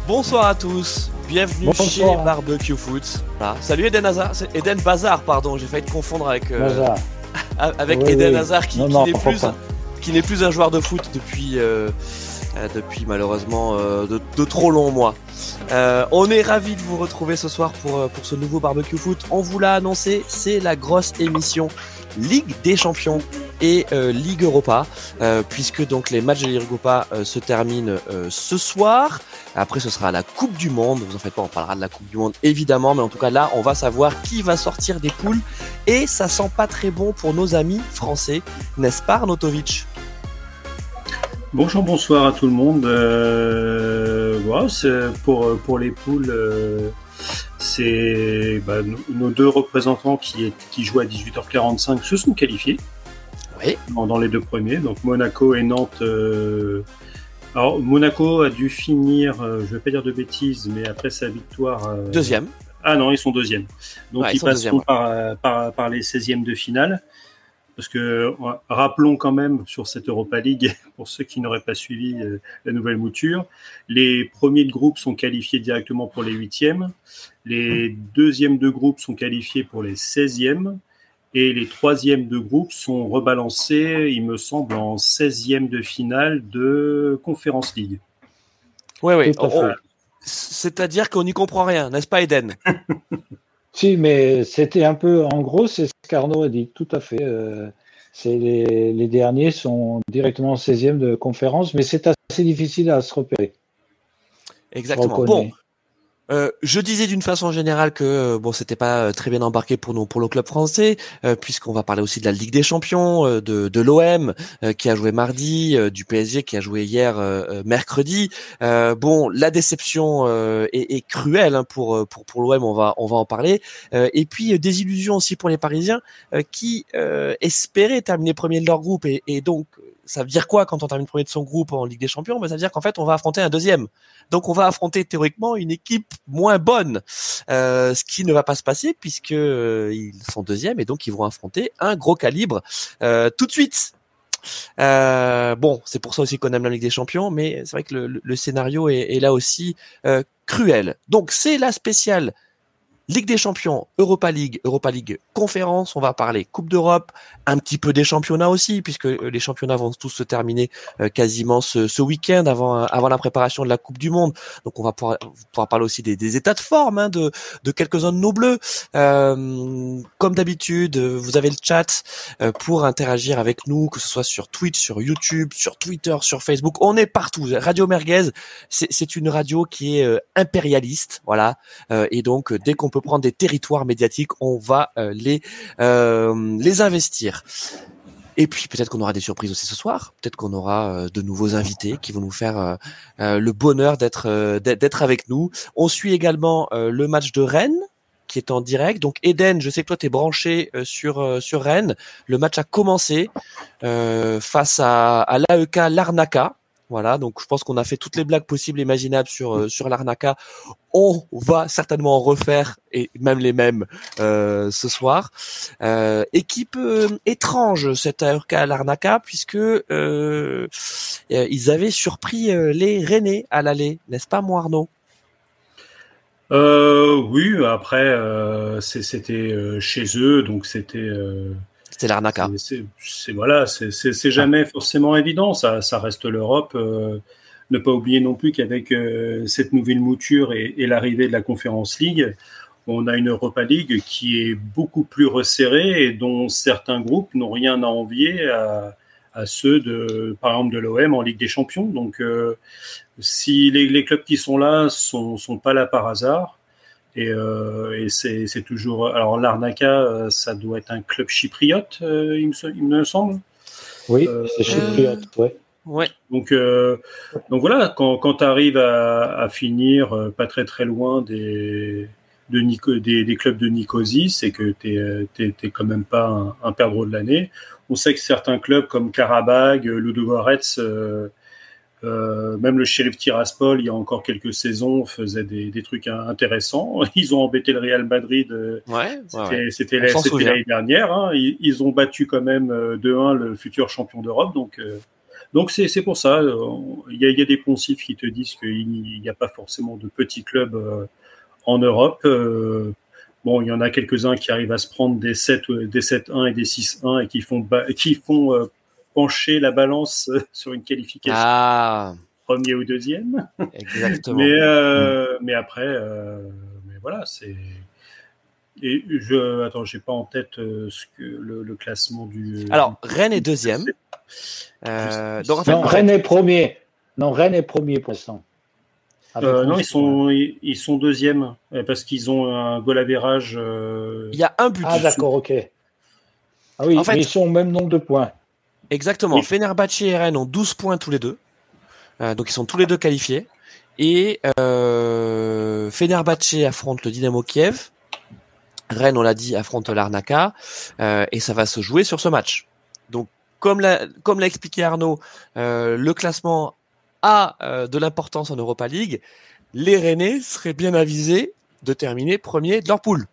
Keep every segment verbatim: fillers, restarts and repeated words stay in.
Bonsoir à tous, bienvenue Bonsoir. chez Barbecue Foot. Voilà. Salut Eden Hazard, c'est Eden Bazar, pardon, j'ai failli te confondre avec, euh, avec oui, Eden oui. Hazard qui, non, qui non, n'est plus, pas. qui n'est plus un joueur de foot depuis, euh, euh, depuis malheureusement euh, de, de trop longs mois. Euh, on est ravis de vous retrouver ce soir pour, pour ce nouveau Barbecue Foot. On vous l'a annoncé, c'est la grosse émission Ligue des Champions et euh, Ligue Europa, euh, puisque donc les matchs de Ligue Europa euh, se terminent euh, ce soir. Après, ce sera la Coupe du Monde. Vous en faites pas, on parlera de la Coupe du Monde évidemment, mais en tout cas là, on va savoir qui va sortir des poules et ça sent pas très bon pour nos amis français, n'est-ce pas, Arnautovic ? Bonjour, bonsoir à tout le monde. Euh, voilà, c'est pour pour les poules. Euh, c'est bah, nos deux représentants qui, est, qui jouent à dix-huit heures quarante-cinq se sont qualifiés. Oui. Dans, dans les deux premiers, donc Monaco et Nantes. Euh... Alors Monaco a dû finir, euh, je vais pas dire de bêtises, mais après sa victoire. Euh... Deuxième. Ah non, ils sont deuxièmes. Donc ouais, ils, ils passeront deuxième, par, ouais. par par les seizièmes de finale. Parce que rappelons quand même sur cette Europa League, pour ceux qui n'auraient pas suivi euh, la nouvelle mouture, les premiers de groupe sont qualifiés directement pour les huitièmes, les deuxièmes de groupe sont qualifiés pour les seizièmes, et les troisièmes de groupe sont rebalancés, il me semble, en seizième de finale de Conference League. Oui, oui. On, c'est-à-dire qu'on n'y comprend rien, n'est-ce pas, Eden ? Si, mais c'était un peu, en gros, c'est ce qu'Arnaud a dit, tout à fait. Euh, c'est les, les derniers sont directement en seizième de conférence, mais c'est assez difficile à se repérer. Exactement. Bon. Euh, je disais d'une façon générale que euh, bon, c'était pas très bien embarqué pour nos pour le club français, euh, puisqu'on va parler aussi de la Ligue des Champions, euh, de de l'O M euh, qui a joué mardi, euh, du P S G qui a joué hier euh, mercredi. Euh, bon, la déception euh, est, est cruelle hein, pour pour pour l'O M, on va on va en parler. Euh, et puis des illusions aussi pour les Parisiens euh, qui euh, espéraient terminer premier de leur groupe et, et donc ça veut dire quoi quand on termine premier de son groupe en Ligue des Champions ? Ben, ça veut dire qu'en fait, on va affronter un deuxième. Donc, on va affronter théoriquement une équipe moins bonne, euh, ce qui ne va pas se passer puisque euh, ils sont deuxièmes et donc ils vont affronter un gros calibre euh, tout de suite. Euh, bon, c'est pour ça aussi qu'on aime la Ligue des Champions, mais c'est vrai que le, le scénario est, est là aussi euh, cruel. Donc, c'est la spéciale Ligue des Champions, Europa League, Europa League Conférence, on va parler Coupe d'Europe, un petit peu des championnats aussi, puisque les championnats vont tous se terminer euh, quasiment ce, ce week-end avant avant la préparation de la Coupe du Monde. Donc on va pouvoir, pouvoir parler aussi des, des états de forme hein, de, de quelques-uns de nos bleus. Euh, comme d'habitude, vous avez le chat euh, pour interagir avec nous, que ce soit sur Twitch, sur YouTube, sur Twitter, sur Facebook. On est partout. Radio Merguez, c'est, c'est une radio qui est euh, impérialiste, voilà. Euh, et donc dès qu'on peut prendre des territoires médiatiques, on va euh, les euh, les investir. Et puis peut-être qu'on aura des surprises aussi ce soir. Peut-être qu'on aura euh, de nouveaux invités qui vont nous faire euh, euh, le bonheur d'être euh, d'être avec nous. On suit également euh, le match de Rennes qui est en direct. Donc Eden, je sais que toi t'es branché euh, sur euh, sur Rennes. Le match a commencé euh, face à, à l'A E K Larnaca. Voilà, donc je pense qu'on a fait toutes les blagues possibles et imaginables sur euh, sur Larnaca. On va certainement en refaire et même les mêmes euh, ce soir. Euh, équipe euh, étrange cette A E K Larnaca puisque euh, ils avaient surpris euh, les Rennais à l'aller, n'est-ce pas, moi Arnaud ? Euh, oui, après euh, c'est, c'était euh, chez eux, donc c'était. Euh... C'était Larnaca. C'est, c'est, c'est voilà, c'est, c'est, c'est jamais ah. forcément évident. Ça, ça reste l'Europe. Euh, ne pas oublier non plus qu'avec euh, cette nouvelle mouture et, et l'arrivée de la Conference League, on a une Europa League qui est beaucoup plus resserrée et dont certains groupes n'ont rien à envier à, à ceux de, par exemple, de l'O M en Ligue des Champions. Donc, euh, si les, les clubs qui sont là sont, sont pas là par hasard. Et, euh, et c'est, c'est toujours. Alors Larnaca, ça doit être un club chypriote, euh, il, me, il me semble. Oui, euh, c'est chypriote, euh, ouais. Ouais. Donc, euh, donc voilà, quand, quand tu arrives à, à finir euh, pas très très loin des, de Nico, des, des clubs de Nicosie, c'est que t'es, t'es, t'es quand même pas un, un perdreau de l'année. On sait que certains clubs comme Karabag, Ludogorets, euh, Euh, même le Sheriff Tiraspol, il y a encore quelques saisons, faisait des, des trucs intéressants. Ils ont embêté le Real Madrid. Euh, ouais, c'était, ouais. c'était, la, c'était l'année dernière. Hein. Ils, ils ont battu quand même deux un le futur champion d'Europe. Donc, euh, Donc c'est c'est pour ça. Il y a, il y a des poncifs qui te disent qu'il n'y a pas forcément de petits clubs euh, en Europe. Euh, bon, il y en a quelques-uns qui arrivent à se prendre des sept des sept un et des six un et qui font qui font euh, pencher la balance sur une qualification. Ah. Premier ou deuxième. Exactement. mais euh, mais après, euh, mais voilà, c'est. Et je attends, j'ai pas en tête euh, ce que le, le classement du. Alors du... Rennes est deuxième. Euh, donc en fait, non, en Rennes fait... est premier. Non, Rennes est premier pour l'instant. Euh, non, ils sont ils, ils sont deuxième parce qu'ils ont un goal average. Euh... Il y a un but. Ah d'accord, ok. Ah oui, en fait, mais ils sont au même nombre de points. Exactement. Oui. Fenerbahçe et Rennes ont douze points tous les deux. Euh, donc ils sont tous les deux qualifiés. Et euh, Fenerbahçe affronte le Dynamo Kiev. Rennes, on l'a dit, affronte l'Arnaka. Euh, et ça va se jouer sur ce match. Donc comme l'a, comme l'a expliqué Arnaud, euh, le classement a euh, de l'importance en Europa League. Les Rennais seraient bien avisés de terminer premier de leur poule.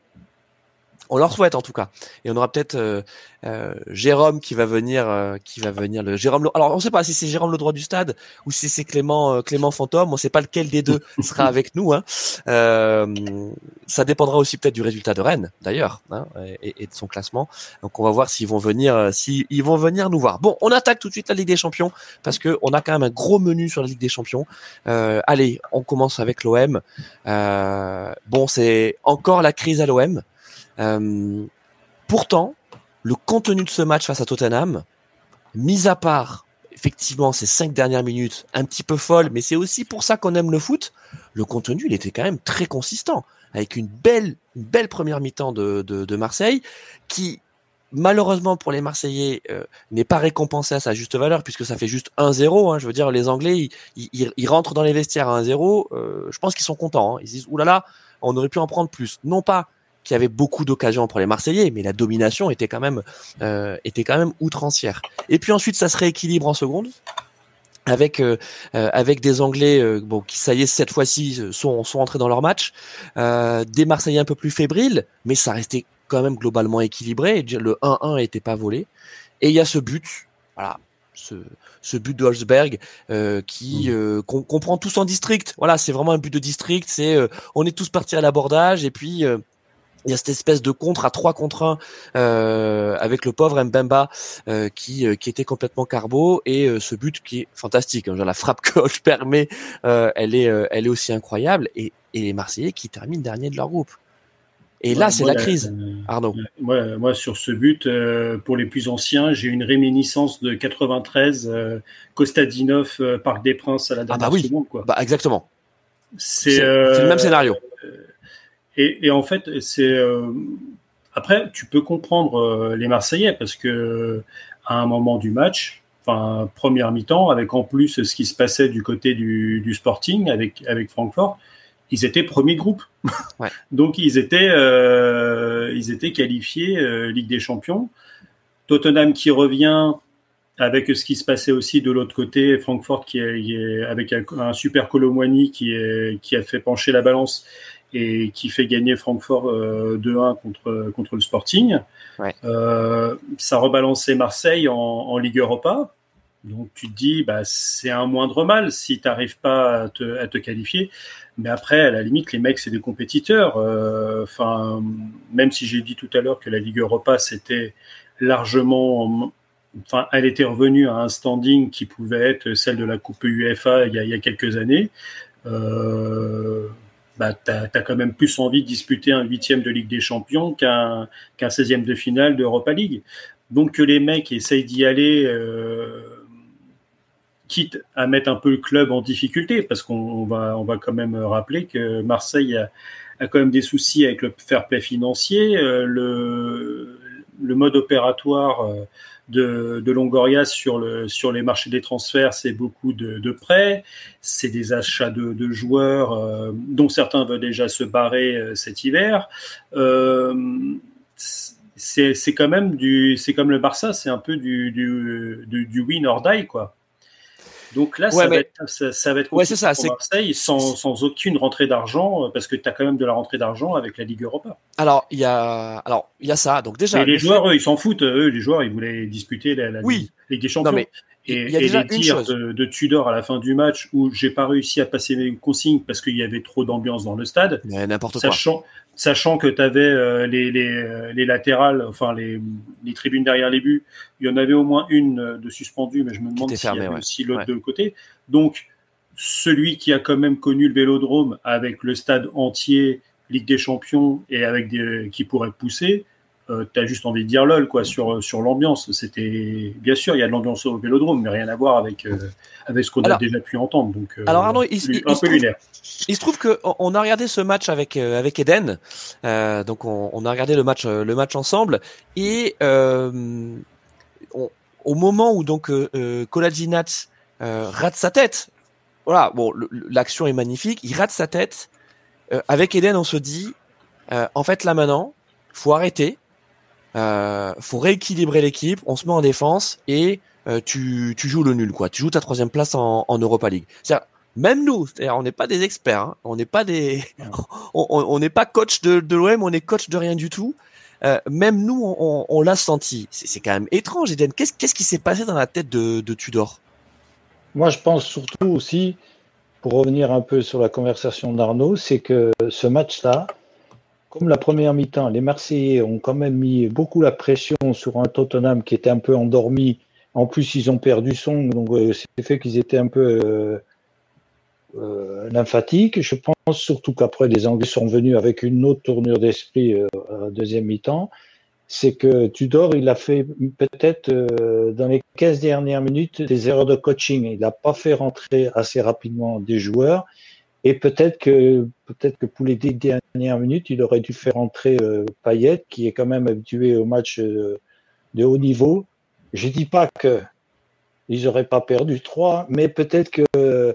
On leur souhaite en tout cas. Et on aura peut-être euh, euh, Jérôme qui va venir, euh, qui va venir le Jérôme. Le... Alors on ne sait pas si c'est Jérôme le droit du stade ou si c'est Clément euh, Clément Fantôme. On ne sait pas lequel des deux sera avec nous. Hein. Euh, ça dépendra aussi peut-être du résultat de Rennes d'ailleurs hein, et, et de son classement. Donc on va voir s'ils vont venir, euh, s'ils vont venir nous voir. Bon, on attaque tout de suite la Ligue des Champions parce que on a quand même un gros menu sur la Ligue des Champions. Euh, allez, on commence avec l'O M. Euh, bon, c'est encore la crise à l'O M. Euh, pourtant, le contenu de ce match face à Tottenham, mis à part effectivement ces cinq dernières minutes un petit peu folles, mais c'est aussi pour ça qu'on aime le foot, le contenu il était quand même très consistant, avec une belle, une belle première mi-temps de, de, de Marseille, qui malheureusement pour les Marseillais euh, n'est pas récompensé à sa juste valeur, puisque ça fait juste un zéro, hein, je veux dire, les Anglais, ils, ils, ils rentrent dans les vestiaires à un zéro, euh, je pense qu'ils sont contents, hein, ils se disent, oulala, on aurait pu en prendre plus, non pas qu'il y avait beaucoup d'occasions pour les Marseillais, mais la domination était quand même euh, était quand même outrancière. Et puis ensuite, ça se rééquilibre en seconde avec euh, euh, avec des Anglais euh, bon qui ça y est cette fois-ci sont sont entrés dans leur match, euh, des Marseillais un peu plus fébriles, mais ça restait quand même globalement équilibré. Le un un n'était pas volé. Et il y a ce but, voilà, ce ce but de Holzberg euh, qui euh, qu'on, qu'on prend tous en district. Voilà, c'est vraiment un but de district. C'est euh, on est tous partis à l'abordage et puis euh, il y a cette espèce de contre à trois contre un euh, avec le pauvre Mbemba euh, qui euh, qui était complètement carbo et euh, ce but qui est fantastique. Hein, genre la frappe que Hoche permet, euh, elle est euh, elle est aussi incroyable et, et les Marseillais qui terminent dernier de leur groupe. Et ouais, là, c'est la crise, euh, Arnaud. Moi, moi, sur ce but, euh, pour les plus anciens, j'ai une réminiscence de quatre-vingt-treize, euh, Kostadinov, euh, Parc des Princes à la dernière ah bah oui. seconde. Quoi. Bah exactement. C'est, c'est, euh, c'est le même scénario. Et, et en fait, c'est euh, après, tu peux comprendre euh, les Marseillais parce que à un moment du match, enfin première mi-temps, avec en plus ce qui se passait du côté du, du Sporting avec avec Francfort, ils étaient premier groupe. Ouais. Donc ils étaient euh, ils étaient qualifiés euh, Ligue des Champions. Tottenham qui revient avec ce qui se passait aussi de l'autre côté, Francfort qui est, qui est avec un, un super Colomwani qui est qui a fait pencher la balance et qui fait gagner Francfort euh, deux un contre contre le Sporting. Ouais. Euh, ça rebalançait Marseille en, en Ligue Europa. Donc tu te dis bah c'est un moindre mal si tu n'arrives pas à te, à te qualifier. Mais après à la limite les mecs c'est des compétiteurs. Enfin euh, même si j'ai dit tout à l'heure que la Ligue Europa c'était largement, enfin elle était revenue à un standing qui pouvait être celle de la Coupe UEFA il y a, il y a quelques années. Euh, bah, t'as, t'as quand même plus envie de disputer un huitième de Ligue des Champions qu'un, qu'un seizième de finale d'Europa League. Donc que les mecs essayent d'y aller, euh, quitte à mettre un peu le club en difficulté, parce qu'on on va, on va quand même rappeler que Marseille a, a quand même des soucis avec le fair play financier, euh, le, le mode opératoire euh, de, de Longoria sur, le, sur les marchés des transferts, c'est beaucoup de, de prêts, c'est des achats de, de joueurs euh, dont certains veulent déjà se barrer euh, cet hiver. Euh, c'est, c'est quand même du, c'est comme le Barça, c'est un peu du, du, du, du win or die, quoi. Donc là, ouais, ça, mais... va être, ça, ça va être ouais, c'est ça, pour c'est... Marseille sans, sans aucune rentrée d'argent, parce que tu as quand même de la rentrée d'argent avec la Ligue Europa. Alors, il y a, alors, il y a ça. Donc déjà, mais les joueurs, fait... eux, ils s'en foutent. Eux, les joueurs, ils voulaient disputer la, la oui. Ligue des Champions. Non, mais... Et, et les dires de, de Tudor à la fin du match où j'ai pas réussi à passer mes consignes parce qu'il y avait trop d'ambiance dans le stade. Mais n'importe sachant, quoi. Sachant que tu avais euh, les, les, les latérales, enfin les, les tribunes derrière les buts, il y en avait au moins une de suspendue, mais je me demande s'il y avait ouais. aussi l'autre ouais. de côté. Donc, celui qui a quand même connu le Vélodrome avec le stade entier, Ligue des Champions, et avec des, qui pourrait pousser, euh, tu as juste envie de dire lol quoi, sur, sur l'ambiance. C'était, bien sûr, il y a de l'ambiance au Vélodrome, mais rien à voir avec, euh, avec ce qu'on alors, a déjà pu entendre. Donc, euh, alors Arnaud, il, il, un il, peu se lunaire. Trouve, il se trouve qu'on a regardé ce match avec, euh, avec Eden, euh, donc on, on a regardé le match, euh, le match ensemble, et euh, on, au moment où donc euh, Kolasinac euh, rate sa tête, voilà, bon, le, l'action est magnifique, il rate sa tête. Euh, avec Eden, on se dit, euh, en fait, là maintenant, faut arrêter, euh, faut rééquilibrer l'équipe, on se met en défense et euh, tu, tu joues le nul, quoi. Tu joues ta troisième place en, en Europa League. C'est-à-dire, même nous, c'est-à-dire, on n'est pas des experts, hein, on n'est pas des, on n'est pas coach de, de l'O M, on est coach de rien du tout. Euh, même nous, on, on, on l'a senti. C'est, c'est quand même étrange, Eden. Qu'est-ce, qu'est-ce qui s'est passé dans la tête de, de Tudor? Moi, je pense surtout aussi, pour revenir un peu sur la conversation d'Arnaud, c'est que ce match-là, comme la première mi-temps, les Marseillais ont quand même mis beaucoup la pression sur un Tottenham qui était un peu endormi. En plus, ils ont perdu son, donc euh, c'est fait qu'ils étaient un peu euh, euh, lymphatiques. Je pense surtout qu'après, les Anglais sont venus avec une autre tournure d'esprit euh, à la deuxième mi-temps. C'est que Tudor, il a fait peut-être euh, dans les quinze dernières minutes des erreurs de coaching. Il n'a pas fait rentrer assez rapidement des joueurs. Et peut-être que, peut-être que pour les dix dernières minutes, il aurait dû faire entrer euh, Payet, qui est quand même habitué au match euh, de haut niveau. Je dis pas que ils n'auraient pas perdu trois, mais peut-être que euh,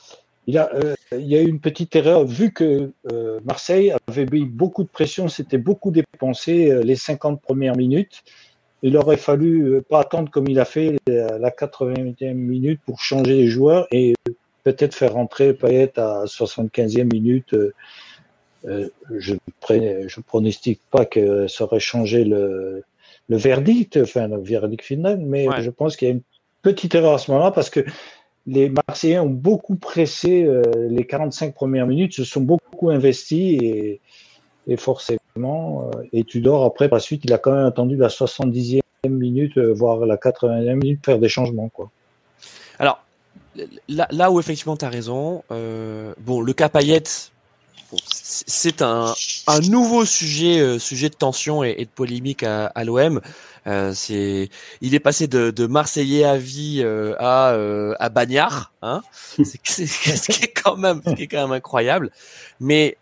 il a, euh, il y a eu une petite erreur, vu que euh, Marseille avait mis beaucoup de pression, c'était beaucoup dépensé euh, les cinquante premières minutes. Il aurait fallu euh, pas attendre comme il a fait la, la quatre-vingtième minute pour changer les joueurs et peut-être faire rentrer Payet à soixante-quinzième minute. Euh, euh, je ne je pronostique pas que ça aurait changé le, le verdict, enfin le verdict final, mais ouais. Je pense qu'il y a une petite erreur à ce moment-là parce que les Marseillais ont beaucoup pressé euh, les quarante-cinq premières minutes, se sont beaucoup investis et, et forcément, euh, et Tudor après par la suite, il a quand même attendu la soixante-dixième minute, euh, voire la quatre-vingtième minute faire des changements, quoi. Alors, Là, là où effectivement tu as raison, euh, bon, le cas Payet, bon, c'est un, un nouveau sujet, euh, sujet de tension et, et de polémique à, à l'O M. Euh, c'est, il est passé de, de Marseillais à vie euh, à, euh, à Bagnard, hein. C'est, c'est, c'est ce qui est quand même, ce qui est quand même incroyable. Mais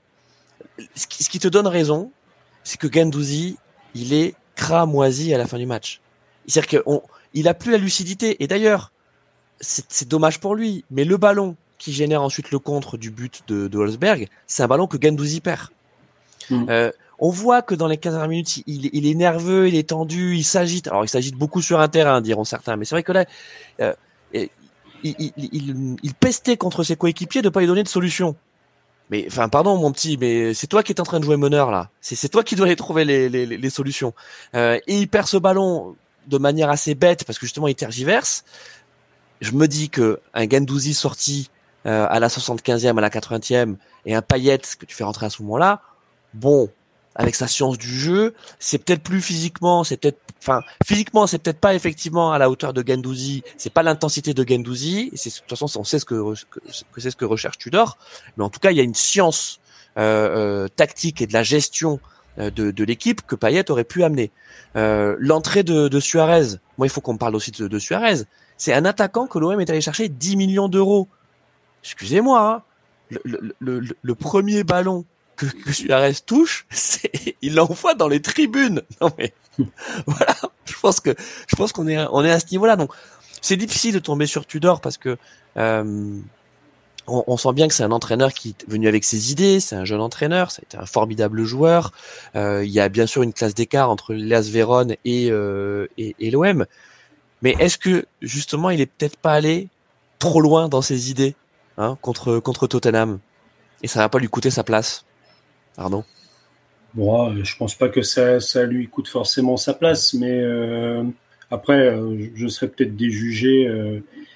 ce qui, ce qui te donne raison, c'est que Guendouzi, il est cramoisi à la fin du match. C'est-à-dire qu'on, il a plus la lucidité. Et d'ailleurs, C'est, c'est dommage pour lui, mais le ballon qui génère ensuite le contre du but de, de Wolfsberg, c'est un ballon que Guendouzi perd. Mmh. Euh, on voit que dans les quinze dernières minutes, il, il est nerveux, il est tendu, il s'agite. Alors, il s'agite beaucoup sur un terrain, diront certains, mais c'est vrai que là, euh, il, il, il, il pestait contre ses coéquipiers de pas lui donner de solution. Mais, enfin, pardon, mon petit, mais c'est toi qui es en train de jouer meneur, là. C'est, c'est toi qui dois aller trouver les, les, les solutions. Euh, et il perd ce ballon de manière assez bête, parce que justement, il tergiverse. Je me dis que un Guendouzi sorti euh, à la soixante-quinzième, à la quatre-vingtième et un Payet que tu fais rentrer à ce moment-là, bon, avec sa science du jeu, c'est peut-être plus physiquement, c'est peut-être, enfin, physiquement, c'est peut-être pas effectivement à la hauteur de Guendouzi, c'est pas l'intensité de Guendouzi, et c'est, de toute façon, on sait ce que, que, que c'est ce que recherche Tudor, mais en tout cas, il y a une science euh, euh, tactique et de la gestion euh, de, de l'équipe que Payet aurait pu amener. Euh, l'entrée de, de Suarez, moi, il faut qu'on parle aussi de, de Suarez. C'est un attaquant que l'O M est allé chercher dix millions d'euros. Excusez-moi, hein. le, le, le, le premier ballon que, que Suarez touche, c'est, il l'envoie dans les tribunes. Non mais voilà, je pense que je pense qu'on est on est à ce niveau-là. Donc c'est difficile de tomber sur Tudor parce que euh, on, on sent bien que c'est un entraîneur qui est venu avec ses idées. C'est un jeune entraîneur, ça a été un formidable joueur. Euh, il y a bien sûr une classe d'écart entre l'Hellas Vérone et, euh, et, et l'O M. Mais est-ce que justement il est peut-être pas allé trop loin dans ses idées, hein, contre contre Tottenham, et ça va pas lui coûter sa place, Arnaud? Bon, je pense pas que ça ça lui coûte forcément sa place, mais euh, Après, euh, je serais peut-être déjugé euh,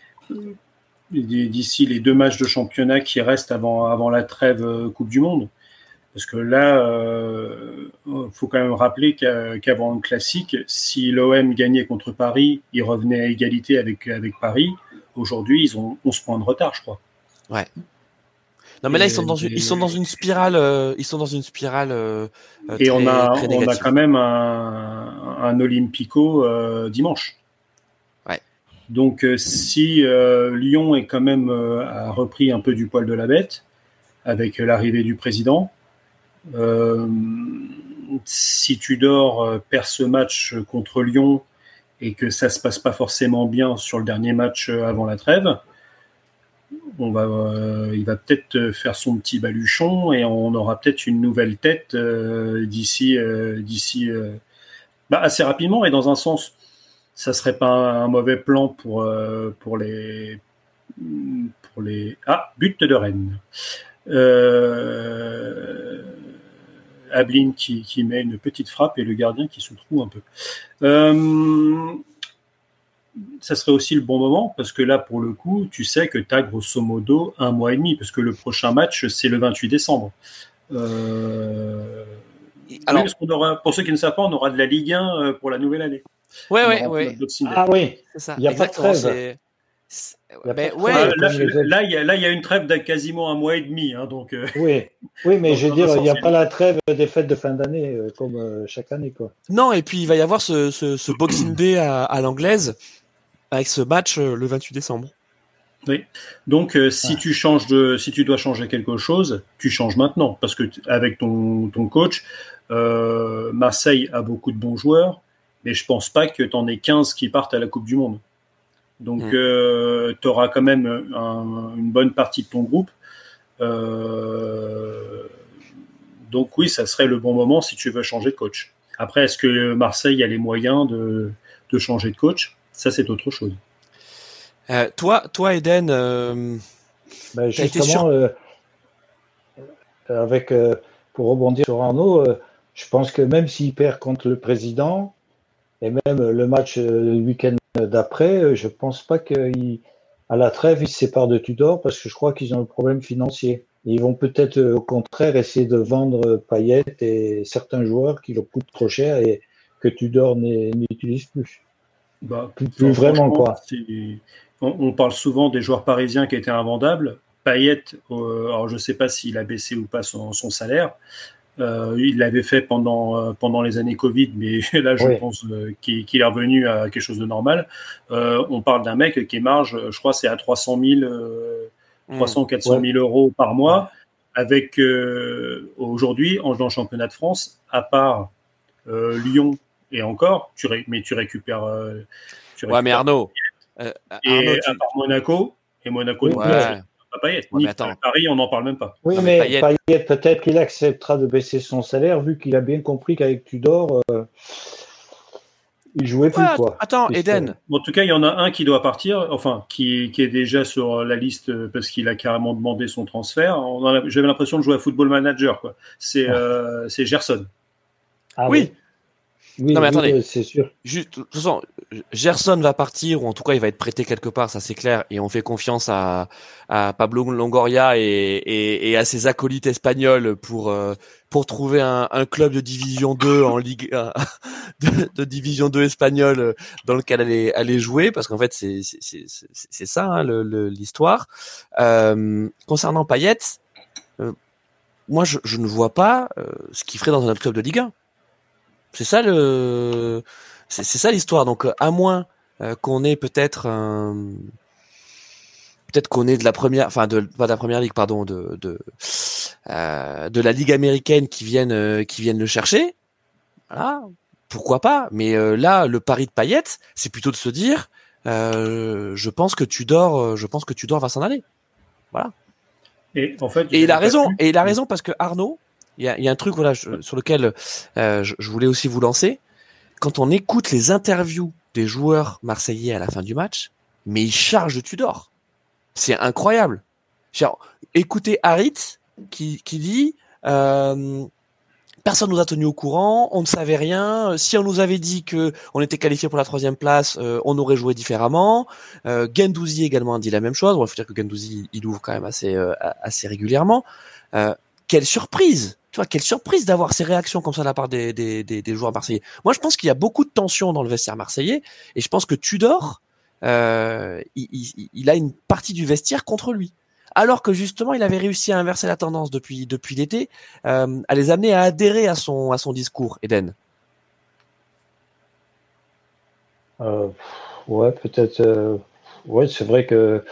d'ici les deux matchs de championnat qui restent avant, avant la trêve euh, Coupe du Monde. Parce que là, euh, faut quand même rappeler qu'à, qu'avant le classique, si l'O M gagnait contre Paris, ils revenaient à égalité avec, avec Paris. Aujourd'hui, ils ont onze points de retard, je crois. Ouais. Non, mais là, ils sont dans une, ils sont dans une spirale, euh, ils sont dans une spirale, euh, et très, on a, très on a quand même un, un Olympico euh, dimanche. Ouais. Donc, euh, si euh, Lyon est quand même euh, a repris un peu du poil de la bête avec l'arrivée du président, euh, si Tudor euh, perd ce match contre Lyon et que ça se passe pas forcément bien sur le dernier match avant la trêve, on va, euh, il va peut-être faire son petit baluchon et on aura peut-être une nouvelle tête euh, d'ici, euh, d'ici euh, bah, assez rapidement. Et dans un sens, ça serait pas un mauvais plan pour euh, pour les pour les ah but de Rennes. Euh, Ablin qui, qui met une petite frappe et le gardien qui se trouve un peu. Euh, ça serait aussi le bon moment parce que là, pour le coup, tu sais que tu as grosso modo un mois et demi parce que le prochain match, c'est le vingt-huit décembre. Euh... Alors, oui, parce qu'on aura, pour ceux qui ne savent pas, on aura de la Ligue un pour la nouvelle année. Ouais, ouais, ouais. Ah oui, c'est ça. Il n'y a Exactement, pas de trêve. Ben, ouais. Ah, là, là, il y a, là, il y a une trêve de quasiment un mois et demi. Hein, donc, euh... Oui, oui, mais donc, je veux dire, il n'y a pas la trêve des fêtes de fin d'année euh, comme euh, chaque année, quoi. Non, et puis il va y avoir ce, ce, ce Boxing Day à, à l'anglaise avec ce match euh, le vingt-huit décembre. Oui. Donc, euh, si ah. tu changes de, si tu dois changer quelque chose, tu changes maintenant, parce que t- avec ton ton coach, euh, Marseille a beaucoup de bons joueurs, mais je pense pas que tu en aies quinze qui partent à la Coupe du Monde. Donc, mmh. euh, tu auras quand même un, une bonne partie de ton groupe. Euh, donc oui, ça serait le bon moment si tu veux changer de coach. Après, est-ce que Marseille a les moyens de, de changer de coach ? Ça, c'est autre chose. Euh, toi, toi, Eden, euh, ben justement, été sur... euh, avec euh, pour rebondir sur Arnaud, euh, je pense que même s'il perd contre le président et même le match euh, le week-end d'après, euh, je pense pas qu'à la trêve ils se séparent de Tudor parce que je crois qu'ils ont un problème financier. Et ils vont peut-être euh, au contraire essayer de vendre Payet et certains joueurs qui leur coûtent trop cher et que Tudor n'utilise plus. Bah, plus, plus vraiment quoi. On, on parle souvent des joueurs parisiens qui étaient invendables. Payet, euh, alors je ne sais pas s'il a baissé ou pas son, son salaire. Euh, il l'avait fait pendant euh, pendant les années Covid, mais là je oui. pense euh, qu'il, qu'il est revenu à quelque chose de normal. Euh, on parle d'un mec qui est marge, je crois, c'est à trois cent mille, euh, trois cents, quatre cent mille ouais. euros par mois. Ouais. Avec euh, aujourd'hui en jouant championnat de France, à part euh, Lyon et encore, tu ré, mais tu récupères. Euh, tu récupères ouais, mais Arnaud. Euh, et Arnaud, tu... à part Monaco, et Monaco, oui, ouais. Ouais. Pas Payet. Ouais, Ni Paris, on n'en parle même pas. Oui, non, mais, mais Payet... Payet, peut-être qu'il acceptera de baisser son salaire, vu qu'il a bien compris qu'avec Tudor, euh, il jouait plus. Ouais, quoi. Attends, Eden. En tout cas, il y en a un qui doit partir, enfin, qui, qui est déjà sur la liste parce qu'il a carrément demandé son transfert. On a, j'avais l'impression de jouer à Football Manager, quoi. C'est, ah. euh, c'est Gerson. Ah oui. oui. Oui, non mais oui, attendez, c'est sûr. Juste, de toute façon, Gerson va partir ou en tout cas il va être prêté quelque part, ça c'est clair, et on fait confiance à, à Pablo Longoria et, et, et à ses acolytes espagnols pour euh, pour trouver un, un club de division deux en Ligue de, de division deux espagnole dans lequel aller aller jouer, parce qu'en fait c'est c'est c'est c'est, c'est ça hein, le, le, l'histoire. Euh, concernant Payet, euh, moi je, je ne vois pas euh, ce qu'il ferait dans un autre club de Ligue un. C'est ça le, c'est, c'est ça l'histoire. Donc à moins euh, qu'on ait peut-être, un... peut-être qu'on ait de la première, enfin de pas de la première ligue, pardon, de de euh, de la ligue américaine qui viennent euh, qui viennent le chercher. Voilà, pourquoi pas. Mais euh, là, le pari de Payet, c'est plutôt de se dire, euh, je pense que Tudor, je pense que Tudor va s'en aller. Voilà. Et en fait, et il a raison. Pu. Et il a raison parce que Arnaud. Il y a, il y a un truc voilà, je, sur lequel euh, je, je voulais aussi vous lancer. Quand on écoute les interviews des joueurs marseillais à la fin du match, mais ils chargent de Tudor. C'est incroyable. Genre, écoutez Harit qui, qui dit euh, personne nous a tenu au courant, on ne savait rien. Si on nous avait dit que on était qualifié pour la troisième place, euh, on aurait joué différemment. Euh, Guendouzi également a dit la même chose. Bon, il faut dire que Guendouzi, il ouvre quand même assez, euh, assez régulièrement. Euh, quelle surprise! Tu vois, quelle surprise d'avoir ces réactions comme ça de la part des, des, des, des joueurs marseillais. Moi, je pense qu'il y a beaucoup de tension dans le vestiaire marseillais, et je pense que Tudor, euh, il, il, il a une partie du vestiaire contre lui. Alors que justement, il avait réussi à inverser la tendance depuis depuis l'été, euh, à les amener à adhérer à son à son discours, Eden. Euh, ouais, peut-être. Euh, ouais, c'est vrai que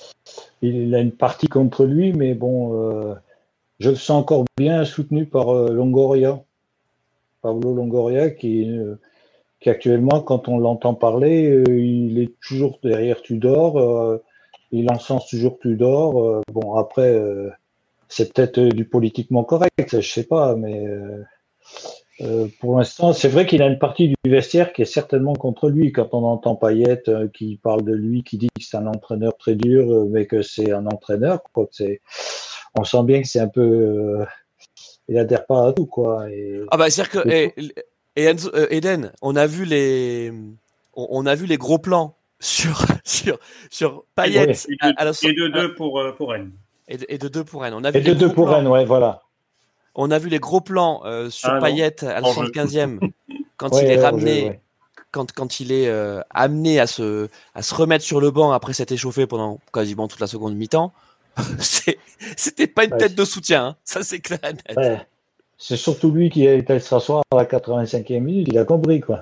il a une partie contre lui, mais bon. Euh, Je le sens encore bien soutenu par euh, Longoria, Pablo Longoria, qui, euh, qui actuellement, quand on l'entend parler, euh, il est toujours derrière Tudor, euh, il encense toujours Tudor. Euh, bon, après, euh, c'est peut-être euh, du politiquement correct, je sais pas, mais euh, euh, pour l'instant, c'est vrai qu'il a une partie du vestiaire qui est certainement contre lui. Quand on entend Payet euh, qui parle de lui, qui dit que c'est un entraîneur très dur, euh, mais que c'est un entraîneur, quoi, que c'est on sent bien que c'est un peu, euh, il adhère pas à tout, quoi. Et, ah bah c'est-à-dire que et, et Enzo, euh, Eden, on a vu les, on, on a vu les gros plans sur sur sur Payet et de, à, à la, et de deux pour euh, pour Rennes. Et de, et de deux pour Rennes. On a vu et de deux pour Rennes, ouais, voilà. On a vu les gros plans euh, sur ah, Payet à la soixante-quinzième quand ouais, il est ouais, ramené. ouais. Quand, quand il est euh, amené à se, à se remettre sur le banc après s'être échauffé pendant quasiment toute la seconde mi-temps, c'est, c'était pas une ouais, tête de soutien, hein. Ça c'est clair et net. Ouais. C'est surtout lui qui a été s'asseoir à la quatre-vingt-cinquième minute, il a compris, quoi.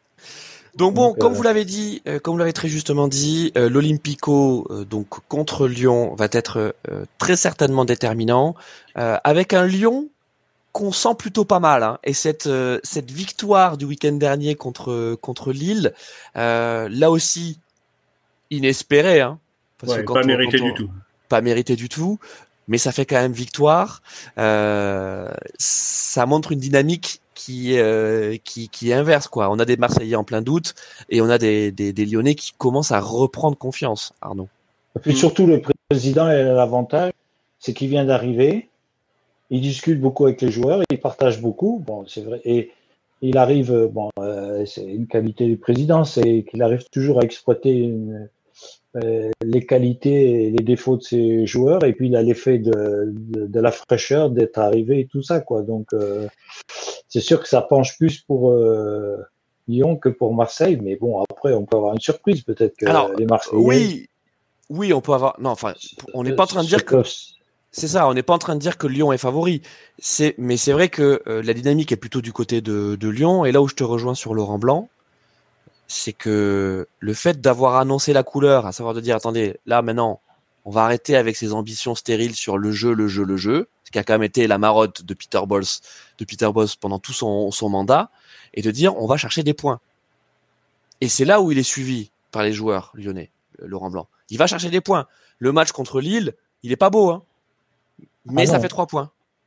Donc bon, donc, comme euh... vous l'avez dit, euh, comme vous l'avez très justement dit, euh, l'Olympico euh, donc contre Lyon va être euh, très certainement déterminant, euh, avec un Lyon qu'on sent plutôt pas mal, hein. Et cette euh, cette victoire du week-end dernier contre contre Lille, euh, là aussi inespérée, hein, parce ouais, que quand pas on, mérité quand on, du tout, pas mérité du tout, mais ça fait quand même victoire. Euh, ça montre une dynamique qui euh, qui qui est inverse, quoi. On a des Marseillais en plein doute et on a des des, des Lyonnais qui commencent à reprendre confiance, Arnaud. Et puis surtout le président a l'avantage, c'est qu'il vient d'arriver. Il discute beaucoup avec les joueurs, il partage beaucoup. Bon, c'est vrai. Et il arrive, bon, euh, c'est une qualité du président, c'est qu'il arrive toujours à exploiter une, euh, les qualités et les défauts de ses joueurs. Et puis il a l'effet de, de, de la fraîcheur d'être arrivé et tout ça, quoi. Donc euh, c'est sûr que ça penche plus pour euh, Lyon que pour Marseille. Mais bon, après on peut avoir une surprise, peut-être que Alors, les Marseillais. Oui, oui, on peut avoir. Non, enfin, on n'est pas en train de dire que. C'est ça, on n'est pas en train de dire que Lyon est favori. C'est, mais c'est vrai que euh, la dynamique est plutôt du côté de, de Lyon. Et là où je te rejoins sur Laurent Blanc, c'est que le fait d'avoir annoncé la couleur, à savoir de dire, attendez, là maintenant, on va arrêter avec ces ambitions stériles sur le jeu, le jeu, le jeu, ce qui a quand même été la marotte de Peter Bosz, de Peter Bosz pendant tout son, son mandat, et de dire, on va chercher des points. Et c'est là où il est suivi par les joueurs lyonnais, Laurent Blanc. Il va chercher des points. Le match contre Lille, il est pas beau, hein. Mais ah ça fait trois points.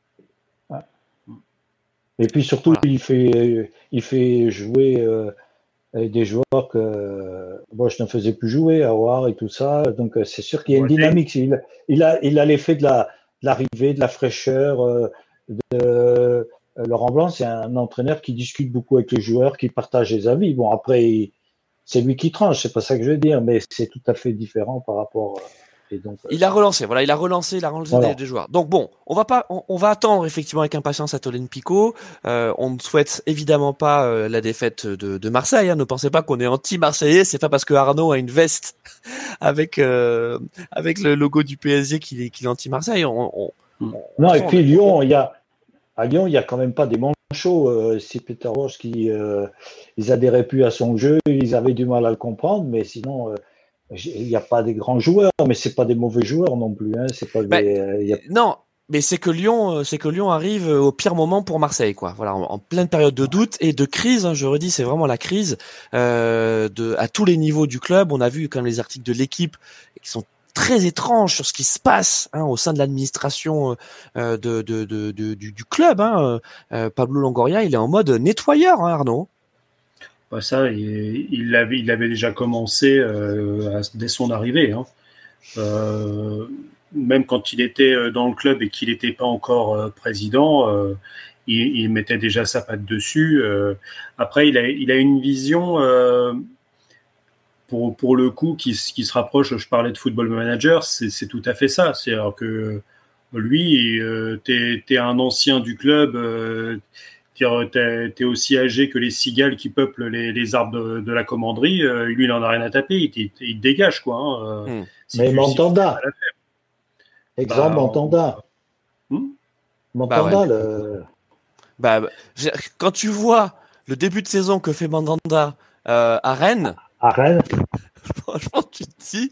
Et puis surtout, voilà. il fait, il fait jouer euh, des joueurs que bon, je ne faisais plus jouer, Aouar et tout ça. Donc c'est sûr qu'il y a une dynamique. Il, il a, il a l'effet de la, de l'arrivée, de la fraîcheur. Euh, de, euh, Laurent Blanc, c'est un entraîneur qui discute beaucoup avec les joueurs, qui partage les avis. Bon, après, il, c'est lui qui tranche. C'est pas ça que je veux dire, mais c'est tout à fait différent par rapport. Euh, Et donc, il a relancé, voilà, il a relancé, il a relancé voilà. des, des joueurs. Donc bon, on va pas, on, on va attendre effectivement avec impatience à Olympico. Euh, on ne souhaite évidemment pas euh, la défaite de, de Marseille. Hein. Ne pensez pas qu'on est anti-marseillais. C'est pas parce que Arnaud a une veste avec euh, avec le logo du P S G qu'il est, qu'il est anti-Marseille. On, on, on, non, et puis Lyon, il y a à Lyon, il y a quand même pas des manchots. Euh, c'est Peter Bosz qui euh, ils adhéraient plus à son jeu, ils avaient du mal à le comprendre, mais sinon. Euh, Il n'y a pas des grands joueurs, mais c'est pas des mauvais joueurs non plus. Hein. C'est pas bah, des, euh, y a... Non, mais c'est que Lyon, c'est que Lyon arrive au pire moment pour Marseille, quoi. Voilà, en, en pleine période de doute et de crise. Hein, je redis, c'est vraiment la crise euh, de à tous les niveaux du club. On a vu quand même les articles de l'équipe qui sont très étranges sur ce qui se passe hein, au sein de l'administration euh, de, de, de, de du, du club. Hein. Euh, Pablo Longoria, il est en mode nettoyeur, hein, Arnaud. Bah ça, il, il, avait, il avait déjà commencé euh, à, dès son arrivée. Hein. Euh, même quand il était dans le club et qu'il n'était pas encore euh, président, euh, il, il mettait déjà sa patte dessus. Euh, après, il a, il a une vision euh, pour pour le coup qui, qui se rapproche. Je parlais de Football Manager, c'est, c'est tout à fait ça. C'est-à-dire que lui, euh, t'es, t'es un ancien du club. Euh, T'es, t'es aussi âgé que les cigales qui peuplent les, les arbres de, de la commanderie. Euh, lui, il en a rien à taper. Il, il, il dégage, quoi. Hein. Mmh. Si Mais Mandanda. Si Exemple, bah, Mandanda. Hmm Mandanda, bah ouais. le... bah, bah, quand tu vois le début de saison que fait Mandanda euh, à Rennes. À Rennes. Franchement, tu te dis.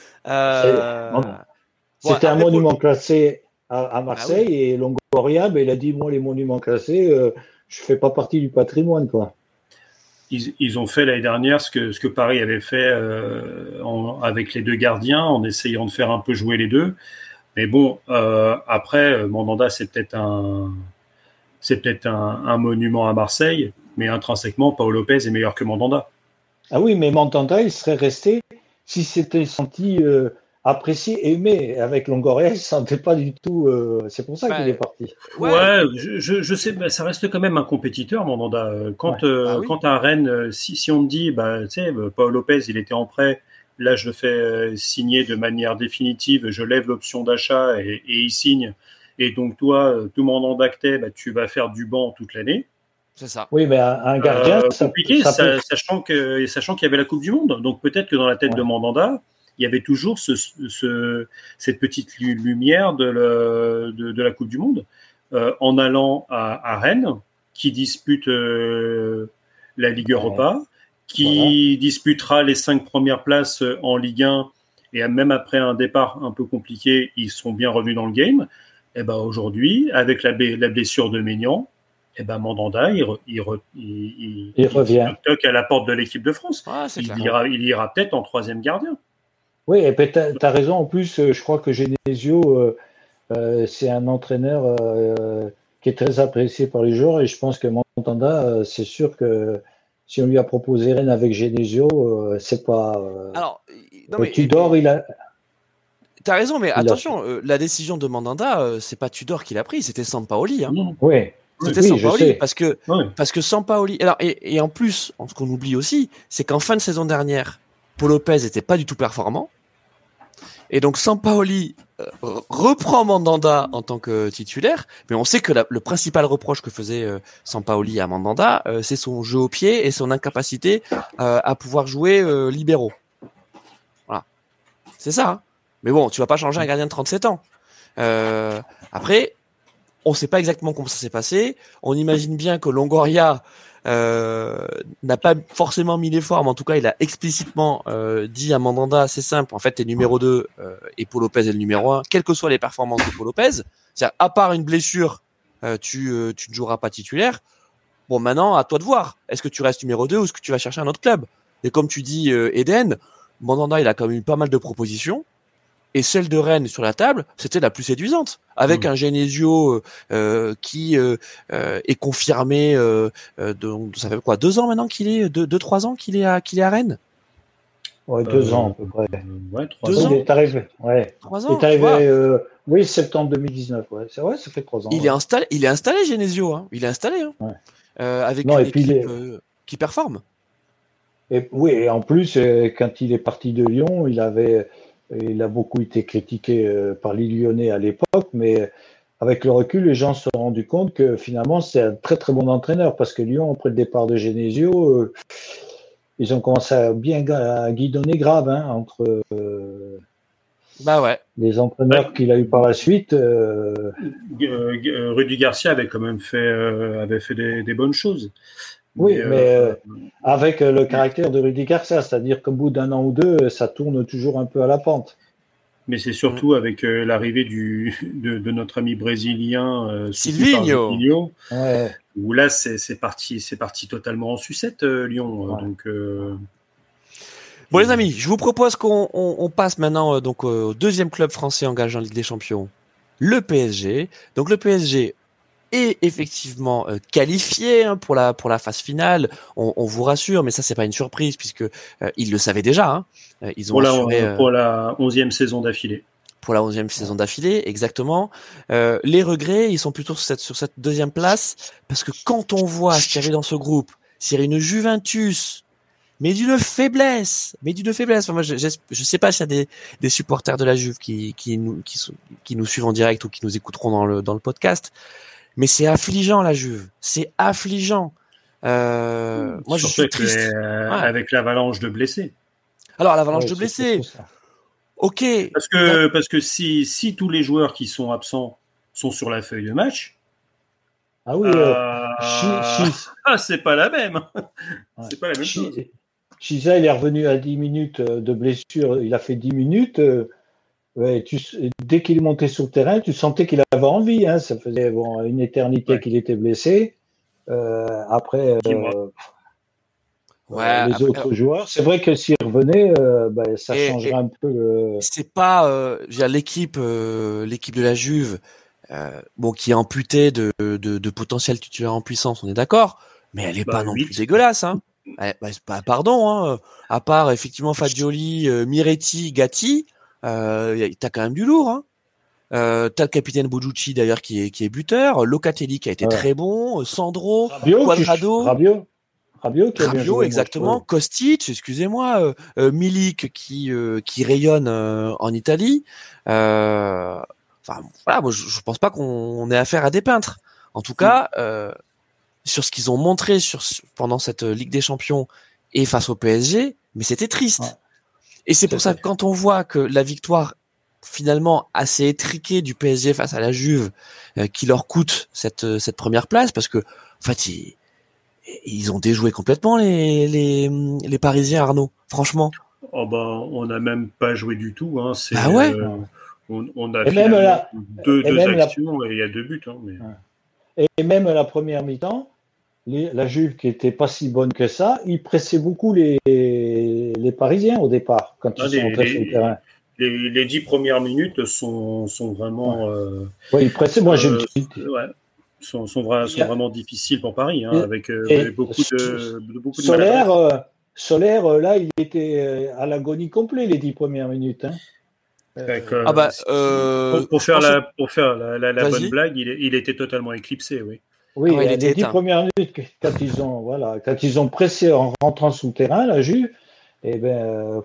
Euh... C'était bon, un monument pour... classé à, à Marseille ah, oui. Et Longoria, ben, il a dit moi, les monuments classés. Euh, je fais pas partie du patrimoine, quoi. Ils, ils ont fait l'année dernière ce que, ce que Paris avait fait euh, en, avec les deux gardiens, en essayant de faire un peu jouer les deux. Mais bon, euh, après, Mandanda, c'est peut-être un, c'est peut-être un, un monument à Marseille, mais intrinsèquement, Paul Lopez est meilleur que Mandanda. Ah oui, mais Mandanda, il serait resté si c'était senti euh, apprécié, aimé. Avec Longoria, il ne se sentait pas du tout. Euh, c'est pour ça bah, qu'il est parti. Ouais, ouais je, je, je sais, bah, ça reste quand même un compétiteur, Mandanda. Quand, ouais. euh, bah, oui. quand à Rennes, si, si on te dit, bah, tu sais, Paul Lopez, il était en prêt, là, je le fais signer de manière définitive, je lève l'option d'achat et, et il signe. Et donc, toi, tout Mandanda acté, bah, tu vas faire du banc toute l'année. C'est ça. Oui, mais un, un gardien, euh, ça, compliqué, ça ça, peut... sachant que sachant qu'il y avait la Coupe du Monde. Donc peut-être que dans la tête ouais. de Mandanda, il y avait toujours ce, ce, cette petite lumière de, le, de, de la Coupe du Monde euh, en allant à, à Rennes, qui dispute euh, la Ligue ouais. Europa, qui voilà. disputera les cinq premières places en Ligue un, et même après un départ un peu compliqué, ils sont bien revenus dans le game. Et ben aujourd'hui, avec la, la blessure de Maignan, et ben Mandanda, il, re, il, re, il, il, il revient. Il toque à la porte de l'équipe de France. Ah, il, ira, il ira peut-être en troisième gardien. Oui, et tu as raison. En plus, je crois que Genesio, euh, euh, c'est un entraîneur euh, qui est très apprécié par les joueurs. Et je pense que Mandanda, euh, c'est sûr que si on lui a proposé Rennes avec Genesio, euh, c'est pas. Euh, Alors, non, mais, Tudor, mais, il a. T'as raison, mais attention, euh, la décision de Mandanda, euh, c'est pas Tudor qui l'a pris, c'était Sampaoli. Hein. Oui. C'était oui, Sampaoli parce que oui. parce que Sampaoli. Alors et, et en plus, ce qu'on oublie aussi, c'est qu'en fin de saison dernière, Paul Lopez était pas du tout performant, et donc Sampaoli euh, reprend Mandanda en tant que titulaire. Mais on sait que la, le principal reproche que faisait euh, Sampaoli à Mandanda, euh, c'est son jeu au pied et son incapacité euh, à pouvoir jouer euh, libéraux. Voilà, c'est ça. Hein. Mais bon, tu vas pas changer un gardien de trente-sept ans. Euh, après. On ne sait pas exactement comment ça s'est passé. On imagine bien que Longoria euh, n'a pas forcément mis l'effort, mais en tout cas, il a explicitement euh, dit à Mandanda, c'est simple, en fait, t'es numéro deux euh, et Paul Lopez est le numéro un, quelles que soient les performances de Paul Lopez. C'est-à-dire, à part une blessure, euh, tu, euh, tu ne joueras pas titulaire. Bon, maintenant, à toi de voir. Est-ce que tu restes numéro deux ou est-ce que tu vas chercher un autre club? Et comme tu dis, euh, Eden, Mandanda, il a quand même eu pas mal de propositions. Et celle de Rennes sur la table, c'était la plus séduisante, avec mmh. un Genesio euh, qui euh, euh, est confirmé. Euh, de, ça fait quoi, deux ans maintenant qu'il est, deux, deux trois ans qu'il est à qu'il est à Rennes. Ouais, deux euh, ans à peu près. Ouais, trois deux ans. Il est arrivé. Ouais. Trois ans. Il est arrivé. Euh, oui, septembre deux mille dix-neuf. Ouais, c'est vrai, ça fait trois ans. Il ouais. est installé. Il est installé, Genesio. Hein. Il est installé. Hein. Ouais. Euh, avec non, une et puis équipe les... euh, qui performe. Et oui, et en plus, euh, quand il est parti de Lyon, il avait. Il a beaucoup été critiqué euh, par les Lyonnais à l'époque, mais avec le recul, les gens se sont rendus compte que finalement, c'est un très très bon entraîneur parce que Lyon, après le départ de Genesio, euh, ils ont commencé à bien à guidonner grave hein, entre euh, bah ouais. les entraîneurs ouais. qu'il a eu par la suite. Euh... Euh, Rudy Garcia avait quand même fait, euh, avait fait des, des bonnes choses. Oui, mais, mais euh, avec le caractère de Rudy Garcia, c'est-à-dire qu'au bout d'un an ou deux, ça tourne toujours un peu à la pente. Mais c'est surtout avec euh, l'arrivée du, de, de notre ami brésilien euh, Silvinho, Silvinho ouais. où là c'est, c'est parti, c'est parti totalement en sucette euh, Lyon. Ouais. Donc, euh, bon les amis, je vous propose qu'on on, on passe maintenant euh, donc au deuxième club français engagé en Ligue des Champions, le P S G. Donc le P S G est effectivement euh, qualifié hein, pour la pour la phase finale. On, on vous rassure, mais ça c'est pas une surprise puisque euh, ils le savaient déjà. Hein. Ils ont pour, assuré, la, pour la onzième saison d'affilée. pour la onzième saison d'affilée, exactement. Euh, les regrets, ils sont plutôt sur cette, sur cette deuxième place, parce que quand on voit ce qu'il y avait dans ce groupe, c'est une Juventus, mais d'une faiblesse, mais d'une faiblesse. Enfin, moi, je, je, je sais pas s'il y a des, des supporters de la Juve qui, qui nous, qui, qui nous suivent en direct ou qui nous écouteront dans le, dans le podcast, mais c'est affligeant, la Juve. C'est affligeant. Euh, moi, je suis triste. Les, euh, ouais. Avec l'avalanche de blessés. Alors, l'avalanche ouais, de blessés. Ok. Parce que, Donc, parce que si, si tous les joueurs qui sont absents sont sur la feuille de match. Ah oui, euh, euh, chi, chi. Ah, c'est pas la même. Ouais. C'est pas la même chi, chose. Chisa, il est revenu à dix minutes de blessure. Il a fait dix minutes. Euh, ouais, tu, dès qu'il est monté sur le terrain, tu sentais qu'il avait envie. Hein. Ça faisait bon, une éternité ouais. qu'il était blessé. Euh, après, euh, ouais, les après, autres euh, joueurs, c'est vrai que s'il revenait, euh, ben, ça et, changerait et un peu. Euh... C'est pas euh, l'équipe, euh, l'équipe de la Juve, euh, bon, qui est amputée de, de, de potentiel titulaire en puissance, on est d'accord, mais elle est bah, pas non plus dégueulasse, hein. Elle, bah, c'est pas, pardon, hein. À part effectivement Fagioli, euh, Miretti, Gatti, euh, t'as quand même du lourd, hein. Euh, t'as le capitaine Bonucci d'ailleurs qui est qui est buteur, Locatelli qui a été ouais. très bon, Sandro, Rabiot, Quadrado, Rabiot, Rabiot, qui a Rabiot bien joué, exactement, moi, Kostic, excusez-moi, euh, euh, Milik qui euh, qui rayonne euh, en Italie. Euh, enfin voilà, moi je, je pense pas qu'on ait affaire à des peintres. En tout cas, euh, sur ce qu'ils ont montré sur pendant cette Ligue des Champions et face au P S G, mais c'était triste. Ouais. Et c'est, c'est pour ça que quand on voit que la victoire finalement assez étriqué du P S G face à la Juve euh, qui leur coûte cette cette première place parce que en fait ils, ils ont déjoué complètement les les les Parisiens, Arnaud, franchement. Oh bah on n'a même pas joué du tout hein, c'est ah ouais. euh, on, on a et même la, deux et deux même actions la, et il y a deux buts hein, mais... et même la première mi-temps les, la Juve qui était pas si bonne que ça, ils pressaient beaucoup les les Parisiens au départ quand ah, ils les, sont entrés sur le terrain. Les, les dix premières minutes sont, sont vraiment. Ouais. Euh, oui, pressé, moi j'ai. Euh, ouais, sont, sont, vra- sont vraiment difficiles pour Paris, hein, et, avec, euh, avec beaucoup de, de beaucoup de Solaire, euh, Solaire, là, il était à l'agonie complète les dix premières minutes. Hein. Euh, ah bah, euh, pour, pour, faire la, pour faire la, la, la bonne blague, il, il était totalement éclipsé, oui. Oui, ah ouais, il les dix premières minutes, quand ils ont, voilà, quand ils ont pressé en rentrant sous le terrain, la Juve, eh ben. Euh,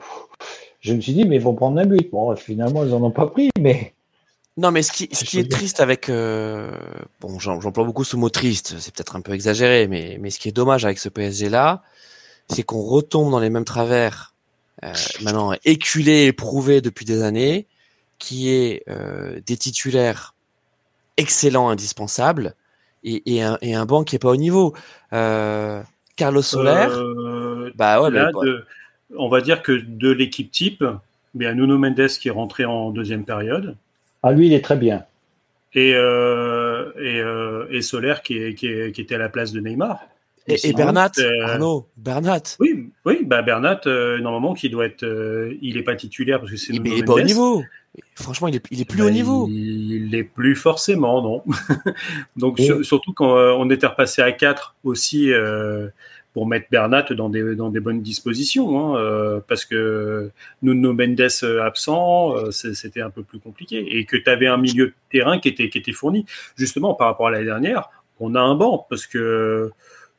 je me suis dit, mais ils vont prendre un but. Bon, finalement, ils n'en ont pas pris, mais. Non, mais ce qui, ce qui est triste avec. Euh... Bon, j'emploie beaucoup ce mot triste, c'est peut-être un peu exagéré, mais, mais ce qui est dommage avec ce P S G-là, c'est qu'on retombe dans les mêmes travers, euh, maintenant éculés et prouvés depuis des années, qui est euh, des titulaires excellents, indispensables, et, et, un, et un banc qui n'est pas au niveau. Euh, Carlos Soler. Euh, bah ouais, là, mais. De... On va dire que de l'équipe type, il y a Nuno Mendes qui est rentré en deuxième période. Ah, lui, il est très bien. Et, euh, et, euh, et Soler qui, est, qui, est, qui était à la place de Neymar. Et, et Bernat, euh... Arnaud, Bernat. Oui, oui, bah Bernat, euh, normalement, qui doit être, euh, il n'est pas titulaire parce que c'est Nuno Mendes. Il est Mendes. pas au niveau. Franchement, il est, il est plus bah, au niveau. Il est plus forcément, non. Donc, et... sur, surtout quand euh, on était repassé à quatre aussi. Euh, pour mettre Bernat dans des dans des bonnes dispositions, hein, euh, parce que Nuno Mendes absent, euh, c'était un peu plus compliqué, et que tu avais un milieu de terrain qui était qui était fourni. Justement, par rapport à l'année dernière, on a un banc, parce que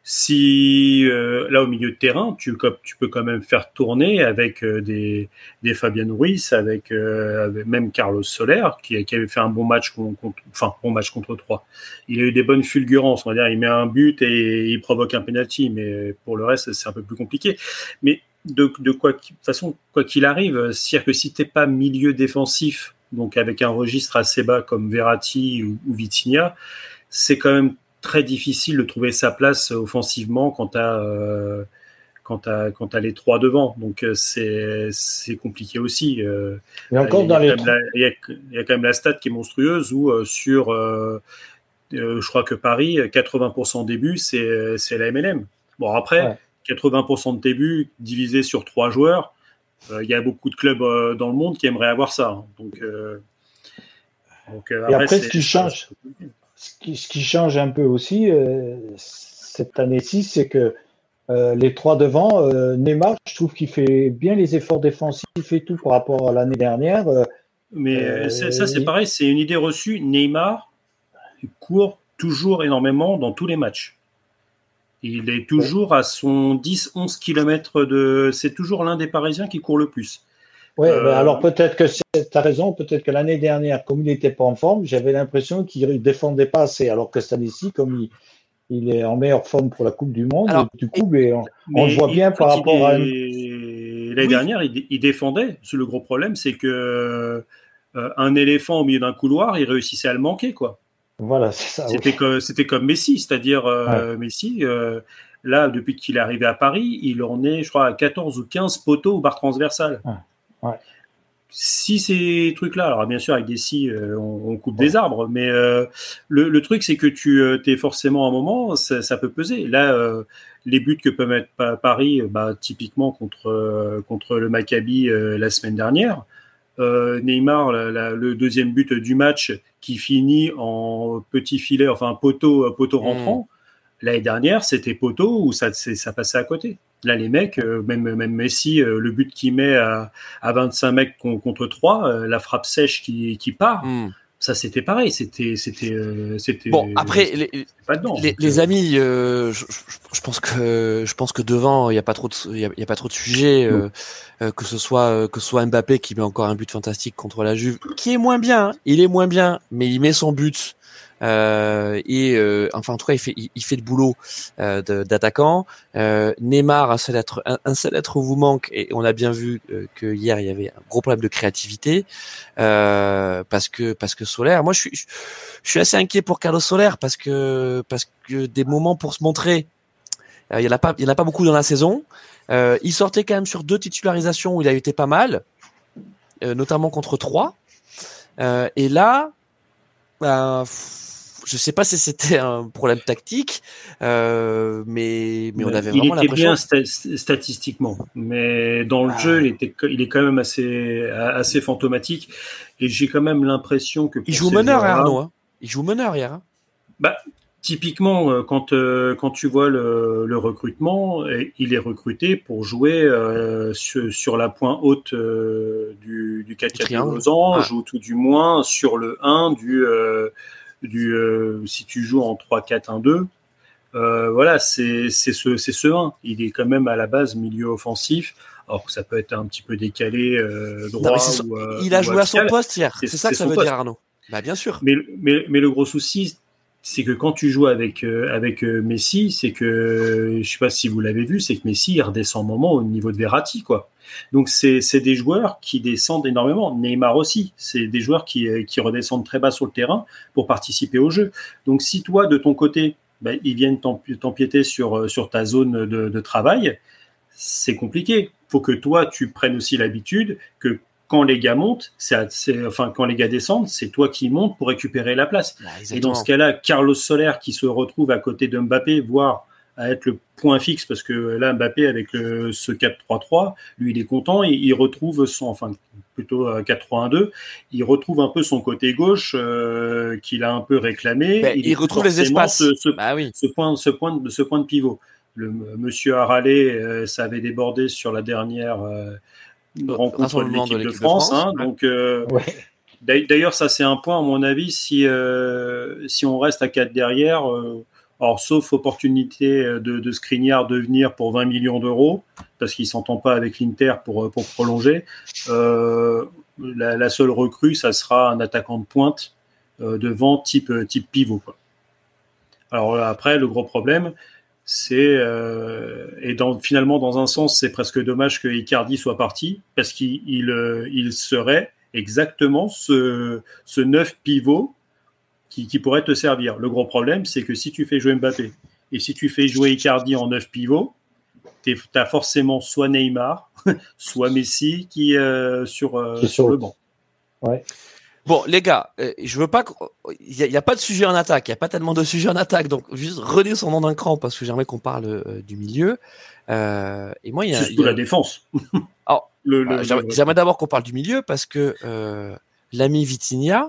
si euh, là au milieu de terrain, tu tu peux quand même faire tourner avec euh, des des Fabian Ruiz, avec, euh, avec même Carlos Soler qui, qui avait fait un bon match contre, enfin bon match contre trois. Il a eu des bonnes fulgurances, on va dire. Il met un but et il provoque un penalty, mais pour le reste c'est un peu plus compliqué. Mais de de quoi de toute façon quoi qu'il arrive, c'est-à-dire que si t'es pas milieu défensif, donc avec un registre assez bas comme Verratti ou, ou Vitinha, c'est quand même très difficile de trouver sa place offensivement quand tu as euh, quand t'as quand t'as les trois devant, donc c'est c'est compliqué aussi. Euh, Et encore dans les il y a il y a quand même la stat qui est monstrueuse où euh, sur euh, euh, je crois que Paris quatre-vingts pour cent des buts c'est c'est la M L M. Bon après ouais. quatre-vingts pour cent de tes buts divisé sur trois joueurs, il euh, y a beaucoup de clubs euh, dans le monde qui aimeraient avoir ça. Hein. Donc euh, donc euh, après, et après ce qui change Ce qui, ce qui change un peu aussi euh, cette année-ci, c'est que euh, les trois devant, euh, Neymar, je trouve qu'il fait bien les efforts défensifs et tout par rapport à l'année dernière. Euh, Mais euh, c'est, ça, c'est pareil, c'est une idée reçue. Neymar court toujours énormément dans tous les matchs. Il est toujours ouais. à son dix à onze kilomètres de... C'est toujours l'un des Parisiens qui court le plus. Oui, euh... ben alors peut-être que tu as raison, peut-être que l'année dernière, comme il n'était pas en forme, j'avais l'impression qu'il ne défendait pas assez, alors que cette année-ci, comme il, il est en meilleure forme pour la Coupe du Monde, alors, du coup, et, on, on le voit bien par rapport est... à... L'année oui. dernière, il, il défendait. Le gros problème, c'est que euh, un éléphant au milieu d'un couloir, il réussissait à le manquer, quoi. Voilà, c'est ça. C'était, oui. comme, c'était comme Messi, c'est-à-dire euh, ouais. Messi, euh, là, depuis qu'il est arrivé à Paris, il en est, je crois, à quatorze ou quinze poteaux ou barres transversales. Ouais. Ouais. Si ces trucs-là, alors bien sûr, avec des scies, euh, on, on coupe ouais. des arbres, mais euh, le, le truc, c'est que tu euh, es forcément à un moment, ça, ça peut peser. Là, euh, les buts que peut mettre Paris, bah, typiquement contre, euh, contre le Maccabi euh, la semaine dernière, Euh, Neymar, la, la, le deuxième but du match qui finit en petit filet, enfin poteau, poteau rentrant. Mmh. L'année dernière, c'était poteau où ça, ça passait à côté. Là, les mecs, euh, même, même Messi, euh, le but qu'il met à, à vingt-cinq mecs contre trois, euh, la frappe sèche qui, qui part. Mmh. Ça, c'était pareil. C'était, c'était, euh, c'était. Bon, après, c'était les, pas dedans, les, donc, les euh... amis, euh, je, je pense que je pense que devant, il y a pas trop de, il y a, il y a pas trop de sujets, euh, euh, que ce soit que ce soit Mbappé qui met encore un but fantastique contre la Juve, qui est moins bien. Hein, il est moins bien, mais il met son but. Euh, et euh, enfin en tout cas il fait il, il fait le boulot euh, de, d'attaquant. Euh, Neymar un seul être un, un seul être vous manque et on a bien vu euh, que hier il y avait un gros problème de créativité euh, parce que parce que Soler, moi je suis je, je suis assez inquiet pour Carlos Soler parce que parce que des moments pour se montrer euh, il y en a pas il y en a pas beaucoup dans la saison. Euh, il sortait quand même sur deux titularisations où il a été pas mal, euh, notamment contre Troyes. Euh, et là ben, je sais pas si c'était un problème tactique, euh, mais mais on avait il vraiment était l'impression. bien sta- statistiquement, mais dans le ah. jeu, il était il est quand même assez assez fantomatique. Et j'ai quand même l'impression que pour il joue meneur, hein, Arnaud. Hein. Il joue meneur hier. Hein. Bah typiquement, quand euh, quand tu vois le, le recrutement, il est recruté pour jouer euh, sur, sur la pointe haute euh, du du quatre quatre de losange, ah. ou tout du moins sur le un du euh, du euh, si tu joues en trois quatre un deux. Euh, voilà, c'est c'est ce c'est ce un. Il est quand même à la base milieu offensif. Alors que ça peut être un petit peu décalé euh, droit. Non, ou, euh, il a ou joué axial. à son poste hier. C'est, c'est ça que ça veut poste. dire, Arnaud. Bah bien sûr. Mais mais mais le gros souci, c'est que quand tu joues avec euh, avec euh, Messi, c'est que je sais pas si vous l'avez vu, c'est que Messi il redescend un moment au niveau de Verratti, quoi. Donc c'est c'est des joueurs qui descendent énormément. Neymar aussi, c'est des joueurs qui qui redescendent très bas sur le terrain pour participer au jeu. Donc si toi de ton côté ben, ils viennent t'empiéter sur, sur ta zone de, de travail, c'est compliqué. Il faut que toi, tu prennes aussi l'habitude que quand les gars montent, c'est, c'est, enfin, quand les gars descendent, c'est toi qui montes pour récupérer la place. Bah, et dans ce cas-là, Carlos Soler qui se retrouve à côté de Mbappé, voire à être le point fixe, parce que là, Mbappé, avec le, ce quatre trois trois, lui, il est content, il, il retrouve son, enfin, plutôt quatre trois un deux, il retrouve un peu son côté gauche euh, qu'il a un peu réclamé. Ben, il, il retrouve les espaces. Ce, ce, bah oui. ce, point, ce, point, de, ce point de pivot. Le monsieur Aralé, euh, ça avait débordé sur la dernière euh, rencontre de l'équipe de, de France. De France hein, ouais. Donc, euh, ouais. D'ailleurs, ça, c'est un point, à mon avis, si, euh, si on reste à quatre derrière... Euh, alors, sauf opportunité de, de Skriniar de venir pour vingt millions d'euros, parce qu'il ne s'entend pas avec l'Inter pour, pour prolonger, euh, la, la seule recrue, ça sera un attaquant de pointe euh, devant type, type pivot, quoi. Alors après, le gros problème, c'est... Euh, et dans, finalement, dans un sens, c'est presque dommage que Icardi soit parti, parce qu'il il, il serait exactement ce, ce neuf pivot Qui, qui pourrait te servir. Le gros problème, c'est que si tu fais jouer Mbappé et si tu fais jouer Icardi en neuf pivot, tu as forcément soit Neymar, soit Messi qui euh, sur, euh, sur le banc. Ouais. Bon, les gars, euh, je veux pas. Il n'y a, a pas de sujet en attaque. Il n'y a pas tellement de sujets en attaque. Donc, juste redescendons d'un cran parce que j'aimerais qu'on parle euh, du milieu. Euh, et moi, il y a. C'est surtout y a... la défense. Alors, le, le, j'aimerais, le... j'aimerais d'abord qu'on parle du milieu parce que euh, l'ami Vitinha,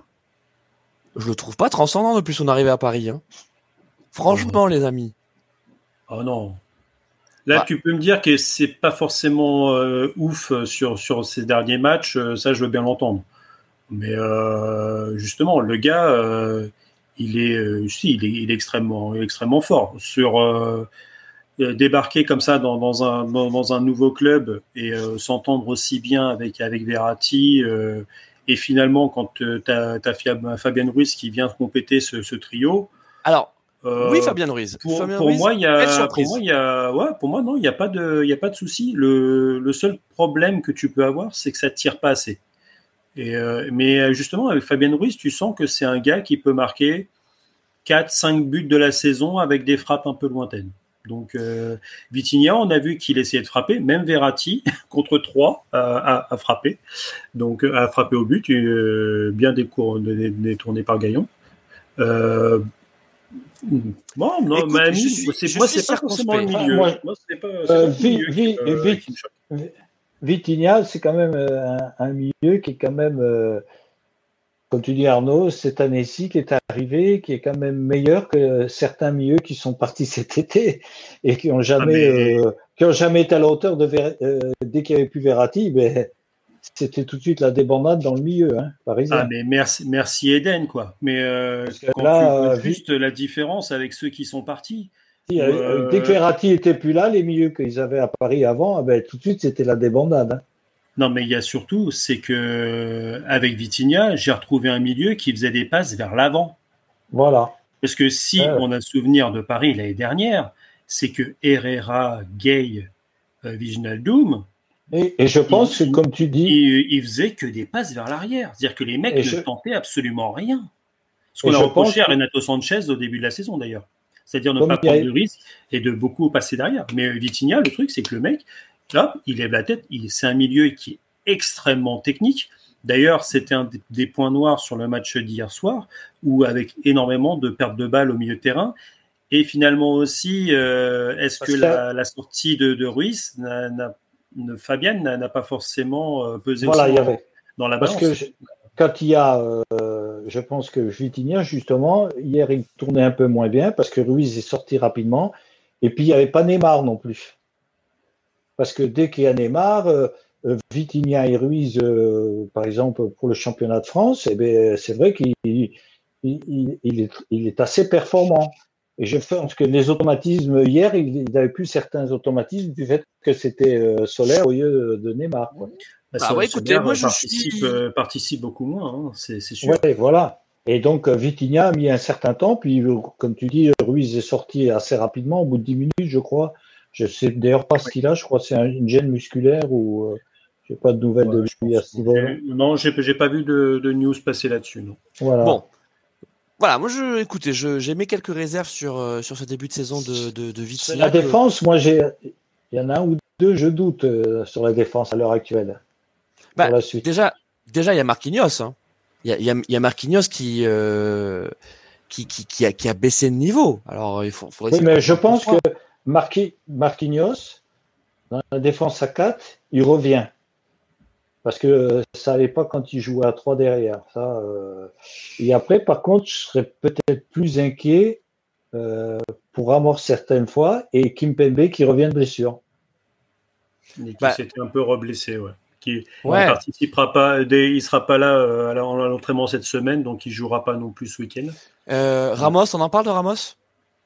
je le trouve pas transcendant depuis son arrivée à Paris. Hein. Franchement, oh. les amis. Oh non. Là, bah. tu peux me dire que c'est pas forcément euh, ouf sur, sur ces derniers matchs. Ça, je veux bien l'entendre. Mais euh, justement, le gars, euh, il est, euh, si, il est, il est extrêmement, extrêmement fort sur euh, débarquer comme ça dans, dans un dans, dans un nouveau club et euh, s'entendre aussi bien avec avec Verratti. Euh, et finalement, quand euh, t'as t'as Fabien Ruiz qui vient compléter ce, ce trio. Alors. Euh, oui, Fabien Ruiz. Pour, Fabien pour Ruiz, moi, il y a, pour moi, il y a, ouais, pour moi, non, il n'y a pas de, il y a pas de souci. Le, le seul problème que tu peux avoir, c'est que ça tire pas assez. Et euh, mais justement, avec Fabien Ruiz, tu sens que c'est un gars qui peut marquer quatre, cinq buts de la saison avec des frappes un peu lointaines. Donc, euh, Vitinha, on a vu qu'il essayait de frapper, même Verratti contre trois a, a, a frappé, donc a frappé au but, euh, bien détourné par Gaillon. Euh, Bon, non, Écoute, mais je ami, suis, c'est, je moi, suis c'est pas forcément le milieu. Moi, moi, c'est pas, c'est euh, pas vi, le milieu vi, qui, me, vi, qui me choque. Vitinha, c'est quand même un, un milieu qui est quand même, euh, comme tu dis Arnaud, cette année-ci qui est arrivé, qui est quand même meilleur que certains milieux qui sont partis cet été et qui ont jamais, ah mais... euh, qui ont jamais été à la hauteur de Ver, euh, dès qu'il n'y avait plus Verratti, ben, c'était tout de suite la débandade dans le milieu, hein, parisien. Ah mais merci, merci Eden quoi. Mais euh, quand là, tu vois euh, juste la différence avec ceux qui sont partis. Si, euh, dès que Verratti était plus là, les milieux qu'ils avaient à Paris avant, ben, tout de suite c'était la débandade. Hein. Non mais il y a surtout, c'est que avec Vitinha, j'ai retrouvé un milieu qui faisait des passes vers l'avant. Voilà. Parce que si ouais. on a souvenir de Paris l'année dernière, c'est que Herrera, Gay, euh, Wijnaldum. Et, et je pense il, que, comme tu dis... Il, il faisait que des passes vers l'arrière. C'est-à-dire que les mecs ne je... tentaient absolument rien. Ce qu'on a reproché à Renato Sanchez au début de la saison, d'ailleurs. C'est-à-dire ne comme pas prendre a... de risques et de beaucoup passer derrière. Mais Vitinha, le truc, c'est que le mec, là, il lève la tête. Il, c'est un milieu qui est extrêmement technique. D'ailleurs, c'était un des points noirs sur le match d'hier soir, où avec énormément de pertes de balles au milieu de terrain. Et finalement aussi, euh, est-ce Parce que la, la sortie de, de Ruiz n'a, n'a Fabienne n'a pas forcément euh, pesé voilà, aussi il y avait. dans la balance. balance. Parce que je, quand il y a, euh, je pense que Vitinha, justement, hier, il tournait un peu moins bien parce que Ruiz est sorti rapidement. Et puis, il n'y avait pas Neymar non plus. Parce que dès qu'il y a Neymar, euh, Vitinha et Ruiz, euh, par exemple, pour le championnat de France, eh bien, c'est vrai qu'il il, il, il, est, il est assez performant. Et je pense que les automatismes, hier, il n'avait plus certains automatismes du fait que c'était euh, Solaire au lieu de Neymar. Quoi. Bah, bah ouais, écoutez, moi je participe, suis... euh, participe beaucoup moins, hein, c'est, c'est sûr. Ouais, voilà. Et donc Vitinha a mis un certain temps, puis comme tu dis, Ruiz est sorti assez rapidement, au bout de dix minutes, je crois. Je sais d'ailleurs pas ce qu'il a, je crois que c'est un, une gêne musculaire ou euh, je n'ai pas de nouvelles ouais, de lui à ce niveau-là. Non, j'ai, j'ai pas vu de, de news passer là-dessus, non. Voilà. Bon. Voilà, moi, je, écoutez, je, j'ai mis quelques réserves sur, euh, sur ce début de saison de, de, de Vitinha. La que... défense, moi, j'ai, il y en a un ou deux, je doute euh, sur la défense à l'heure actuelle. Bah, pour la suite. Déjà, déjà, il y a Marquinhos. Hein. Il y a, il y a, il y a Marquinhos qui, euh, qui, qui, qui a, qui a baissé de niveau. Alors, il faut, faudrait. Oui, mais je pense que Marqui, Marquinhos, dans la défense à quatre, il revient. Parce que ça n'allait pas quand il jouait à trois derrière. Ça, euh... Et après, par contre, je serais peut-être plus inquiet euh, pour Ramos certaines fois et Kimpembe qui revient de blessure. Et qui bah... s'était un peu reblessé, ouais. Qui ouais. ne participera pas, il ne sera pas là euh, à l'entraînement cette semaine, donc il ne jouera pas non plus ce week-end. Euh, Ramos, on en parle de Ramos ?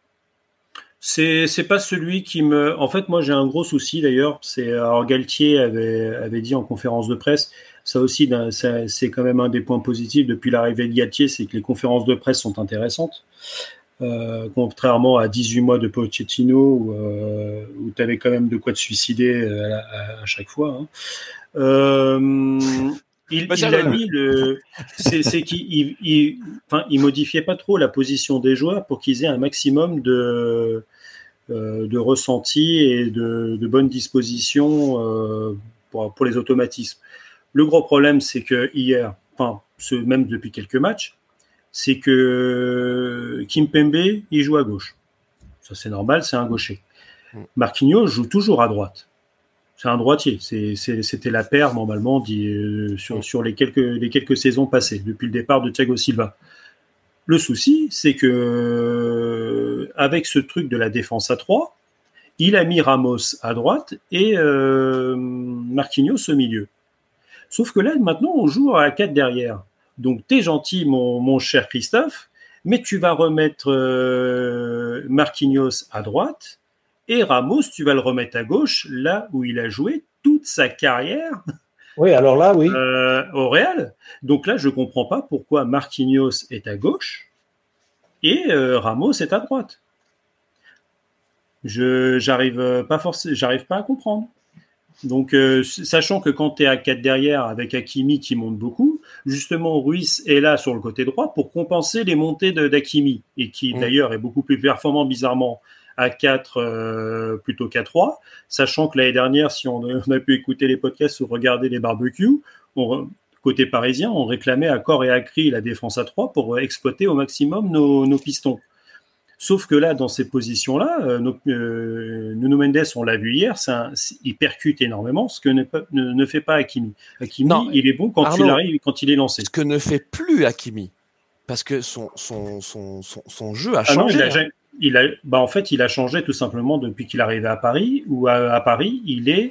C'est c'est pas celui qui me. En fait, moi, j'ai un gros souci d'ailleurs. C'est alors Galtier avait avait dit en conférence de presse. Ça aussi, ça, c'est quand même un des points positifs depuis l'arrivée de Galtier, c'est que les conférences de presse sont intéressantes. Euh, contrairement à dix-huit mois de Pochettino où, euh, où tu avais quand même de quoi te suicider à, à, à chaque fois. Hein. Euh, il, bah, il a dit le, c'est, c'est qu'il il, il, enfin, il modifiait pas trop la position des joueurs pour qu'ils aient un maximum de euh, de ressenti et de, de bonne disposition euh, pour, pour les automatismes. Le gros problème, c'est que hier, enfin, ce, même depuis quelques matchs, c'est que Kimpembe, il joue à gauche. Ça, c'est normal, c'est un gaucher. Marquinhos joue toujours à droite. C'est un droitier. C'est, c'est, c'était la paire, normalement, dit, euh, sur, sur les, quelques, les quelques saisons passées, depuis le départ de Thiago Silva. Le souci, c'est que euh, avec ce truc de la défense à trois, il a mis Ramos à droite et euh, Marquinhos au milieu. Sauf que là, maintenant, on joue à quatre derrière. Donc, t'es gentil, mon, mon cher Christophe, mais tu vas remettre euh, Marquinhos à droite et Ramos, tu vas le remettre à gauche, là où il a joué toute sa carrière. Oui, alors là, oui. Euh, au Real. Donc là, je comprends pas pourquoi Marquinhos est à gauche et euh, Ramos est à droite. Je j'arrive pas forcément, j'arrive pas à comprendre. Donc, euh, sachant que quand tu es à quatre derrière avec Hakimi qui monte beaucoup, justement, Ruiz est là sur le côté droit pour compenser les montées de, d'Hakimi et qui mmh. d'ailleurs est beaucoup plus performant bizarrement à quatre euh, plutôt qu'à trois, sachant que l'année dernière, si on, on a pu écouter les podcasts ou regarder les barbecues, on, côté parisien, on réclamait à corps et à cri la défense à trois pour exploiter au maximum nos, nos pistons. Sauf que là, dans ces positions-là, euh, nos, euh, Nuno Mendes, on l'a vu hier, c'est un, c'est, il percute énormément, ce que ne, ne, ne fait pas Hakimi. Hakimi, non, il est bon quand Arnaud, il arrive, quand il est lancé. Ce que ne fait plus Hakimi, parce que son, son, son, son, son jeu a ah changé. Non, il a, hein. il a, bah en fait, il a changé tout simplement depuis qu'il est arrivé à Paris, où à, à Paris, il est...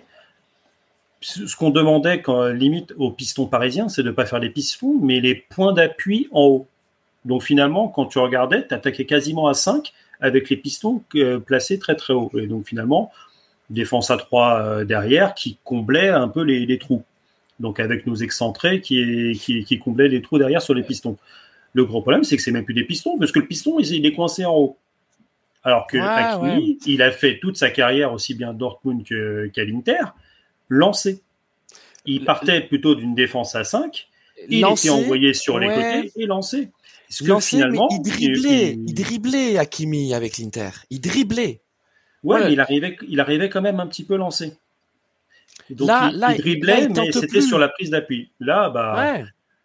Ce qu'on demandait, quand, limite, aux pistons parisiens, c'est de ne pas faire les pistons, mais les points d'appui en haut. Donc finalement, quand tu regardais, tu attaquais quasiment à cinq avec les pistons euh, placés très très haut. Et donc finalement, défense à trois euh, derrière qui comblait un peu les, les trous. Donc avec nos excentrés qui, qui, qui comblaient les trous derrière sur les pistons. Le gros problème, c'est que c'est même plus des pistons, parce que le piston, il, il est coincé en haut. Alors que ouais, Hakimi, ouais. il a fait toute sa carrière, aussi bien à Dortmund que, qu'à l'Inter, lancé. Il partait plutôt d'une défense à cinq, il lancé, était envoyé sur les ouais. côtés et lancé. Est-ce que lancé, finalement, il driblait, il... il driblait Hakimi avec l'Inter. Il driblait. Ouais, voilà. mais il arrivait, il arrivait quand même un petit peu lancé. Donc là, il, là, il driblait, là, il mais c'était plus. Sur la prise d'appui. Là, bah. Ouais.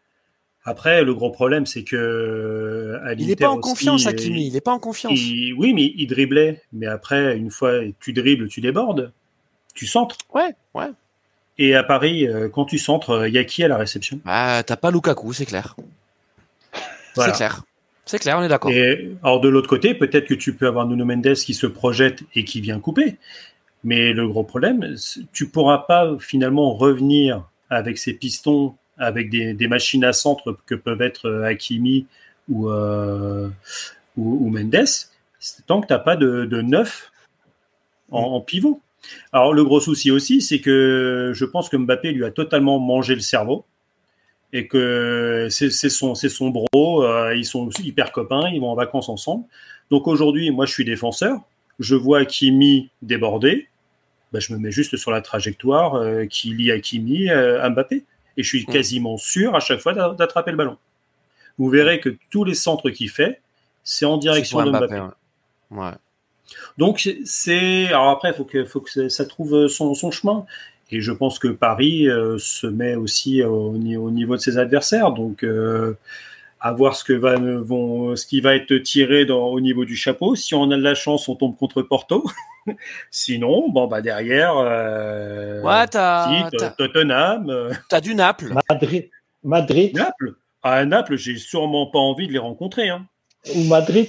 Après, le gros problème, c'est que à il n'est pas en aussi, confiance, Hakimi. Il n'est pas en confiance. Il, oui, mais il driblait. Mais après, une fois tu dribbles, tu débordes, tu centres. Ouais, ouais. Et à Paris, quand tu centres, il y a qui à la réception ? Ah, t'as pas Lukaku, c'est clair. Voilà. C'est clair. C'est clair, on est d'accord. Et alors de l'autre côté, peut-être que tu peux avoir Nuno Mendes qui se projette et qui vient couper. Mais le gros problème, tu pourras pas finalement revenir avec ces pistons, avec des, des machines à centre que peuvent être Hakimi ou, euh, ou, ou Mendes, tant que tu n'as pas de, de neuf en, en pivot. Alors le gros souci aussi, c'est que je pense que Mbappé lui a totalement mangé le cerveau. Et que c'est, c'est, son, c'est son bro, euh, ils sont hyper copains, ils vont en vacances ensemble. Donc aujourd'hui, moi je suis défenseur, je vois Hakimi déborder, bah, je me mets juste sur la trajectoire euh, qui lie Hakimi euh, à Mbappé. Et je suis quasiment sûr à chaque fois d'attraper le ballon. Vous verrez que tous les centres qu'il fait, c'est en direction c'est de Mbappé. Mbappé ouais. Ouais. Donc c'est... Alors après, il faut que, faut que ça trouve son, son chemin. Et je pense que Paris euh, se met aussi au, au niveau de ses adversaires. Donc, euh, à voir ce que va, vont, ce qui va être tiré dans, au niveau du chapeau. Si on a de la chance, on tombe contre Porto. Sinon, bon bah derrière, euh, ouais, t'as, si, t'as Tottenham. Euh, t'as du Naples. Madrid. Madrid. Naples. À Naples, j'ai sûrement pas envie de les rencontrer. Hein. Ou Madrid.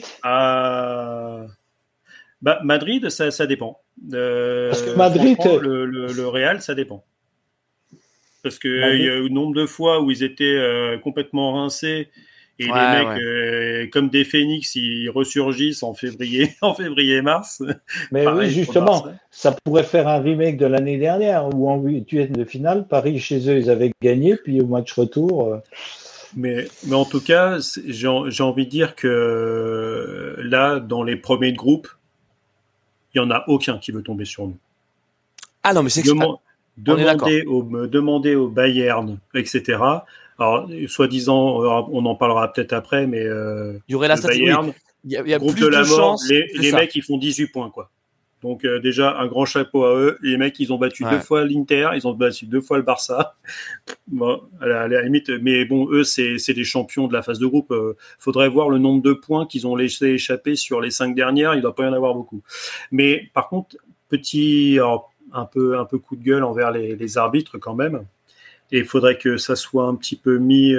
À... Bah, Madrid, ça, ça dépend. Euh, Parce que Madrid, le, le, le Real, ça dépend. Parce que il y a eu le nombre de fois où ils étaient euh, complètement rincés et ouais, les mecs, ouais. euh, comme des phénix, ils ressurgissent en février, en février-mars. Mais pareil, oui, justement, ça pourrait faire un remake de l'année dernière où en huitième de finale, Paris chez eux, ils avaient gagné, puis au match retour. Euh... Mais, mais en tout cas, j'ai, j'ai envie de dire que là, dans les premiers groupes, il n'y en a aucun qui veut tomber sur nous. Ah non, mais c'est Demand, demander, au, demander au Bayern, et cetera. Alors, soi-disant, on en parlera peut-être après, mais euh, il y aurait la le Bayern, oui. il y a, il y a groupe plus de la de mort, chance, les, les mecs, ils font dix-huit points, quoi. Donc euh, déjà, un grand chapeau à eux. Les mecs, ils ont battu ouais. deux fois l'Inter, ils ont battu deux fois le Barça. Bon, à la, à la limite, mais bon, eux, c'est, c'est des champions de la phase de groupe. Euh, faudrait voir le nombre de points qu'ils ont laissé échapper sur les cinq dernières. Il ne doit pas y en avoir beaucoup. Mais par contre, petit, alors, un peu, un peu coup de gueule envers les, les arbitres quand même. Et il faudrait que ça soit un petit peu mis,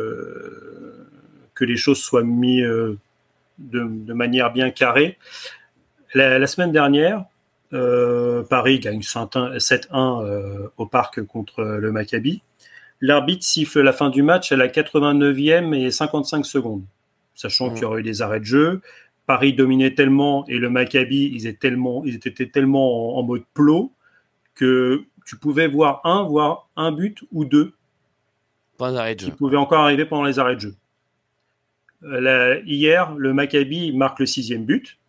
euh, que les choses soient mises euh, de, de manière bien carrée. La, la semaine dernière, euh, Paris gagne sept un euh, au parc contre le Maccabi. l'arbitre siffle la fin du match à la quatre-vingt-neuvième et cinquante-cinq secondes, sachant mmh. qu'il y aurait eu des arrêts de jeu. Paris dominait tellement et le Maccabi, ils étaient tellement, ils étaient tellement en, en mode plot que tu pouvais voir un, voire un but ou deux qui pouvaient encore arriver pendant les arrêts de jeu. Euh, la, hier, le Maccabi marque le sixième but,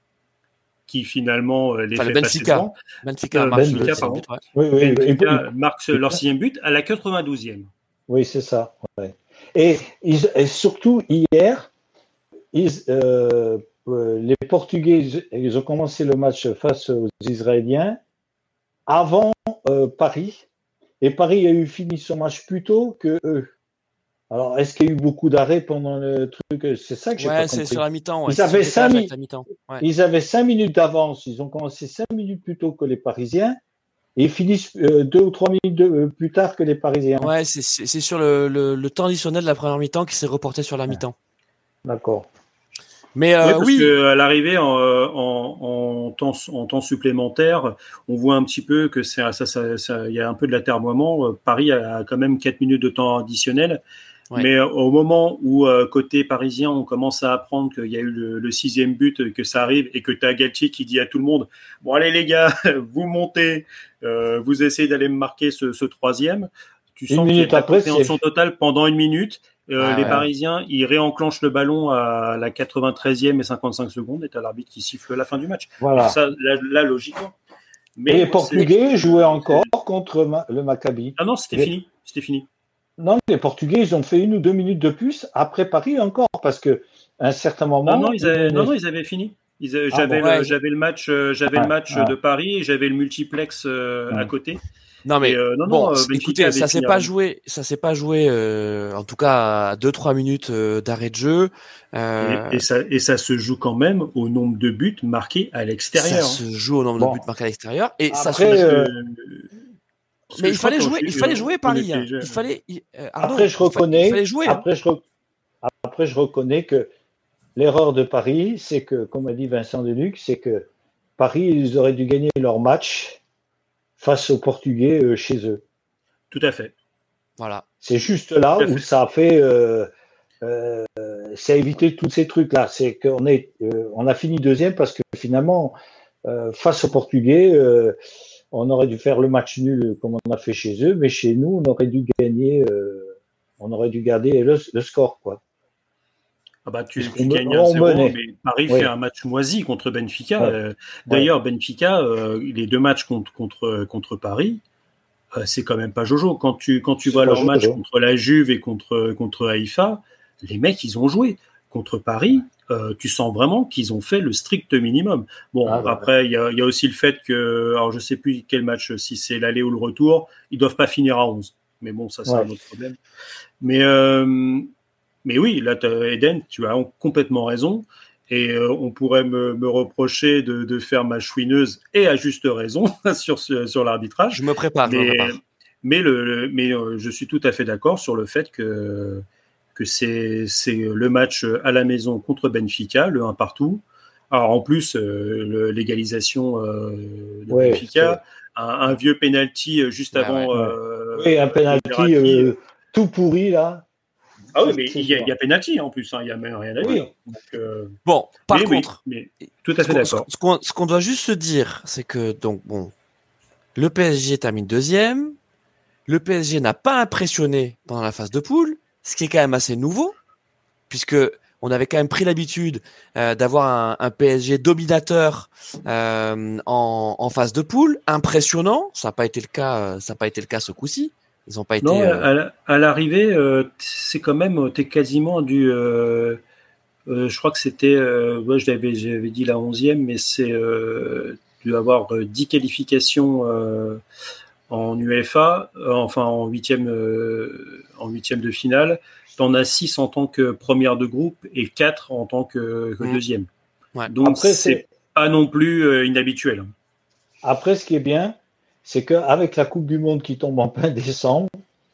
qui finalement euh, les enfin, fait le passer Benfica. devant. Benfica, euh, marque, Benfica, le pardon. but, ouais. Oui, oui, Benfica oui. marque leur sixième but à la quatre-vingt-douzième. Oui, c'est ça. Ouais. Et, et surtout, hier, ils, euh, les Portugais, ils ont commencé le match face aux Israéliens avant euh, Paris. Et Paris a eu fini son match plus tôt que eux. Alors, est-ce qu'il y a eu beaucoup d'arrêts pendant le truc? C'est ça que j'ai ouais, pas compris. c'est sur la mi-temps. Ouais. Ils, avaient cinq mi- ouais. ils avaient cinq minutes d'avance. Ils ont commencé cinq minutes plus tôt que les Parisiens. Et ils finissent euh, deux ou trois minutes de, euh, plus tard que les Parisiens. Ouais, c'est, c'est, c'est sur le, le, le temps additionnel de la première mi-temps qui s'est reporté sur la mi-temps. D'accord. Mais euh, oui, parce oui. qu'à l'arrivée, en, en, en, temps, en temps supplémentaire, on voit un petit peu que c'est, ça, ça, ça, y a un peu de l'atermoiement. Paris a quand même quatre minutes de temps additionnel. Ouais. Mais au moment où, côté parisien, on commence à apprendre qu'il y a eu le, le sixième but, que ça arrive, et que tu as Galtier qui dit à tout le monde « Bon, allez les gars, vous montez, euh, vous essayez d'aller me marquer ce, ce troisième. » Tu sens qu'il y a de la compréhension totale pendant une minute. Euh, ah, les ouais. Parisiens, ils réenclenchent le ballon à la quatre-vingt-treizième et cinquante-cinq secondes, et t'as l'arbitre qui siffle la fin du match. Voilà. Ça, là, là, logiquement. Mais et les Portugais jouaient encore contre ma- le Maccabi. Ah non, c'était les... fini. C'était fini. Non, les Portugais, ils ont fait une ou deux minutes de plus après Paris encore, parce que à un certain moment. Non, non, ils avaient, non, non, ils avaient fini. Ils avaient, ah, j'avais, bon, le, ouais. j'avais le match, euh, j'avais ah, le match ah. de Paris et j'avais le multiplex euh, ah. à côté. Non mais et, euh, non, bon, non, euh, écoutez, ça s'est pas joué, ça s'est pas joué, euh, en tout cas à deux trois minutes euh, d'arrêt de jeu. Euh... Et, et ça et ça se joue quand même au nombre de buts marqués à l'extérieur. Ça se joue au nombre bon. de buts marqués à l'extérieur et Après, ça se. Euh... Mais il fallait jouer, il fallait jouer Paris. Hein. Il fallait. Euh, Arnaud, après je reconnais. Il fallait jouer. Après je re... après je reconnais que l'erreur de Paris, c'est que, comme a dit Vincent Deluc, c'est que Paris ils auraient dû gagner leur match face aux Portugais euh, chez eux. Tout à fait. Voilà. C'est juste là où fait. ça a fait, euh, euh, ça a évité tous ces trucs-là. C'est qu'on est, euh, on a fini deuxième parce que finalement, euh, face aux Portugais, euh, on aurait dû faire le match nul comme on a fait chez eux, mais chez nous, on aurait dû gagner, euh, on aurait dû garder le, le score, quoi. Ah bah tu, tu gagnes un zéro, mais Paris oui. fait un match moisi contre Benfica. Ouais. Euh, d'ailleurs, ouais. Benfica, euh, les deux matchs contre contre contre Paris, euh, c'est quand même pas Jojo. Quand tu quand tu vois leur match Jojo. contre la Juve et contre contre Haïfa, les mecs ils ont joué. Contre Paris, euh, tu sens vraiment qu'ils ont fait le strict minimum. Bon, ah, bah, après il y a il y a aussi le fait que, alors je sais plus quel match, si c'est l'aller ou le retour, ils doivent pas finir à onze. Mais bon, ça c'est ouais. un autre problème. Mais euh, Mais oui, là, Eden, tu as complètement raison. Et euh, on pourrait me, me reprocher de, de faire ma chouineuse, et à juste raison, sur, sur l'arbitrage. Je me prépare. Mais, je me prépare. mais, le, le, mais euh, je suis tout à fait d'accord sur le fait que, que c'est, c'est le match à la maison contre Benfica, le un partout. Alors en plus, euh, le, l'égalisation euh, de ouais, Benfica, un, un vieux penalty juste ouais, avant. Ouais. Euh, oui, un penalty euh, tout pourri là. Ah oui, mais il y a, il y a pénalty en plus, hein, il n'y a même rien à dire. Oui. Donc, euh... Bon, par mais, contre, oui, mais, tout à fait ce d'accord. Ce qu'on, ce qu'on doit juste se dire, c'est que donc bon, le P S G termine deuxième, le P S G n'a pas impressionné pendant la phase de poule, ce qui est quand même assez nouveau, puisque on avait quand même pris l'habitude euh, d'avoir un, un P S G dominateur euh, en, en phase de poule, impressionnant. Ça n'a pas été le cas, ça n'a pas été le cas ce coup-ci. Ils ont pas été. Non, euh... à l'arrivée, euh, c'est quand même, t'es quasiment du. Euh, euh, je crois que c'était, euh, ouais, je l'avais, j'avais dit la onzième, mais c'est euh, dû avoir dix qualifications euh, en U E F A, euh, enfin en huitième, euh, en huitième de finale. T'en as six en tant que première de groupe et quatre en tant que, que mmh. deuxième. Ouais. Donc après, c'est, c'est pas non plus euh, inhabituel. Après, ce qui est bien, c'est qu'avec la Coupe du Monde qui tombe en plein décembre,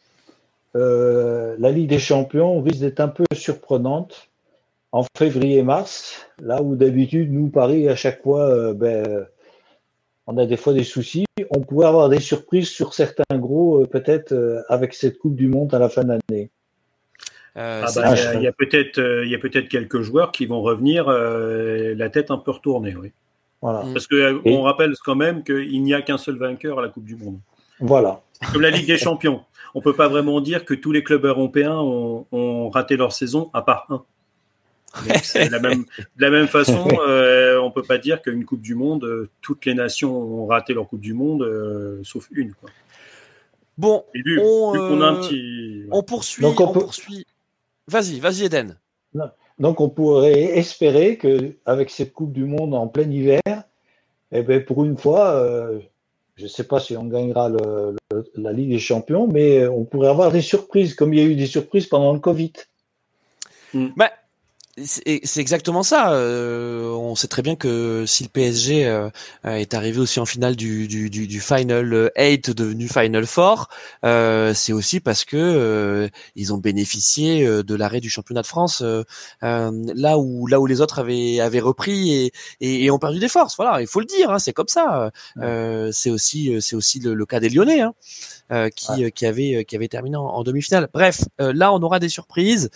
euh, la Ligue des Champions risque d'être un peu surprenante en février-mars, là où d'habitude, nous, Paris, à chaque fois, euh, ben, on a des fois des soucis. on pourrait avoir des surprises sur certains gros, euh, peut-être euh, avec cette Coupe du Monde à la fin de l'année. Euh, ah bah, il, y a, il y a peut-être, euh, il y a peut-être quelques joueurs qui vont revenir euh, la tête un peu retournée, oui. Voilà. Parce que euh, Et... on rappelle quand même qu'il n'y a qu'un seul vainqueur à la Coupe du Monde. Voilà. Comme la Ligue des Champions. On peut pas vraiment dire que tous les clubs européens ont, ont raté leur saison, à part un. Donc, c'est de la même, de la même façon, euh, on peut pas dire qu'une Coupe du Monde, euh, toutes les nations ont raté leur Coupe du Monde, euh, sauf une, quoi. Bon, vu, on, vu qu'on a un euh, petit... on poursuit, Donc on, on peut... poursuit. Vas-y, vas-y, Eden. Donc on pourrait espérer que avec cette Coupe du Monde en plein hiver, eh ben pour une fois, euh, je ne sais pas si on gagnera le, le, la Ligue des Champions, mais on pourrait avoir des surprises, comme il y a eu des surprises pendant le Covid. Mm. Bah, c'est, c'est exactement ça. Euh, on sait très bien que si le P S G euh, est arrivé aussi en finale du, du, du, du Final eight devenu Final four, euh, c'est aussi parce que euh, ils ont bénéficié de l'arrêt du championnat de France, euh, euh, là où là où les autres avaient avaient repris et, et, et ont perdu des forces. Voilà, il faut le dire, hein, c'est comme ça. Euh, c'est aussi c'est aussi le, le cas des Lyonnais. Hein. Euh, qui, ouais. qui avait euh, qui avait terminé en, en demi-finale. Bref, euh, là on aura des surprises.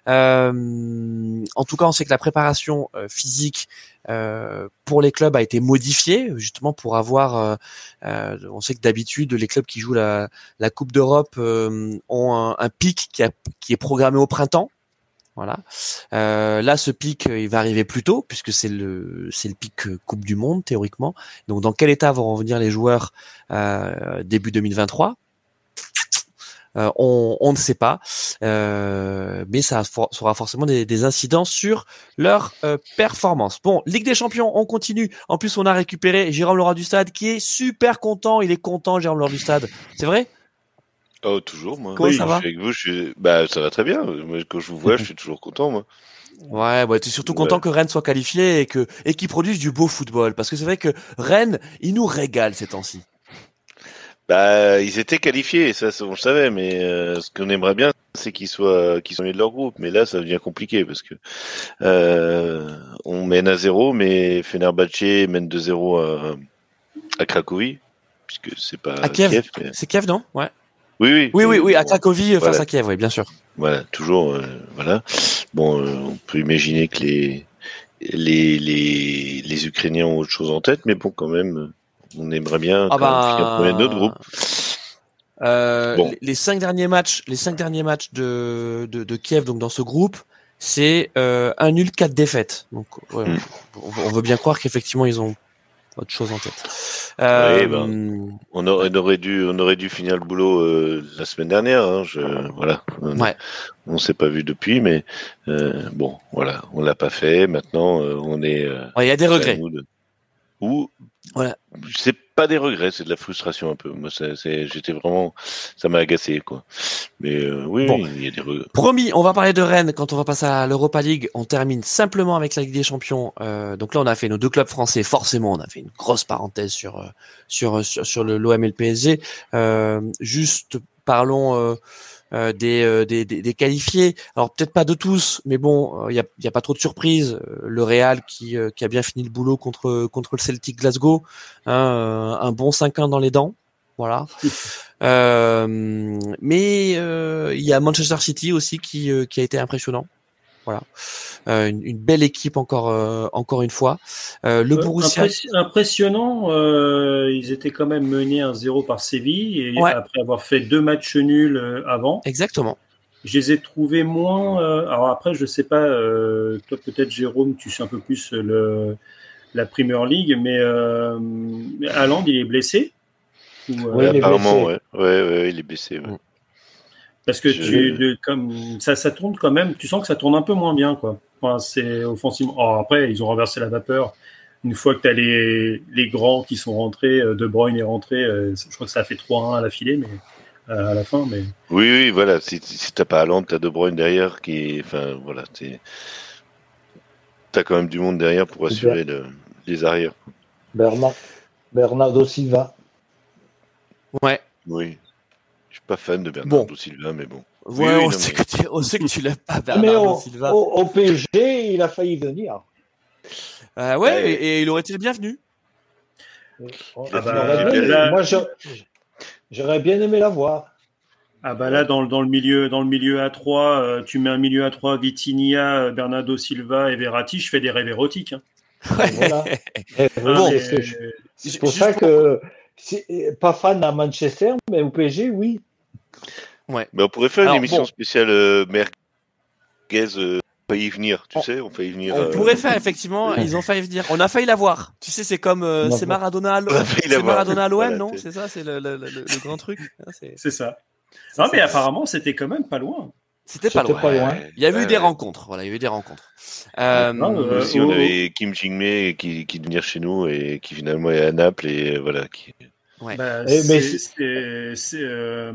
Euh, en tout cas, on sait que la préparation euh, physique euh, pour les clubs a été modifiée justement pour avoir. Euh, euh, on sait que d'habitude les clubs qui jouent la, la Coupe d'Europe euh, ont un, un pic qui, a, qui est programmé au printemps. Voilà. Euh, là, ce pic, il va arriver plus tôt puisque c'est le c'est le pic Coupe du Monde théoriquement. Donc, dans quel état vont revenir les joueurs euh, début deux mille vingt-trois? Euh, on, on ne sait pas, euh, mais ça aura forcément des, des incidences sur leur euh, performance. Bon, Ligue des Champions, on continue. En plus, on a récupéré Jérôme Leroy du Stade qui est super content. Il est content, Jérôme Leroy du Stade. C'est vrai? Oh, toujours, moi. Comment oui, ça va? Je suis avec vous, je suis... Bah, ça va très bien. Moi, quand je vous vois, je suis toujours content, moi. Ouais, bah, tu es surtout content ouais. que Rennes soit qualifié et que et qu'ils produisent du beau football. Parce que c'est vrai que Rennes, il nous régale ces temps-ci. Bah, ils étaient qualifiés, ça, ça on le savait, mais euh, ce qu'on aimerait bien, c'est qu'ils soient, qu'ils soient de leur groupe. Mais là, ça devient compliqué parce que euh, on mène à zéro, mais Fenerbahçe mène deux zéro à, à Cracovie, puisque c'est pas à Kiev. Kiev mais... C'est Kiev, non? Ouais. Oui, oui, oui, oui, oui, à bon, Cracovie voilà. face à Kiev, oui, bien sûr. Voilà, toujours, euh, voilà. Bon, euh, on peut imaginer que les les les les Ukrainiens ont autre chose en tête, mais bon, quand même. On aimerait bien ah bah, finir premier de notre groupe. Euh, bon. Les cinq derniers matchs, les cinq derniers matchs de, de, de Kiev, donc dans ce groupe, c'est euh, un nul, quatre défaites. Donc, ouais, mm. on, on veut bien croire qu'effectivement ils ont autre chose en tête. Euh, oui, ben, on, aurait, on aurait dû, on aurait dû finir le boulot euh, la semaine dernière. Hein, je, voilà. On, ouais. on s'est pas vu depuis, mais euh, bon, voilà, on l'a pas fait. Maintenant, euh, on est. Il ouais, y a des regrets. De... Ou voilà. C'est pas des regrets, c'est de la frustration un peu. Moi, c'est, c'est, j'étais vraiment, ça m'a agacé, quoi. Mais euh, oui, bon. Il y a des regrets. Promis, on va parler de Rennes quand on va passer à l'Europa League. On termine simplement avec la Ligue des Champions. Euh, donc là, on a fait nos deux clubs français. Forcément, on a fait une grosse parenthèse sur sur sur, sur le l'O M et le P S G. Euh, juste parlons. Euh, Euh, des, euh, des, des des qualifiés, alors peut-être pas de tous, mais bon, il euh, y a il y a pas trop de surprises. Le Real qui euh, qui a bien fini le boulot contre contre le Celtic Glasgow, hein, un bon cinq un dans les dents, voilà. euh, mais il euh, y a Manchester City aussi qui euh, qui a été impressionnant. Voilà, euh, une, une belle équipe encore euh, encore une fois. Euh, le Borussia Impressi- impressionnant. Euh, ils étaient quand même menés un zéro par Séville et ouais. après avoir fait deux matchs nuls euh, avant. Exactement. Je les ai trouvés moins. Euh, alors après, je sais pas. Euh, toi peut-être Jérôme, tu sais un peu plus le la Premier League, mais euh, Haaland il est blessé. Ou, euh... ouais, apparemment, ouais. Ouais, ouais, il est blessé. Ouais. Parce que je... tu, de, comme ça, ça tourne quand même. Tu sens que ça tourne un peu moins bien, quoi. Enfin, c'est offensivement. Oh, après, ils ont renversé la vapeur. Une fois que tu as les, les grands qui sont rentrés, De Bruyne est rentré. Euh, je crois que ça a fait trois un à la filée, mais euh, à la fin. Mais oui, oui, voilà. Si, si t'as pas Haaland, t'as De Bruyne derrière qui, enfin, voilà, t'es... t'as quand même du monde derrière pour assurer le, les arrières. Bernard, Bernardo Silva. Ouais. Oui. Je suis pas fan de Bernardo bon. Silva, mais bon. Ouais, oui, oui, on, non, sait mais... que tu, on sait que tu l'aimes pas, Bernardo mais au, Silva. Au, au P S G, il a failli venir. Euh, ouais, ouais. Et, et il aurait été le bienvenu. Ah bah, bien, là, moi, j'aurais bien aimé la voir. Ah bah là, dans, dans, le milieu, dans le milieu à trois, euh, tu mets un milieu à trois, Vitinha, Bernardo Silva et Verratti, je fais des rêves érotiques. Hein. Ouais. Voilà. Et ah, bon, mais... c'est, c'est pour ça pour... que, c'est, pas fan à Manchester, mais au P S G, oui. Ouais. Mais on pourrait faire Alors, une émission bon. spéciale euh, merguez, euh, failli venir, tu on, sais, on failli venir. On euh... pourrait faire effectivement, ils ont failli venir. On a failli la voir. Tu sais, c'est comme euh, c'est Maradona, à c'est Maradona à l'O M, voilà, non c'est... c'est ça, c'est le, le, le, le grand truc. C'est, c'est ça. C'est non, ça. Mais apparemment, c'était quand même pas loin. C'était, c'était pas, loin. pas loin. Il y avait ouais, eu des ouais. rencontres. Voilà, il y avait eu des rencontres. Euh, non, euh, aussi, on avait Kim Jing-me qui, qui venir chez nous et qui finalement est à Naples et voilà. Qui... Ouais. Bah, c'est, mais c'est, c'est, c'est, euh,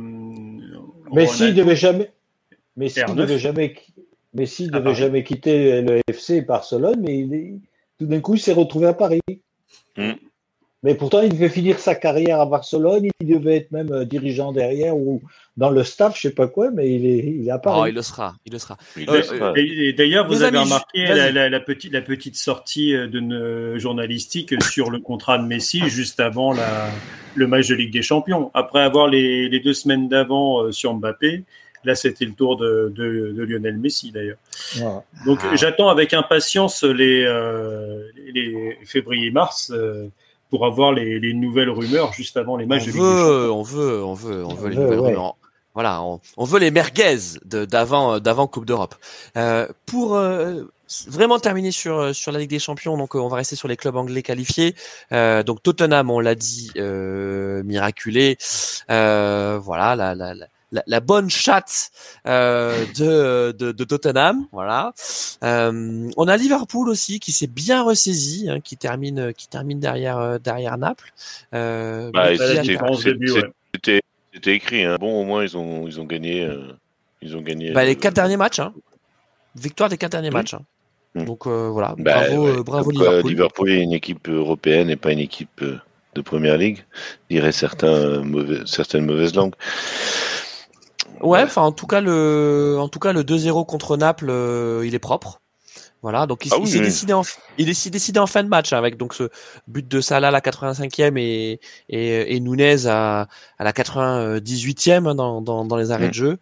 Messi ne devait jamais. Messi devait jamais. Messi devait jamais quitter le F C Barcelone, mais il est... tout d'un coup, il s'est retrouvé à Paris. Mm. Mais pourtant, il devait finir sa carrière à Barcelone. Il devait être même dirigeant derrière ou dans le staff, je sais pas quoi, mais il est, il est à Paris. Oh, il le sera, il le sera. Il euh, sera. Et, et d'ailleurs, vous avez amis, remarqué la, la, la, petite, la petite sortie de ne, journalistique sur le contrat de Messi juste avant la, le match de Ligue des Champions. Après avoir les, les deux semaines d'avant sur Mbappé, là, c'était le tour de, de, de Lionel Messi, d'ailleurs. Ouais. Donc, ah. j'attends avec impatience les, euh, les février-mars euh, pour avoir les, les nouvelles rumeurs juste avant les matchs on de Ligue des Champions. On veut, on veut, on veut on les veut, nouvelles ouais. rumeurs. Voilà, on, on veut les merguez de, d'avant, d'avant Coupe d'Europe. Euh, pour euh, vraiment terminer sur sur la Ligue des Champions, donc on va rester sur les clubs anglais qualifiés. Euh, donc Tottenham, on l'a dit, euh, miraculé. Euh, voilà, la, la, la La, la bonne chatte euh, de, de, de Tottenham, voilà. Euh, on a Liverpool aussi qui s'est bien ressaisi, hein, qui termine qui termine derrière derrière Naples. Euh, bah, c'était, c'était, début, ouais. c'était, c'était écrit, hein. Bon, au moins ils ont ils ont gagné, euh, ils ont gagné. Bah, les quatre derniers matchs, hein. Victoire des quatre derniers mmh. matchs. Hein. Mmh. Donc euh, voilà, bah, bravo, ouais. euh, bravo Comme Liverpool. Quoi, Liverpool est une équipe européenne et pas une équipe de première ligue, dirait certains mauvais, certaines mauvaises langues. Ouais, enfin en tout cas le, en tout cas le deux zéro contre Naples, euh, il est propre. Voilà, donc il, ah oui, il s'est oui. décidé en, il s'est décidé en fin de match hein, avec donc ce but de Salah à la quatre-vingt-cinquième et et, et Nunez à à la quatre-vingt-dix-huitième dans dans dans les arrêts mmh. de jeu.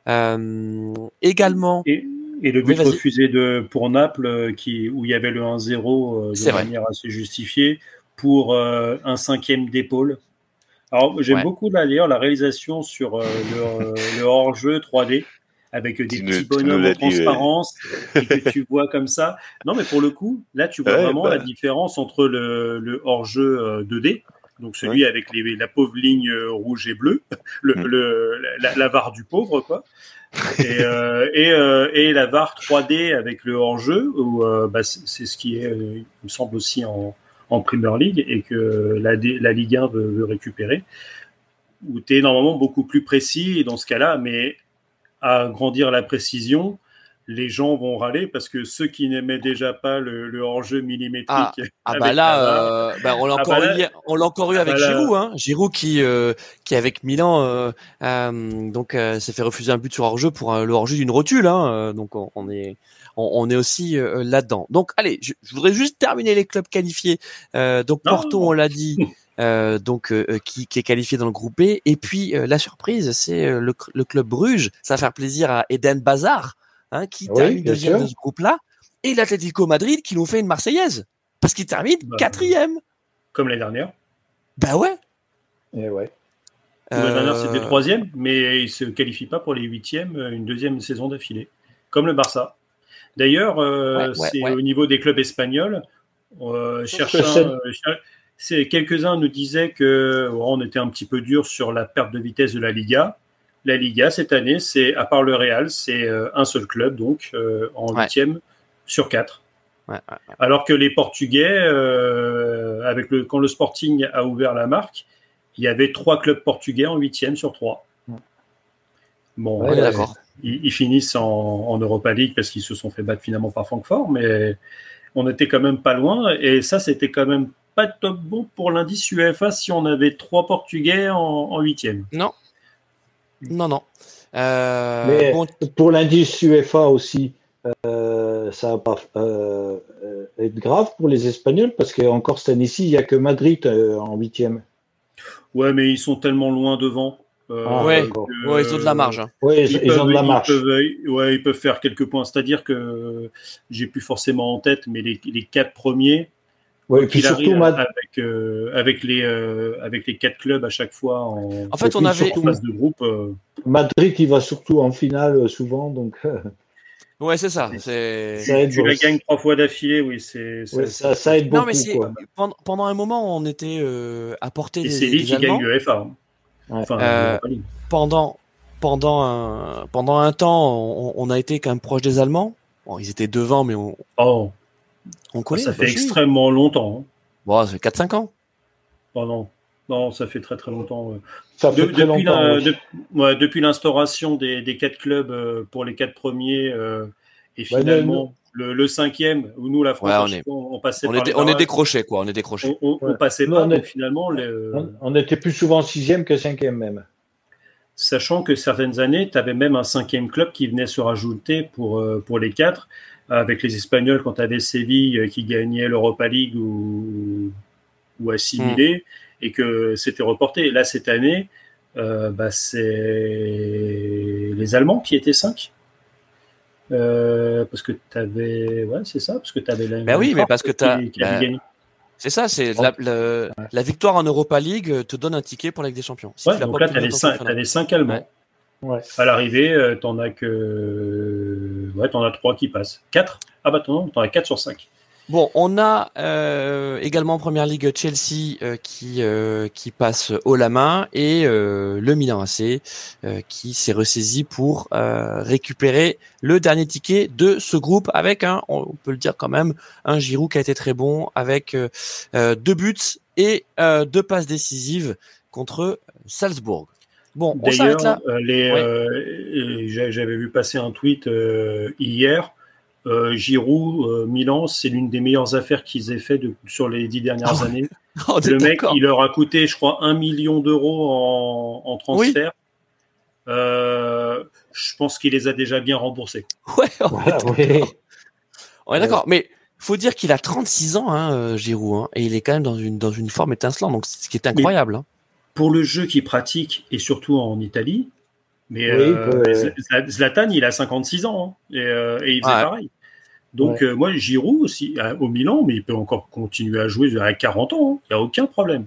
Euh, également. Et, et le but oui, refusé de pour Naples qui où il y avait le un zéro euh, de C'est manière vrai. assez justifiée pour euh, un cinquième d'épaule. Alors, j'aime ouais. beaucoup là, d'ailleurs la réalisation sur euh, le, euh, le hors-jeu trois D avec des tu petits bonhommes en transparence dit, ouais. et que tu vois comme ça. Non, mais pour le coup, là, tu vois ouais, vraiment bah. la différence entre le, le hors-jeu euh, deux D, donc celui ouais. avec les, la pauvre ligne rouge et bleue, le, mm. le, la, la V A R du pauvre, quoi. et, euh, et, euh, et la V A R trois D avec le hors-jeu, où euh, bah, c'est, c'est ce qui est, euh, il me semble aussi en en Premier League et que la, la Ligue un veut, veut récupérer, où tu es normalement beaucoup plus précis et dans ce cas-là, mais à grandir la précision, les gens vont râler parce que ceux qui n'aimaient déjà pas le, le hors-jeu millimétrique. Ah, ah bah là, euh, bah on l'a encore ah bah eu, on l'a encore eu avec ah bah Giroud, hein. Giroud qui euh, qui avec Milan, euh, euh, donc euh, s'est fait refuser un but sur hors-jeu pour euh, le hors-jeu d'une rotule, hein. Donc on, on est On, on est aussi euh, là-dedans. Donc, allez, je, je voudrais juste terminer les clubs qualifiés. Euh, donc, Porto, non. on l'a dit, euh, donc euh, qui, qui est qualifié dans le groupe B. Et puis, euh, la surprise, c'est euh, le, le club Bruges. Ça va faire plaisir à Eden Hazard, hein, qui oui, termine deuxième de ce groupe-là. Et l'Atlético Madrid qui nous fait une Marseillaise. Parce qu'il termine bah, quatrième. Comme l'année dernière. Ben ouais. Et ouais. L'année euh... dernière, c'était troisième, mais il se qualifie pas pour les huitièmes une deuxième saison d'affilée. Comme le Barça. D'ailleurs, euh, ouais, ouais, c'est ouais. au niveau des clubs espagnols. Euh, cherchant, euh, c'est, quelques-uns nous disaient que oh, on était un petit peu dur sur la perte de vitesse de la Liga. La Liga cette année, c'est à part le Real, c'est euh, un seul club donc euh, en huitième ouais. sur quatre. Ouais, ouais, ouais. Alors que les Portugais, euh, avec le quand le Sporting a ouvert la marque, il y avait trois clubs portugais en huitième sur trois. Bon, ouais, d'accord. Ils, ils finissent en, en Europa League parce qu'ils se sont fait battre finalement par Francfort, mais on était quand même pas loin. Et ça, c'était quand même pas top bon pour l'indice UEFA si on avait trois Portugais en huitième. Non, non, non. Euh, mais bon... pour l'indice UEFA aussi, euh, ça va pas euh, être grave pour les Espagnols parce qu'encore cette année-ci, il n'y a que Madrid euh, en huitième. Ouais, mais ils sont tellement loin devant. Euh, ah, ouais, que, ouais, ils ont de la marge. Hein. Ouais, ils, ils, ils peuvent, ont de la marge. Ils peuvent, ouais, ils peuvent faire quelques points. C'est-à-dire que j'ai plus forcément en tête, mais les, les quatre premiers. Ouais, et puis surtout Mad... avec euh, avec les euh, avec les quatre clubs à chaque fois en, en fait on avait en phase de groupe. Euh... Madrid il va surtout en finale souvent donc. Ouais, c'est ça. C'est... Ça aide, tu la gagnes trois fois d'affilée, oui, c'est, ouais, ça, ça aide beaucoup. Non, mais c'est... Quoi. Pendant, pendant un moment, on était euh, à portée et des, c'est lui des qui Allemands. gagne l'UEFA. Hein. Ouais. Enfin, euh, pendant, pendant, un, pendant un temps, on, on a été quand même proche des Allemands. Bon, ils étaient devant, mais on, oh. on connaît. Ça fait extrêmement longtemps. Hein. Bon, ça fait quatre cinq ans. Oh non. Non, ça fait très très longtemps. Ça fait de, très depuis, longtemps, la, oui. de, ouais, depuis l'instauration des, des quatre clubs euh, pour les quatre premiers euh, et finalement ouais, le, le cinquième où nous la France ouais, on, est, on, on passait on par est, les on est décroché quoi, on est décroché. On, on, ouais. on passait nous, pas on donc est, finalement les, on, on était plus souvent sixième que cinquième même. Sachant que certaines années, tu avais même un cinquième club qui venait se rajouter pour euh, pour les quatre. Avec les Espagnols, quand tu avais Séville qui gagnait l'Europa League ou, ou assimilé, mm. et que c'était reporté. Là, cette année, euh, bah, c'est les Allemands qui étaient cinq. Euh, parce que tu avais... Ouais, c'est ça, parce que tu avais la... Ben oui, mais parce que tu as... Ben, c'est ça, c'est la, la, la victoire en Europa League te donne un ticket pour la Ligue des Champions. Si ouais, tu l'as donc pas là, tu as les cinq, t'as cinq Allemands. Ouais. Ouais. À l'arrivée, euh, t'en as que, ouais, t'en as trois qui passent. Quatre. Ah bah non, t'en as quatre sur cinq. Bon, on a euh, également en première ligue Chelsea euh, qui euh, qui passe haut la main et euh, le Milan A C euh, qui s'est ressaisi pour euh, récupérer le dernier ticket de ce groupe avec un, on peut le dire quand même, un Giroud qui a été très bon avec euh, deux buts et euh, deux passes décisives contre Salzbourg. Bon, on s'arrête là. Euh, les, ouais. euh, j'avais vu passer un tweet euh, hier. Euh, Giroud, euh, Milan, c'est l'une des meilleures affaires qu'ils aient fait de, sur les dix dernières oh, années. Oh, le mec, il leur a coûté, je crois, un million d'euros en, en transfert. Oui. Euh, je pense qu'il les a déjà bien remboursés. Ouais, on est d'accord. Ouais. On est d'accord, mais faut dire qu'il a trente-six ans, hein, Giroud, hein, et il est quand même dans une dans une forme étincelante, donc ce qui est incroyable. Hein. Pour le jeu qu'il pratique, et surtout en Italie, mais oui, euh, ouais. Zlatan, il a cinquante-six ans, hein, et, euh, et il faisait ah, pareil. Donc, ouais. euh, moi, Giroud aussi, euh, au Milan, mais il peut encore continuer à jouer à quarante ans, il hein, n'y a aucun problème.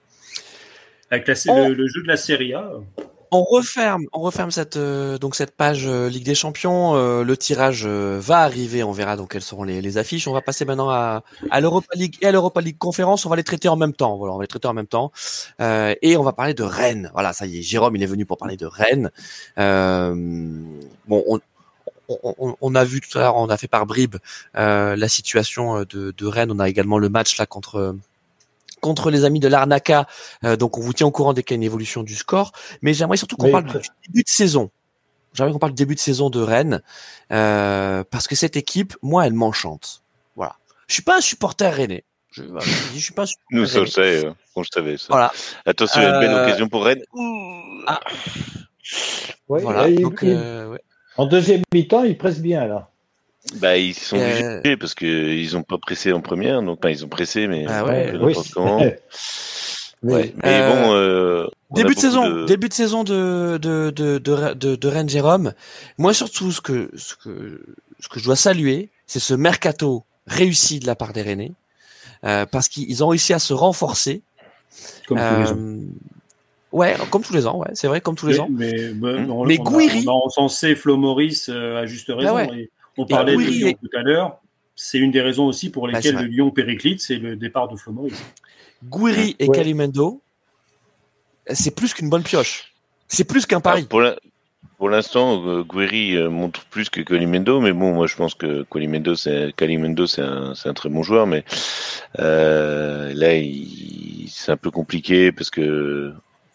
Avec la, on, le, le jeu de la Serie A. On referme, on referme cette, euh, donc cette page euh, Ligue des Champions. Euh, le tirage euh, va arriver, on verra donc quelles seront les, les affiches. On va passer maintenant à, à l'Europa League et à l'Europa League Conférence. On va les traiter en même temps. Voilà, on va les traiter en même temps. Euh, et on va parler de Rennes. Voilà, ça y est, Jérôme, il est venu pour parler de Rennes. Euh, bon, on, on, on a vu tout à l'heure, on a fait par bribes euh, la situation de, de Rennes. On a également le match là contre. contre les amis de l'Arnaca, euh, donc on vous tient au courant dès qu'il y a une évolution du score, mais j'aimerais surtout qu'on mais parle après... du début de saison. J'aimerais qu'on parle du début de saison de Rennes, euh, parce que cette équipe, moi, elle m'enchante. Voilà. Je suis pas un supporter rennais. Je, voilà, je suis pas un supporter Nous, ça, je sais, euh, on le savait, ça. Voilà. Attention, il y a une belle occasion pour Rennes. Ah. Ouais, voilà. Il, donc, il, euh, ouais. En deuxième mi-temps, il presse bien, là. Bah, ils sont euh... obligés parce qu'ils n'ont pas pressé en première, donc enfin, ils ont pressé, mais ah ouais, oui. comment. mais, ouais. mais euh, bon, euh, début de saison, de... début de saison de de de de, de, de Rennes, Jérôme. Moi, surtout, ce que ce que ce que je dois saluer, c'est ce mercato réussi de la part des Rennais, euh, parce qu'ils ont réussi à se renforcer. Comme euh, tous les ans. Ouais, comme tous les ans, ouais, c'est vrai, comme tous les mais, ans. Mais, mais, mmh. on, mais on Gouiri, a, on a encensé Flo Maurice euh, à juste raison. Ah ouais. et on parlait de Lyon et... tout à l'heure. C'est une des raisons aussi pour lesquelles bah, le Lyon périclite, c'est le départ de Flo Maurice. Gouiri et ouais. Kalimendo, c'est plus qu'une bonne pioche. C'est plus qu'un pari. Alors pour, la, pour l'instant, euh, Gouiri euh, montre plus que Kalimendo, mais bon, moi je pense que Kalimendo, c'est, Kalimendo, c'est un, c'est un très bon joueur, mais euh, là, il, c'est un peu compliqué parce que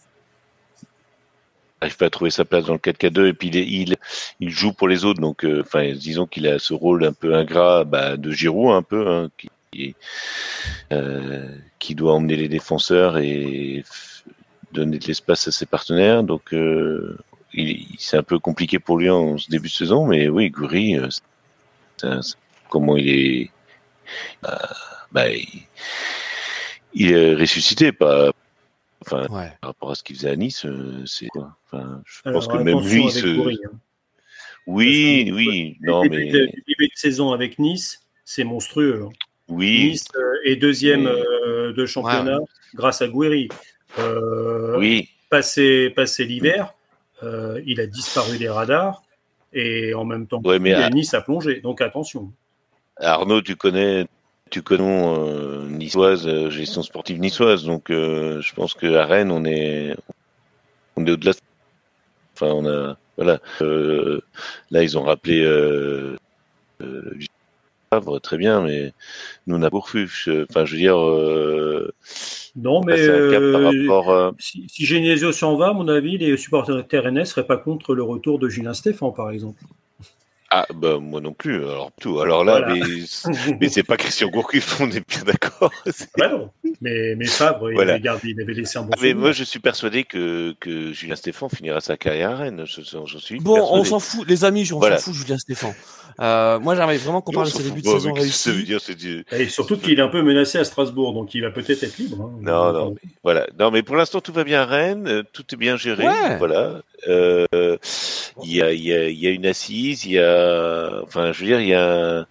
n'arrive pas à trouver sa place dans le quatre quatre deux et puis il, il, il joue pour les autres, donc enfin euh, disons qu'il a ce rôle un peu ingrat bah, de Giroud un peu hein, qui, euh, qui doit emmener les défenseurs et f- donner de l'espace à ses partenaires, donc euh, il, c'est un peu compliqué pour lui en ce début de saison, mais oui, Gouiri euh, c'est, un, comment il est, euh, bah, il, il est ressuscité, pas, enfin, ouais. Par rapport à ce qu'il faisait à Nice, c'est quoi. Enfin, je Alors, pense que même lui, avec se... Goury, hein. oui, oui, non, début mais de, le début de saison avec Nice, c'est monstrueux. Hein. Oui. Nice euh, est deuxième mais... euh, de championnat ouais. grâce à Goury. Euh, oui. Passé, passé l'hiver, euh, il a disparu des radars et en même temps, ouais, mais à... Nice a plongé. Donc attention. Arnaud, tu connais, tu connais euh, niçoise, euh, gestion sportive niçoise. Donc euh, je pense qu'à Rennes, on est, on est au-delà. Enfin, on a, voilà. Euh, là, ils ont rappelé. Euh, euh, très bien, mais nous on a pourvu. Enfin, je veux dire. Euh, non, mais euh, par rapport, euh... si, si Genesio s'en va, à mon avis, les supporters rennais seraient pas contre le retour de Julien Stéphan, par exemple. Ah, bah, moi non plus. Alors, tout. Alors là, voilà. mais, mais c'est pas Christian Gourcuff, on est bien d'accord. Ouais, non. Mais, mais Favre, il, voilà. avait gardé, il avait laissé un bon ah, mais souvenir. moi, je suis persuadé que, que Julien Stéphan finira sa carrière à Rennes. Je, je suis bon, persuadé. on s'en fout, les amis, on voilà. s'en fout, Julien Stéphan. Euh, moi, j'aimerais vraiment qu'on parle de ses débuts de saison réussis. Dire, Et surtout qu'il est un peu menacé à Strasbourg, donc il va peut-être être libre. Hein. Non, non, mais, voilà. Non, mais pour l'instant, tout va bien à Rennes, tout est bien géré. Ouais. Voilà. Euh, il y a, il y a, il y a une assise, il y a, enfin, je veux dire, il y a,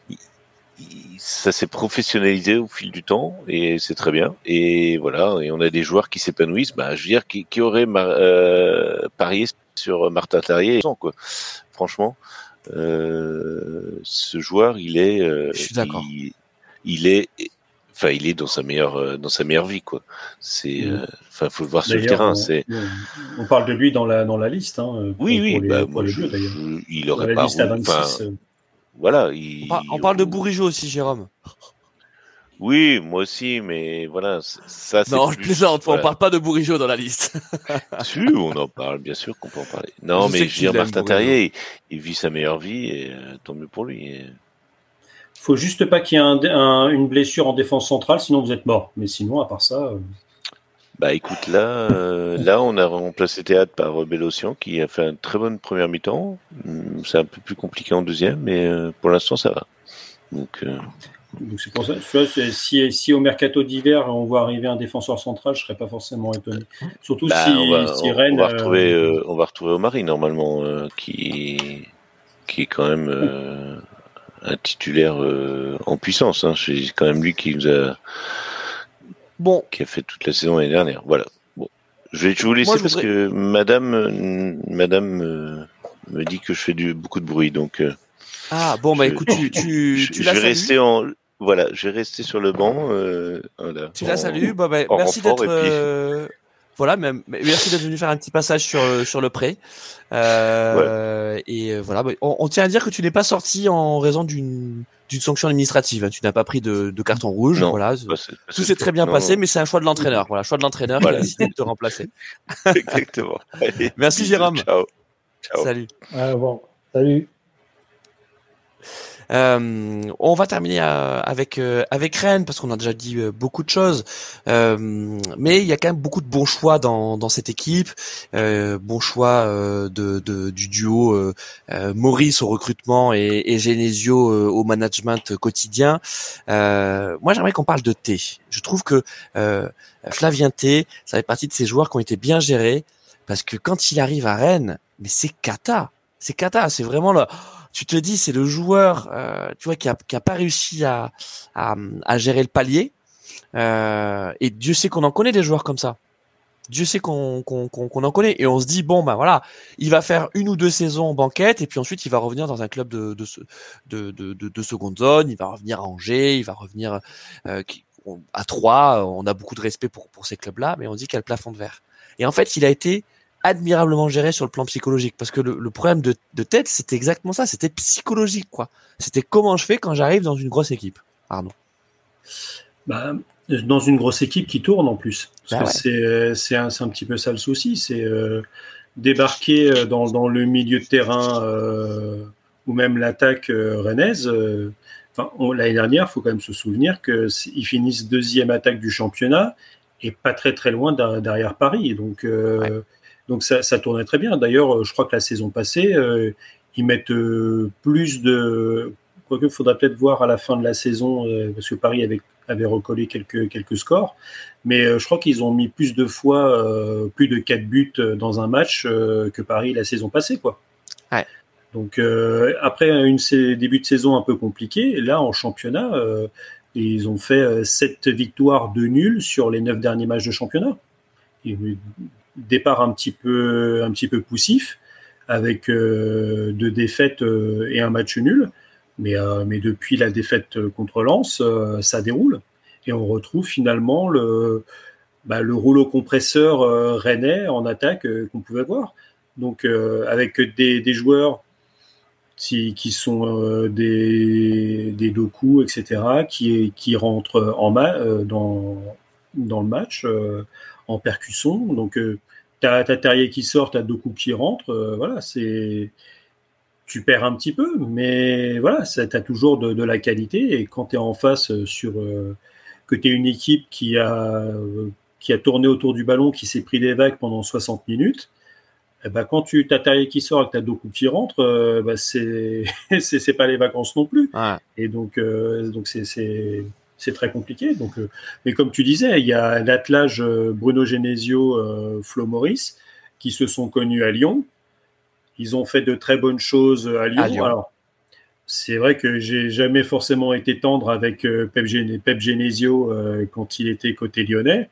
ça s'est professionnalisé au fil du temps et c'est très bien. Et voilà, et on a des joueurs qui s'épanouissent. Bah, je veux dire, qui, qui auraient mar- euh, parié sur Martin Terrier, quoi. Franchement. Euh, ce joueur, il est, euh, je suis d'accord. Il, il est, enfin, il est dans sa meilleure, euh, dans sa meilleure vie, quoi. C'est, enfin, euh, faut le voir sur le terrain. On, c'est. On parle de lui dans la dans la liste, hein. Pour, oui, oui. Pour les, bah, pour moi, les je, Bleus, d'ailleurs. je, il aurait dans pas. La liste à vingt-six. Enfin, voilà. Il, on, par, on parle de Bourigeaud aussi, Jérôme. Oui, moi aussi, mais voilà, ça c'est. Non, plus, je plaisante, voilà. on parle pas de Bourigeaud dans la liste. Si, on en parle, bien sûr qu'on peut en parler. Non, je mais je veux dire, Martin Terrier, il, il vit sa meilleure vie et euh, tant mieux pour lui. Et... Faut juste pas qu'il y ait un, un, une blessure en défense centrale, sinon vous êtes mort. Mais sinon, à part ça. Euh... Bah écoute, là, euh, là, on a remplacé Théâtre par Bélocian qui a fait une très bonne première mi-temps. C'est un peu plus compliqué en deuxième, mais euh, pour l'instant, ça va. Donc. Euh... Donc c'est pour ça, tu vois, si, si au mercato d'hiver on voit arriver un défenseur central, je serais pas forcément étonné. Surtout bah, si, on va, si on, Rennes. On va retrouver, euh, on va retrouver Omari normalement, euh, qui, qui est quand même euh, un titulaire euh, en puissance. Hein. C'est quand même lui qui nous a, bon, qui a fait toute la saison l'année dernière. Voilà. Bon, je vais, je vais vous laisser Moi, parce voudrais... que Madame, Madame euh, me dit que je fais du beaucoup de bruit, donc. Euh, Ah bon bah je, écoute tu tu, je, tu je vais rester en voilà je vais rester sur le banc euh, voilà, tu en, la salues bah, bah, en merci d'être puis... euh, voilà même merci d'être venu faire un petit passage sur sur le pré euh, ouais. et euh, voilà bah, on, on tient à dire que tu n'es pas sorti en raison d'une d'une sanction administrative hein. Tu n'as pas pris de, de carton rouge non, voilà pas, c'est, tout s'est très bien non, passé non. Mais c'est un choix de l'entraîneur voilà choix de l'entraîneur voilà. Qui a décidé de te remplacer. Exactement. Allez, merci bisous, Jérôme. Ciao. Ciao. Salut. Ah, bon salut. Euh, on va terminer euh, avec euh, avec Rennes parce qu'on a déjà dit euh, beaucoup de choses, euh, mais il y a quand même beaucoup de bons choix dans dans cette équipe. Euh, bon choix euh, de, de du duo euh, euh, Maurice au recrutement et, et Genesio euh, au management quotidien. Euh, moi, j'aimerais qu'on parle de T. Je trouve que euh, Flavien T, ça fait partie de ces joueurs qui ont été bien gérés parce que quand il arrive à Rennes, mais c'est cata, c'est cata, c'est vraiment le tu te dis c'est le joueur euh, tu vois qui a qui a pas réussi à à, à gérer le palier euh, et Dieu sait qu'on en connaît des joueurs comme ça. Dieu sait qu'on qu'on qu'on, qu'on en connaît et on se dit bon ben voilà, il va faire une ou deux saisons en banquette et puis ensuite il va revenir dans un club de de de de, de, de seconde zone, il va revenir à Angers, il va revenir euh, à Troyes, on a beaucoup de respect pour pour ces clubs-là mais on dit qu'il y a le plafond de verre. Et en fait, il a été admirablement géré sur le plan psychologique parce que le, le problème de, de tête c'était exactement ça, c'était psychologique quoi. C'était comment je fais quand j'arrive dans une grosse équipe. Arnaud. Bah, dans une grosse équipe qui tourne en plus. Parce bah que ouais. c'est, c'est, un, c'est un petit peu ça le souci, c'est euh, débarquer dans, dans le milieu de terrain euh, ou même l'attaque euh, rennaise. Euh, enfin, on, l'année dernière, il faut quand même se souvenir qu'ils finissent deuxième attaque du championnat et pas très très loin derrière Paris. Donc euh, ouais. Donc ça, ça tournait très bien. D'ailleurs, je crois que la saison passée, euh, ils mettent euh, plus de quoique il faudra peut-être voir à la fin de la saison, euh, parce que Paris avait, avait recollé quelques, quelques scores, mais euh, je crois qu'ils ont mis plus de fois, euh, plus de quatre buts dans un match euh, que Paris la saison passée, quoi. Ouais. Donc euh, après un début de saison un peu compliqué, là en championnat, euh, ils ont fait euh, sept victoires, deux nuls sur les neuf derniers matchs de championnat. Et, départ un petit peu, un petit peu poussif, avec euh, deux défaites euh, et un match nul. Mais, euh, mais depuis la défaite contre Lens, euh, ça déroule. Et on retrouve finalement le, bah, le rouleau compresseur euh, rennais en attaque euh, qu'on pouvait voir. Donc euh, avec des, des joueurs qui, qui sont euh, des, des Doku, et cetera, qui, qui rentrent en ma, euh, dans, dans le match euh, en percussion. Donc euh, t'as, t'as Terrier qui sort, t'as Doku qui rentre. Euh, voilà, c'est... Tu perds un petit peu, mais voilà, tu as toujours de, de la qualité. Et quand tu es en face sur euh, que tu es une équipe qui a, euh, qui a tourné autour du ballon, qui s'est pris des vagues pendant soixante minutes, eh ben, quand tu as Terrier qui sort et que tu as Doku qui rentre, euh, bah, c'est, c'est, c'est pas les vacances non plus. Ouais. Et donc, euh, donc c'est, c'est, c'est très compliqué. Donc, euh, mais comme tu disais, il y a l'attelage Bruno Genesio, euh, Flo Maurice, qui se sont connus à Lyon. Ils ont fait de très bonnes choses à Lyon. À Lyon. Alors, c'est vrai que j'ai jamais forcément été tendre avec euh, Pep, Gen- Pep Genesio euh, quand il était côté lyonnais.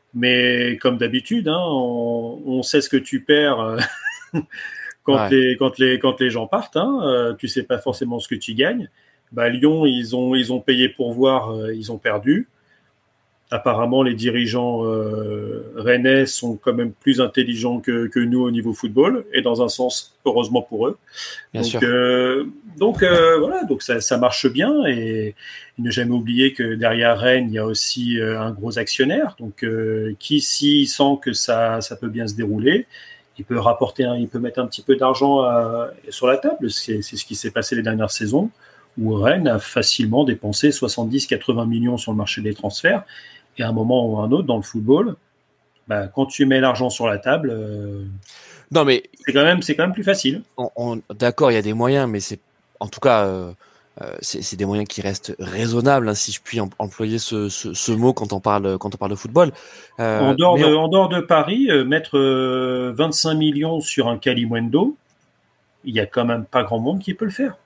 Mais comme d'habitude, hein, on, on sait ce que tu perds euh, quand, ouais. les, quand, les, quand les gens partent. Hein, euh, tu sais pas forcément ce que tu gagnes. Bah, Lyon, ils ont, ils ont payé pour voir, euh, ils ont perdu. Apparemment, les dirigeants euh, rennais sont quand même plus intelligents que, que nous au niveau football, et dans un sens, heureusement pour eux. Bien donc, sûr. Euh, donc euh, voilà, donc ça, ça marche bien, et ne jamais oublier que derrière Rennes, il y a aussi euh, un gros actionnaire, donc euh, qui, s'il sent que ça, ça peut bien se dérouler, il peut rapporter, un, il peut mettre un petit peu d'argent à, sur la table. C'est, c'est ce qui s'est passé les dernières saisons, où Rennes a facilement dépensé soixante-dix à quatre-vingts millions sur le marché des transferts. Et à un moment ou à un autre, dans le football, bah, quand tu mets l'argent sur la table, euh, non, mais c'est, quand même, c'est quand même plus facile. On, on, d'accord, il y a des moyens, mais c'est en tout cas, euh, euh, c'est, c'est des moyens qui restent raisonnables, hein, si je puis em- employer ce, ce, ce mot quand on parle, quand on parle de football. Euh, en, dehors de, on... en dehors de Paris, euh, mettre euh, vingt-cinq millions sur un Kalimundo, il n'y a quand même pas grand monde qui peut le faire.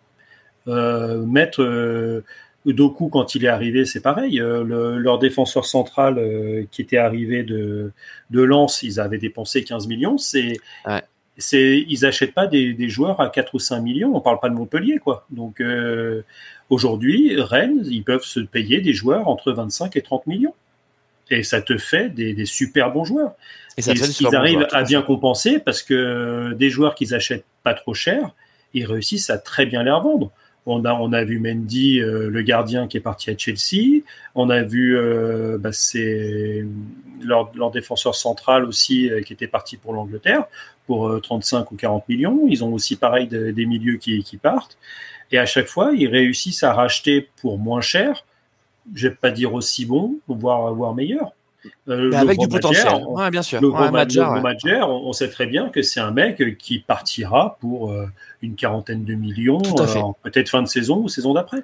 Euh, mettre... Euh, Doku, quand il est arrivé, c'est pareil. Euh, le, leur défenseur central euh, qui était arrivé de, de Lens, ils avaient dépensé quinze millions. C'est, ouais. c'est, ils n'achètent pas des, des joueurs à quatre ou cinq millions. On ne parle pas de Montpellier, quoi. Donc euh, aujourd'hui, Rennes, ils peuvent se payer des joueurs entre vingt-cinq et trente millions. Et ça te fait des, des super bons joueurs. Et ça et te fait ils arrivent bon joueur, à bien compenser parce que des joueurs qu'ils achètent pas trop cher, ils réussissent à très bien les revendre. On a, on a vu Mendy, euh, le gardien qui est parti à Chelsea. On a vu euh, bah, c'est leur, leur défenseur central aussi euh, qui était parti pour l'Angleterre pour euh, trente-cinq ou quarante millions. Ils ont aussi pareil de, des milieux qui, qui partent. Et à chaque fois, ils réussissent à racheter pour moins cher. Je vais pas dire aussi bon, voire, voire meilleur. Euh, avec du Madjer, potentiel. On, ouais, bien sûr. Le ouais, gros Madjer, ouais. Madjer, on, on sait très bien que c'est un mec qui partira pour euh, une quarantaine de millions, Tout à fait. Euh, peut-être fin de saison ou saison d'après.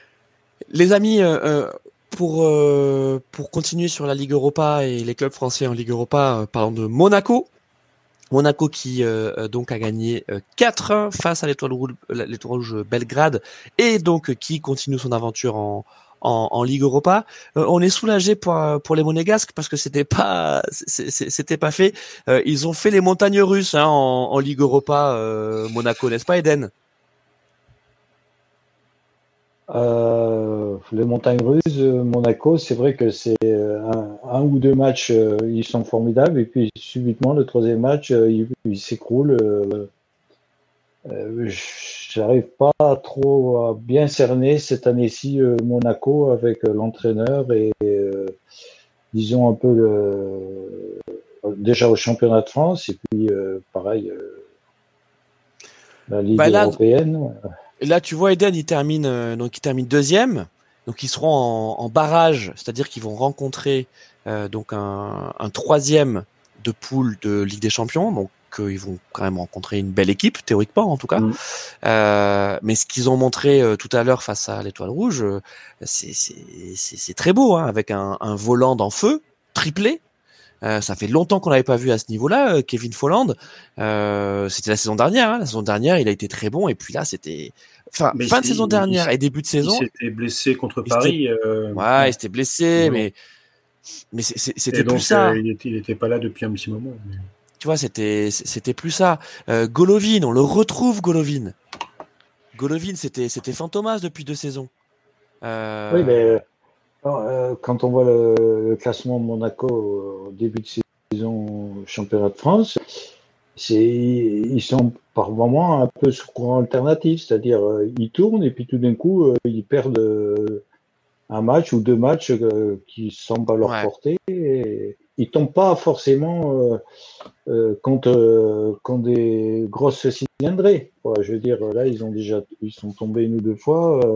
Les amis, euh, pour euh, pour continuer sur la Ligue Europa et les clubs français en Ligue Europa, euh, parlons de Monaco. Monaco qui euh, donc a gagné euh, quatre un face à l'Étoile Rouge, l'Étoile Rouge Belgrade, et donc qui continue son aventure en En, en Ligue Europa. Euh, on est soulagé pour pour les Monégasques parce que c'était pas c'était pas fait. Euh, ils ont fait les montagnes russes hein, en, en Ligue Europa, euh, Monaco, n'est-ce pas, Eden? Euh, les montagnes russes, Monaco, c'est vrai que c'est un, un ou deux matchs, euh, ils sont formidables, et puis subitement le troisième match, euh, il, il s'écroule. Euh, euh, J'arrive pas trop à bien cerner cette année-ci euh, Monaco avec euh, l'entraîneur et euh, disons un peu le, déjà au championnat de France et puis euh, pareil euh, la Ligue bah là, européenne. Là, tu vois, Eden, il termine euh, donc il termine deuxième, donc ils seront en, en barrage, c'est-à-dire qu'ils vont rencontrer euh, donc un, un troisième de poule de Ligue des Champions, donc qu'ils vont quand même rencontrer une belle équipe, théoriquement en tout cas. Mmh. Euh, mais ce qu'ils ont montré euh, tout à l'heure face à l'Étoile Rouge, euh, c'est, c'est, c'est, c'est très beau, hein, avec un, un Volland en feu, triplé. Euh, ça fait longtemps qu'on l'avait pas vu à ce niveau-là, euh, Kevin Volland. Euh, c'était la saison dernière. Hein. La saison dernière, il a été très bon. Et puis là, c'était enfin Mais fin de il- saison il- dernière il- et début de Il saison. s'était blessé contre Il Paris. euh, Ouais, ouais. il s'était blessé, Ouais. mais mais c'est- c'est- Et c'était plus donc, ça. euh, il, était, il était pas là depuis un petit moment. mais- Tu vois, c'était c'était plus ça. Euh, Golovin, on le retrouve, Golovin. Golovin, c'était c'était Fantomas depuis deux saisons. Euh, Oui, mais euh, quand on voit le, le classement de Monaco au début de saison au championnat de France, c'est, ils sont par moments un peu sur courant alternatif, c'est-à-dire euh, ils tournent et puis tout d'un coup euh, ils perdent euh, un match ou deux matchs euh, qui semblent à leur Ouais. portée. Et ils tombent pas forcément euh, euh, contre, euh, contre des grosses cylindrées. Quoi. Je veux dire, là ils ont déjà ils sont tombés une ou deux fois. Euh,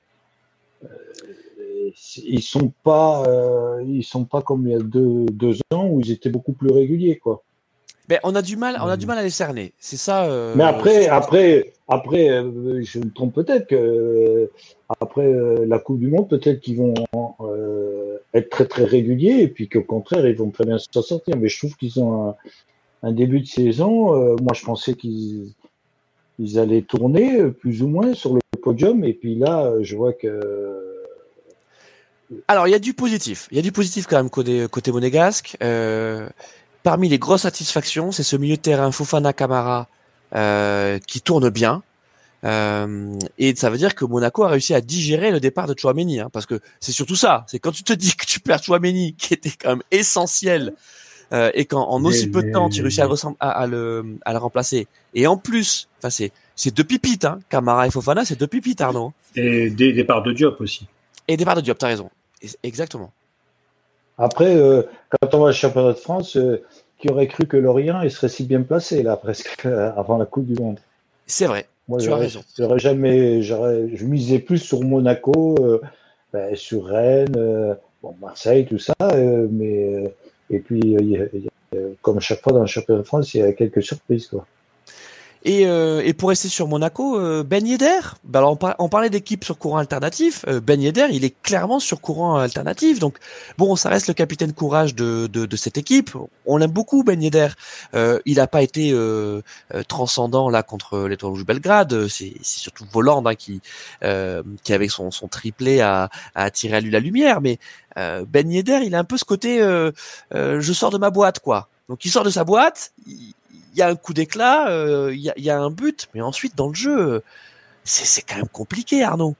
ils sont pas euh, ils sont pas comme il y a deux, deux ans où ils étaient beaucoup plus réguliers, quoi. Ben, on a du mal, on a du mal à les cerner. C'est ça. Euh, Mais après, c'est- après, après, euh, je me trompe peut-être que euh, après euh, la Coupe du Monde, peut-être qu'ils vont euh, être très très réguliers et puis qu'au contraire, ils vont très bien s'en sortir. Mais je trouve qu'ils ont un, un début de saison. Euh, moi, je pensais qu'ils ils allaient tourner euh, plus ou moins sur le podium et puis là, euh, je vois que Alors, il y a du positif. Il y a du positif quand même côté côté monégasque. Euh, parmi les grosses satisfactions, c'est ce milieu de terrain Fofana Camara euh, qui tourne bien. Euh, et ça veut dire que Monaco a réussi à digérer le départ de Tchouaméni, hein, parce que c'est surtout ça. C'est quand tu te dis que tu perds Tchouaméni, qui était quand même essentiel, euh, et qu'en en aussi Mais- peu de temps, tu mais- réussis à, ressem- à, à le, à le remplacer. Et en plus, enfin c'est c'est deux pipites, hein, Camara et Fofana, c'est deux pipites, Arnaud. Et des départs de Diop aussi. Et départ de Diop, t'as raison. Et- Exactement. après, euh, quand on voit le championnat de France, euh, qui aurait cru que Lorient il serait si bien placé là presque avant la Coupe du Monde. C'est vrai. Moi, Tu as j'aurais, raison. j'aurais jamais, j'aurais, je misais plus sur Monaco, euh, ben, sur Rennes, euh, bon, Marseille, tout ça, euh, mais euh, et puis euh, y a- y a- comme chaque fois dans le championnat de France, il y a quelques surprises, quoi. Et, euh, et pour rester sur Monaco, euh, Ben Yedder, bah alors on, par- on parlait d'équipe sur courant alternatif. Euh, Ben Yedder, il est clairement sur courant alternatif. Donc bon, ça reste le capitaine courage de, de, de cette équipe. On l'aime beaucoup, Ben Yedder. Euh, il n'a pas été euh, euh, transcendant là contre l'Étoile Rouge Belgrade. C'est, c'est surtout Volland hein, qui, euh, qui avec son, son triplé a, a attiré à lui la lumière. Mais euh, Ben Yedder, il a un peu ce côté, euh, euh, je sors de ma boîte, quoi. Donc il sort de sa boîte. Il, il y a un coup d'éclat, euh, il, y a, il y a un but, mais ensuite dans le jeu, c'est, c'est quand même compliqué, Arnaud.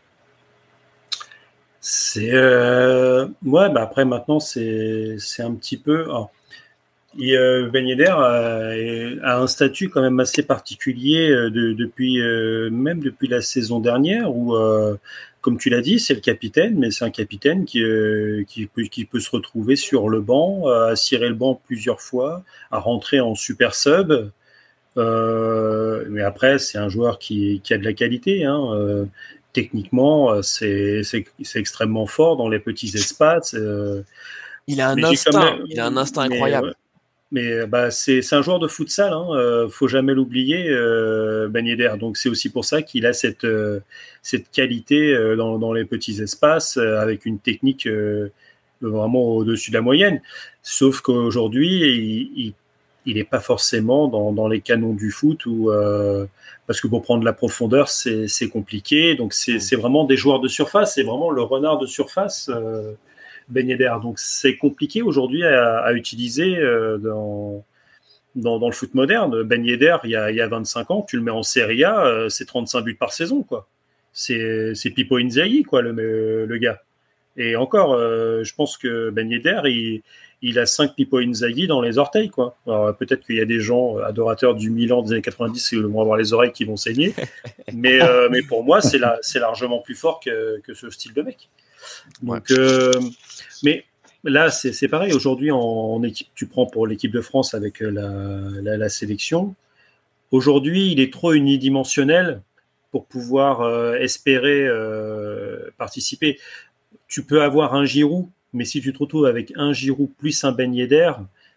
C'est euh, ouais, bah après maintenant c'est c'est un petit peu. Oh. Et euh, Ben Yedder a, a un statut quand même assez particulier euh, de, depuis euh, même depuis la saison dernière où, euh, comme tu l'as dit, c'est le capitaine, mais c'est un capitaine qui euh, qui peut qui peut se retrouver sur le banc, à cirer le banc plusieurs fois, à rentrer en super sub. Euh, mais après, c'est un joueur qui qui a de la qualité. Hein, euh, techniquement, c'est c'est c'est extrêmement fort dans les petits espaces. Euh, il a un mais instinct, même, il a un instinct mais, incroyable. Ouais. Mais bah, c'est, c'est un joueur de futsal, hein, euh, faut jamais l'oublier, euh, Ben Yedder. Donc c'est aussi pour ça qu'il a cette, euh, cette qualité euh, dans, dans les petits espaces, euh, avec une technique euh, vraiment au-dessus de la moyenne. Sauf qu'aujourd'hui, il, il n'est pas forcément dans, dans les canons du foot, où, euh, parce que pour prendre la profondeur, c'est, c'est compliqué. Donc c'est, c'est vraiment des joueurs de surface, c'est vraiment le renard de surface. Euh, Ben Yedder. Donc c'est compliqué aujourd'hui à, à utiliser euh, dans, dans, dans le foot moderne. Ben Yedder, il y a, il y a vingt-cinq ans, tu le mets en Serie A, euh, c'est trente-cinq buts par saison, quoi. C'est, c'est Pippo Inzaghi, quoi, le, le gars. Et encore, euh, je pense que Ben Yedder, il, il a cinq Pippo Inzaghi dans les orteils, quoi. Alors, peut-être qu'il y a des gens adorateurs du Milan des années quatre-vingt-dix qui vont avoir les oreilles qui vont saigner, mais, euh, mais pour moi, c'est, la, c'est largement plus fort que, que ce style de mec. Donc, ouais. euh, mais là, c'est, c'est pareil. Aujourd'hui, en, en équipe, tu prends pour l'équipe de France avec la, la, la sélection. Aujourd'hui, il est trop unidimensionnel pour pouvoir euh, espérer euh, participer. Tu peux avoir un Giroud, mais si tu te retrouves avec un Giroud plus un Ben Yedder,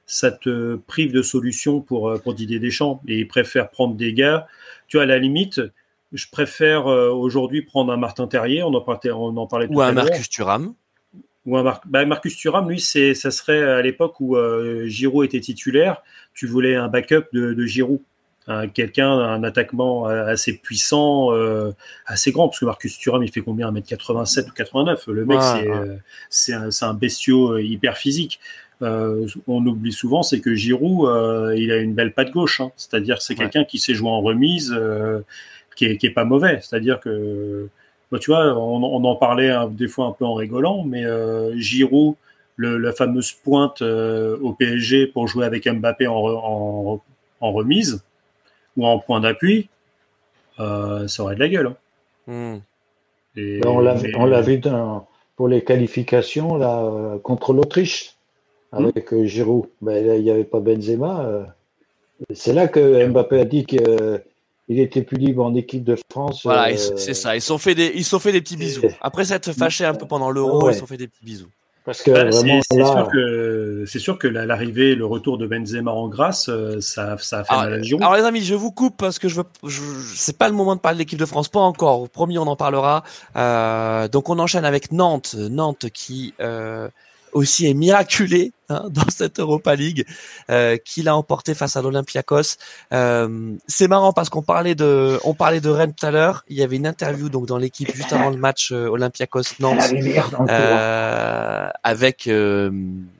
ça te prive de solutions pour pour Didier Deschamps et il préfère prendre des gars. Tu vois, à la limite, je préfère euh, aujourd'hui prendre un Martin Terrier, on en parlait, on en parlait tout ou à un l'heure. Marcus Thuram. Ou un Mar- bah, Marcus Thuram, lui, c'est, ça serait à l'époque où euh, Giroud était titulaire. Tu voulais un backup de, de Giroud, un, quelqu'un, un attaquant assez puissant, euh, assez grand, parce que Marcus Thuram, il fait combien, un mètre quatre-vingt-sept ou quatre-vingt-neuf. Le mec, Ouais, c'est, ouais. euh, c'est, un, c'est un bestiau hyper physique. Euh, on oublie souvent, c'est que Giroud, euh, il a une belle patte gauche, hein. C'est-à-dire, c'est quelqu'un ouais. qui sait jouer en remise, euh, qui est, qui est pas mauvais. C'est-à-dire que bah, tu vois, on, on en parlait hein, des fois un peu en rigolant, mais euh, Giroud, le, la fameuse pointe euh, au P S G pour jouer avec Mbappé en, en, en remise ou en point d'appui, euh, ça aurait de la gueule. Hein. Mm. Et, on l'a mais... on l'a vu dans, pour les qualifications là contre l'Autriche avec mm. Giroud. Ben, là, il n'y avait pas Benzema. Euh, c'est là que Mbappé a dit que euh, il était plus libre en équipe de France. Voilà, euh... c'est ça. Ils se sont fait des, ils se sont fait des petits bisous. Après s'être fâché un peu pendant l'Euro, ouais. ils se sont fait des petits bisous. Parce que bah, vraiment, c'est, c'est, là... sûr que, c'est sûr que l'arrivée, le retour de Benzema en grâce, ça, ça a fait alors, mal à Giroud. Alors les amis, je vous coupe parce que je veux, je, c'est pas le moment de parler de l'équipe de France, pas encore. Promis, on en parlera. Euh, donc on enchaîne avec Nantes, Nantes qui euh, aussi est miraculé hein, dans cette Europa League, euh, qui l'a emporté face à l'Olympiakos. Euh, c'est marrant parce qu'on parlait de, on parlait de Rennes tout à l'heure. Il y avait une interview donc dans l'équipe juste avant le match euh, Olympiakos Nantes euh, avec euh,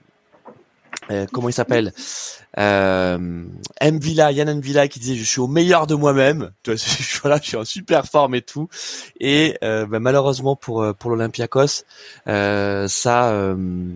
euh, comment il s'appelle euh, Mvila, Yann Mvila qui disait je suis au meilleur de moi-même. Voilà, je suis en super forme et tout. Et euh, bah, malheureusement pour pour l'Olympiakos, euh, ça. Euh,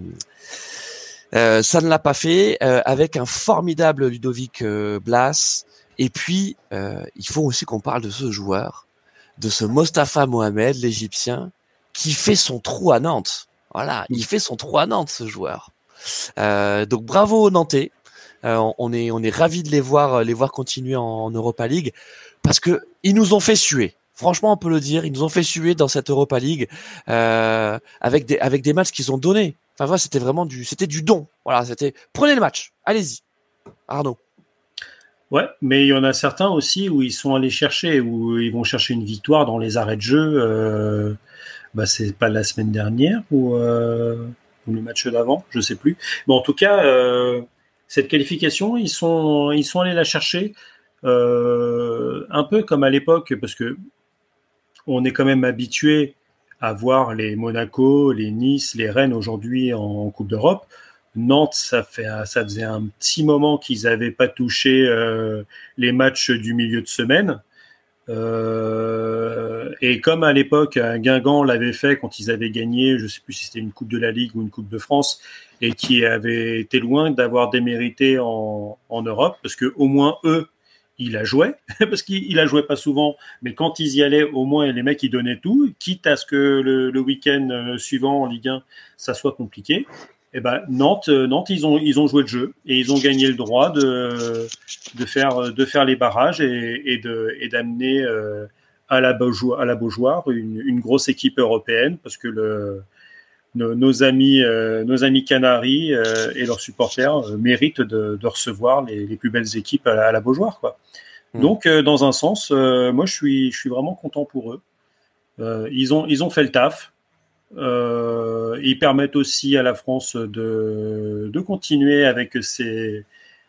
Euh, ça ne l'a pas fait euh, avec un formidable Ludovic euh, Blas. Et puis, euh, il faut aussi qu'on parle de ce joueur, de ce Mostafa Mohamed, l'Égyptien, qui fait son trou à Nantes. Voilà, il fait son trou à Nantes, ce joueur. Euh, donc bravo aux Nantais. Euh, on est on est ravis de les voir les voir continuer en, en Europa League parce que ils nous ont fait suer. Franchement, on peut le dire, ils nous ont fait suer dans cette Europa League euh, avec des avec des matchs qu'ils ont donnés. Enfin voilà, c'était vraiment du c'était du don. Voilà, c'était prenez le match, allez-y. Arnaud. Ouais, mais il y en a certains aussi où ils sont allés chercher, où ils vont chercher une victoire dans les arrêts de jeu. Euh, bah c'est pas la semaine dernière ou, euh, ou le match d'avant, je sais plus. Mais en tout cas, euh, cette qualification, ils sont ils sont allés la chercher euh, un peu comme à l'époque, parce que on est quand même habitué à voir les Monaco, les Nice, les Rennes aujourd'hui en Coupe d'Europe. Nantes, ça fait, ça faisait un petit moment qu'ils n'avaient pas touché euh, les matchs du milieu de semaine. Euh, et comme à l'époque, Guingamp l'avait fait quand ils avaient gagné, je ne sais plus si c'était une Coupe de la Ligue ou une Coupe de France, et qui avait été loin d'avoir démérité en, en Europe, parce que au moins eux, il a joué, parce qu'il a joué pas souvent, mais quand ils y allaient, au moins les mecs ils donnaient tout, quitte à ce que le, le week-end suivant en Ligue un, ça soit compliqué. Et ben Nantes, Nantes ils ont ils ont joué le jeu et ils ont gagné le droit de de faire de faire les barrages et, et de et d'amener euh, à la Beaujoire, à la Beaujoire une, une grosse équipe européenne, parce que le nos, nos amis euh, nos amis Canaries euh, et leurs supporters euh, méritent de, de recevoir les, les plus belles équipes à la, à la Beaujoire, quoi. Mmh. Donc euh, dans un sens, euh, moi je suis je suis vraiment content pour eux. Euh, ils ont ils ont fait le taf. Euh, ils permettent aussi à la France de, de continuer avec ses,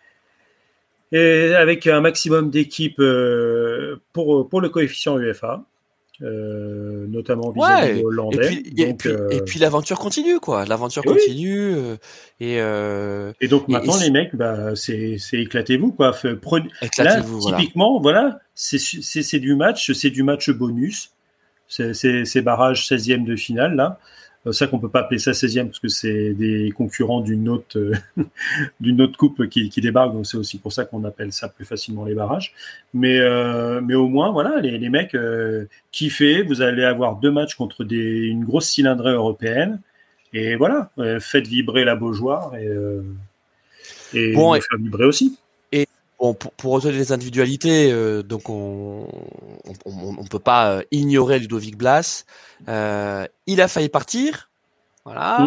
et avec un maximum d'équipes euh, pour, pour le coefficient UEFA, euh, notamment vis-à-vis ouais. des Hollandais. Et puis, et puis, euh... et puis l'aventure continue, quoi. L'aventure et continue. Oui. Et, euh... et donc maintenant, et les mecs, bah, c'est, c'est éclatez-vous, quoi. Prenez... Éclatez-vous, là, typiquement, voilà, voilà c'est, c'est, c'est du match, c'est du match bonus. C'est, c'est, ces barrages seizième de finale, là. C'est ça qu'on peut pas appeler ça seizième, parce que c'est des concurrents d'une autre, euh, d'une autre coupe qui, qui débarquent, donc c'est aussi pour ça qu'on appelle ça plus facilement les barrages. Mais, euh, mais au moins, voilà, les, les mecs, euh, kiffez, vous allez avoir deux matchs contre des, une grosse cylindrée européenne, et voilà, euh, faites vibrer la Beaujoire, et, euh, et bon, et... faire vibrer aussi. Bon, pour, pour retenir les individualités, euh, donc on on, on on peut pas euh, ignorer Ludovic Blas. Euh, il a failli partir, voilà. Mm.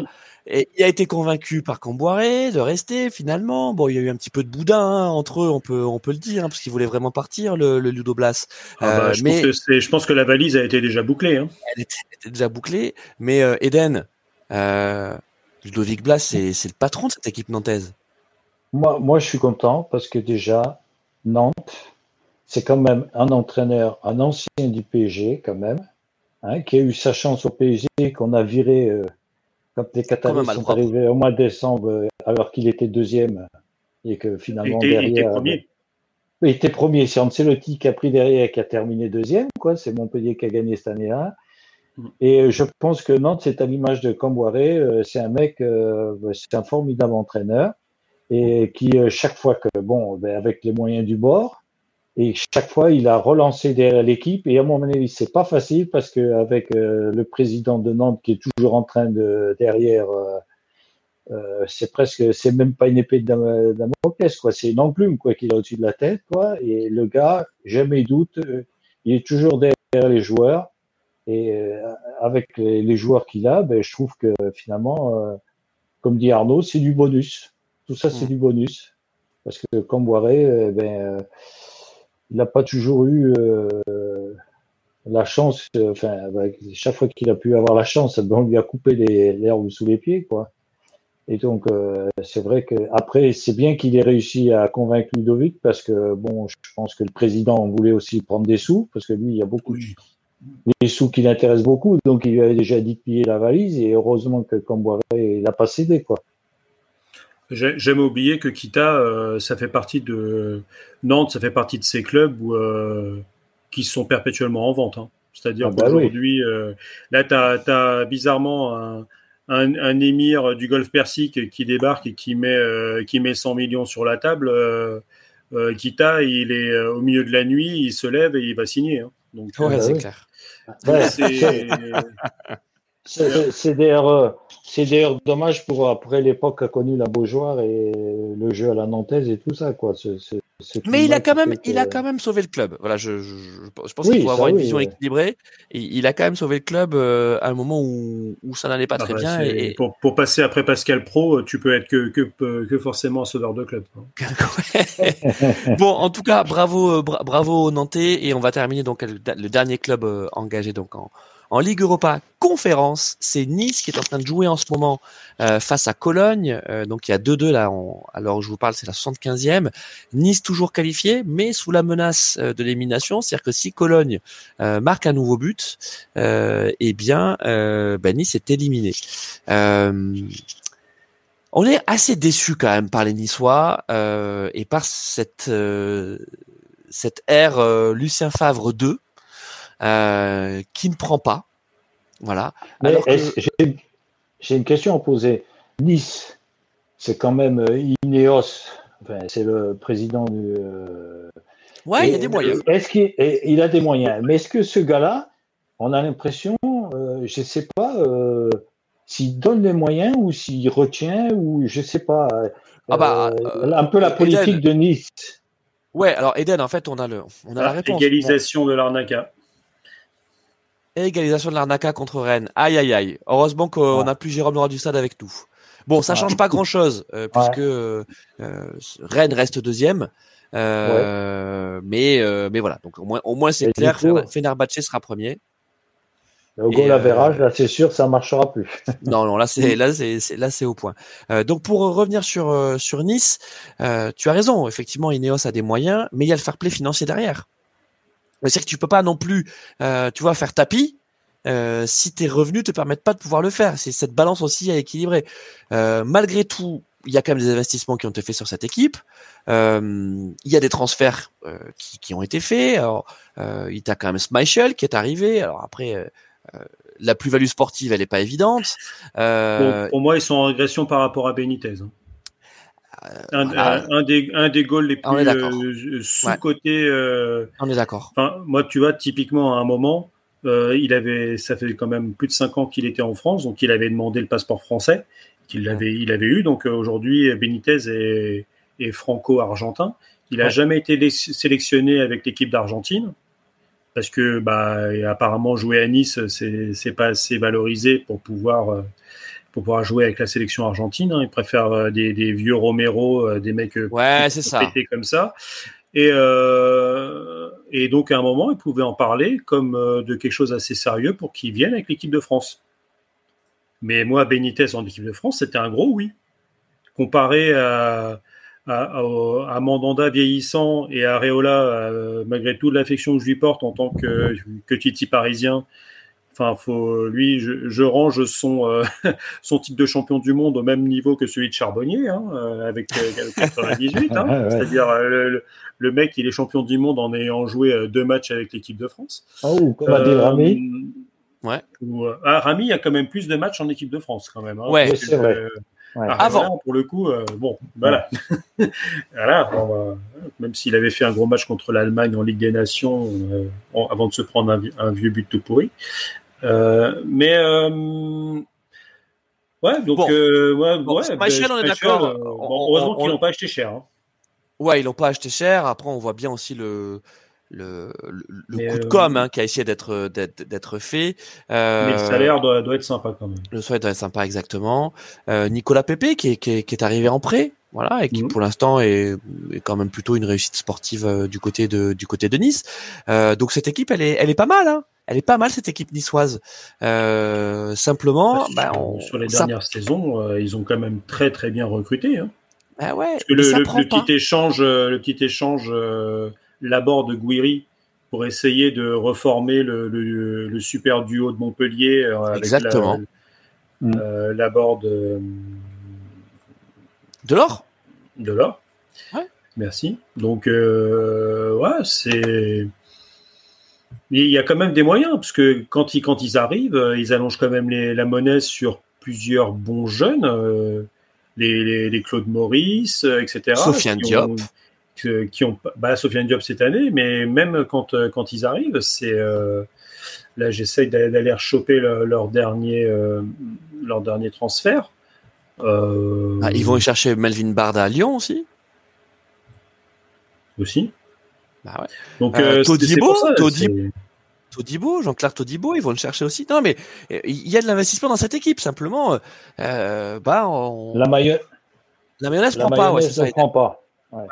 Et il a été convaincu par Camboiré de rester finalement. Bon, il y a eu un petit peu de boudin hein, entre eux, on peut on peut le dire, hein, parce qu'il voulait vraiment partir le, le Ludo Blas. Ah bah, euh, je, mais pense que c'est, je pense que la valise a été déjà bouclée. Hein. Elle était, elle était déjà bouclée. Mais euh, Eden, euh, Ludovic Blas, c'est c'est le patron de cette équipe nantaise. Moi, moi, je suis content parce que déjà Nantes, c'est quand même un entraîneur, un ancien du P S G quand même, hein, qui a eu sa chance au P S G qu'on a viré. Euh, Quand les Qataris sont arrivés au mois de décembre, alors qu'il était deuxième, et que finalement il était, derrière. Il était premier. Il était premier. C'est Ancelotti qui a pris derrière et qui a terminé deuxième, quoi. C'est Montpellier qui a gagné cette année-là. Mm. Et je pense que Nantes, c'est à l'image de Camboiré. C'est un mec, c'est un formidable entraîneur. Et qui, chaque fois que, bon, avec les moyens du bord, et chaque fois, il a relancé derrière l'équipe. Et à mon avis, c'est pas facile parce qu'avec euh, le président de Nantes qui est toujours en train de derrière, euh, euh, c'est presque, c'est même pas une épée de Damoclès, quoi. C'est une enclume, quoi, qu'il a au-dessus de la tête, quoi. Et le gars, jamais doute, euh, il est toujours derrière les joueurs. Et euh, avec les, les joueurs qu'il a, ben, je trouve que finalement, euh, comme dit Arnaud, c'est du bonus. Tout ça, c'est mmh. du bonus. Parce que Camboiré, euh, ben, euh, il n'a pas toujours eu euh, la chance, euh, enfin, avec, chaque fois qu'il a pu avoir la chance, on lui a coupé l'herbe sous les pieds, quoi. Et donc, euh, c'est vrai que après, c'est bien qu'il ait réussi à convaincre Ludovic parce que, bon, je pense que le président voulait aussi prendre des sous parce que lui, il y a beaucoup oui. de des sous qui l'intéressent beaucoup, donc il lui avait déjà dit de plier la valise et heureusement que Camboiré, il n'a pas cédé, quoi. J'aime oublier que Kita, euh, ça fait partie de Nantes, ça fait partie de ces clubs où, euh, qui sont perpétuellement en vente. Hein. C'est-à-dire ah bah qu'aujourd'hui, oui. euh, là, tu as bizarrement un, un, un émir du Golfe Persique qui débarque et qui met, euh, qui met cent millions sur la table. Euh, euh, Kita, il est euh, au milieu de la nuit, il se lève et il va signer. Hein. Donc, ouais, euh, c'est oui. clair. Ouais, c'est c'est d'ailleurs c'est d'ailleurs dommage pour après l'époque qu'a connu la Beaujoire et le jeu à la nantaise et tout ça, quoi. C'est, c'est, c'est mais il a quand même que... il a quand même sauvé le club. Voilà, je je, je pense oui, qu'il faut avoir une oui, vision ouais. équilibrée. Et il a quand même sauvé le club euh, à un moment où où ça n'allait pas ah très bah bien. Et... Pour pour passer après Pascal Pro, tu peux être que que que forcément un sauveur de club. Bon, en tout cas, bravo bra- bravo aux Nantais et on va terminer donc le, le dernier club euh, engagé donc en En Ligue Europa Conférence, c'est Nice qui est en train de jouer en ce moment euh, face à Cologne. Euh, donc il y a deux deux là. On, alors je vous parle, c'est la soixante-quinzième. Nice toujours qualifié, mais sous la menace euh, de l'élimination. C'est-à-dire que si Cologne euh, marque un nouveau but, euh, eh bien euh, ben Nice est éliminé. Euh, on est assez déçus quand même par les Niçois euh, et par cette euh, cette ère euh, Lucien Favre deux. Euh, qui ne prend pas. Voilà. Mais Alors que... j'ai, j'ai une question à poser. Nice, c'est quand même Ineos, enfin, c'est le président du. Euh... Ouais, il y a des moyens. Est-ce qu'il il a des moyens? Mais est-ce que ce gars-là, on a l'impression, euh, je ne sais pas, euh, s'il donne les moyens ou s'il retient, ou je ne sais pas. Euh, ah bah, euh, un peu la politique Eden. de Nice. Ouais, alors Eden, en fait, on a, le, on a ah, la réponse. Égalisation ouais. de l'Arnaca. Égalisation de l'Arnaca contre Rennes. Aïe, aïe, aïe. Heureusement qu'on n'a ouais. plus Jérôme Noir du Stade avec nous. Bon, ça ouais. change pas grand-chose, euh, puisque ouais. euh, Rennes reste deuxième. Euh, ouais. mais, euh, mais voilà, donc au moins, au moins c'est Et clair, coup, Fenerbahçe sera premier. Au goal average, là, c'est sûr, ça marchera plus. non, non, là, c'est, là, c'est, c'est, là, c'est au point. Euh, donc, pour revenir sur, euh, sur Nice, euh, tu as raison. Effectivement, Ineos a des moyens, mais il y a le fair play financier derrière. C'est-à-dire que tu peux pas non plus, euh, tu vois, faire tapis euh, si tes revenus te permettent pas de pouvoir le faire. C'est cette balance aussi à équilibrer. Euh, malgré tout, il y a quand même des investissements qui ont été faits sur cette équipe. Euh, il y a des transferts euh, qui, qui ont été faits. Alors, euh, il y a quand même Schmeichel qui est arrivé. Alors après, euh, la plus-value sportive, elle est pas évidente. Euh, bon, pour moi, ils sont en régression par rapport à Benitez. Hein. Euh, un, voilà. un, un, des, un des goals les plus euh, sous-cotés. Euh, On est d'accord. Moi, tu vois, typiquement, à un moment, euh, il avait, ça fait quand même plus de cinq ans qu'il était en France, donc il avait demandé le passeport français, qu'il l'avait, il avait eu. Donc euh, aujourd'hui, Benitez est, est franco-argentin. Il n'a ouais. jamais été lé- sélectionné avec l'équipe d'Argentine, parce que, bah, apparemment, jouer à Nice, c'est, c'est pas assez valorisé pour pouvoir. Euh, pour pouvoir jouer avec la sélection argentine. Hein. Ils préfèrent euh, des, des vieux Romero, euh, des mecs euh, ouais, c'est ça. pétés comme ça. Et, euh, et donc, à un moment, ils pouvaient en parler comme euh, de quelque chose assez sérieux pour qu'ils viennent avec l'équipe de France. Mais moi, Benitez en équipe de France, c'était un gros oui. Comparé à, à, à, à Mandanda vieillissant et à Areola, euh, malgré toute l'affection que je lui porte en tant que, que Titi parisien, enfin, faut, lui, je, je range son, euh, son titre de champion du monde au même niveau que celui de Charbonnier, hein, avec euh, quatre-vingt-dix-huit. Hein, ouais, ouais. C'est-à-dire, euh, le, le mec, il est champion du monde en ayant joué deux matchs avec l'équipe de France. Oh, comme a dit euh, Rami. Ouais. Où, ah, Rami a quand même plus de matchs en équipe de France, quand même. Hein, ouais, parce c'est que, vrai. Euh, ouais. Ah, Avant, voilà, pour le coup, euh, bon, voilà. Ouais. voilà on va, même s'il avait fait un gros match contre l'Allemagne en Ligue des Nations, euh, en, avant de se prendre un, un vieux but tout pourri. Euh, mais euh, ouais, donc bon. euh, ouais, bon, ouais, Michel, on est d'accord. Euh, bon, heureusement on, qu'ils l'ont pas acheté cher. Hein. Ouais, ils l'ont pas acheté cher. Après, on voit bien aussi le le, le, le coup de com' euh, hein, qui a essayé d'être d'être, d'être fait. Euh, mais le salaire doit, doit être sympa quand même. Le salaire doit être sympa, exactement. Euh, Nicolas Pepe qui est, qui est qui est arrivé en prêt, voilà, et qui mmh. pour l'instant est, est quand même plutôt une réussite sportive euh, du côté de du côté de Nice. Euh, donc cette équipe, elle est elle est pas mal, hein. Elle est pas mal cette équipe niçoise. Euh, simplement, bah, sur, on, sur les dernières ça... saisons, euh, ils ont quand même très très bien recruté. Hein. Ah ouais. Parce que le, le, le petit échange, le petit échange, euh, Laborde de Guiri pour essayer de reformer le, le, le super duo de Montpellier euh, avec Exactement. La, euh, Laborde euh, de l'or. De l'or. Ouais. Merci. Donc euh, ouais, c'est. Il y a quand même des moyens, parce que quand ils, quand ils arrivent, ils allongent quand même les, la monnaie sur plusieurs bons jeunes, euh, les, les, les Claude Maurice, euh, et cetera. Sofiane Diop. Ont, qui, qui ont, bah, Sofiane Diop cette année, mais même quand, quand ils arrivent, c'est. Euh, là, j'essaye d'aller rechoper le, leur, dernier, euh, leur dernier transfert. Euh, ah, ils vont y chercher Melvin Barda à Lyon aussi. Aussi. Bah ouais. Donc, euh, Todibo, Todibo, Todibo, Jean-Claire Todibo, ils vont le chercher aussi. Non, mais il y a de l'investissement dans cette équipe. Simplement, euh, bah, on... la, maille... la mayonnaise la prend pas. Ouais, c'est ça, ça. prend pas. Ouais.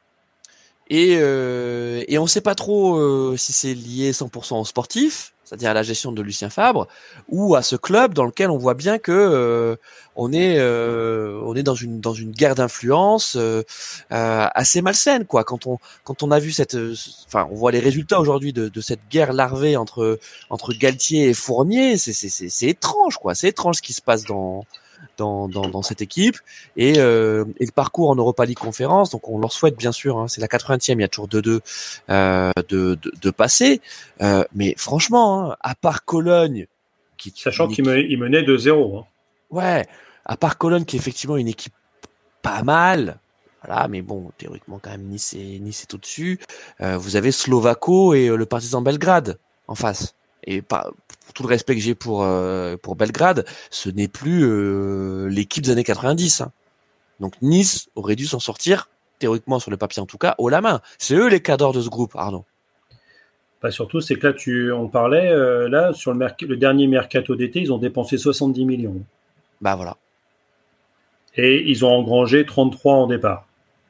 Et euh, et on sait pas trop euh, si c'est lié cent pour cent au sportif, c'est-à-dire à la gestion de Lucien Fabre, ou à ce club dans lequel on voit bien que euh, on est euh, on est dans une dans une guerre d'influence euh, euh, assez malsaine, quoi. Quand on quand on a vu cette, enfin, on voit les résultats aujourd'hui de, de cette guerre larvée entre entre Galtier et Fournier, c'est c'est c'est, c'est étrange, quoi. C'est étrange ce qui se passe dans Dans, dans, dans cette équipe et, euh, et le parcours en Europa League Conférence, donc on leur souhaite bien sûr, hein, c'est la quatre-vingtième, il y a toujours deux deux euh, de, de, de passer, euh, mais franchement, hein, à part Cologne, qui sachant qu'il me, menait deux zéro, hein. Ouais, à part Cologne qui est effectivement une équipe pas mal, voilà, mais bon, théoriquement quand même Nice est, Nice est au-dessus. Euh, vous avez Slovako et euh, le Partizan Belgrade en face. Et pas, pour tout le respect que j'ai pour euh, pour Belgrade, ce n'est plus euh, l'équipe des années quatre-vingt-dix. Hein. Donc Nice aurait dû s'en sortir, théoriquement sur le papier en tout cas, haut la main. C'est eux les cadors de ce groupe, Arnaud. Bah surtout, c'est que là, tu, on parlait, euh, là, sur le, merc- le dernier mercato d'été, ils ont dépensé soixante-dix millions. Bah voilà. Et ils ont engrangé trente-trois en départ.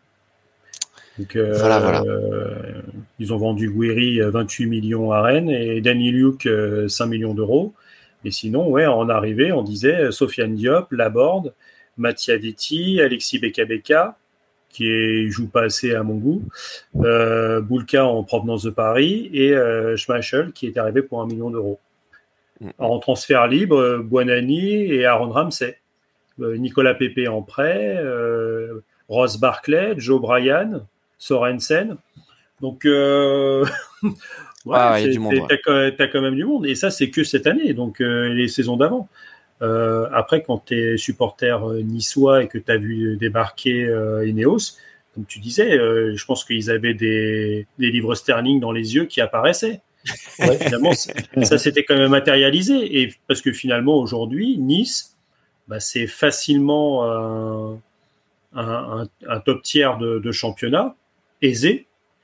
Donc, euh, voilà, voilà. Euh, ils ont vendu Guiri vingt-huit millions à Rennes et Danny Luke euh, cinq millions d'euros. Et sinon, ouais, en arrivée, on disait Sofiane Diop, Laborde, Mattia Vitti, Alexis Beka-Beka, qui est, joue pas assez à mon goût, euh, Boulka en provenance de Paris et euh, Schmeichel qui est arrivé pour un million d'euros. Mm-hmm. En transfert libre, Buonanni et Aaron Ramsey. Euh, Nicolas Pepe en prêt, euh, Ross Barclay, Joe Bryan, Sorensen. Donc, euh, ouais, ah, y a du monde, ouais. t'as, t'as quand même du monde. Et ça, c'est que cette année, donc euh, les saisons d'avant. Euh, après, quand tu es supporter euh, niçois et que tu as vu débarquer euh, Ineos, comme tu disais, euh, je pense qu'ils avaient des, des livres sterling dans les yeux qui apparaissaient. Ouais, finalement, ça s'était quand même matérialisé. Et parce que finalement, aujourd'hui, Nice, bah, c'est facilement un, un, un, un top tiers de, de championnat, aisé.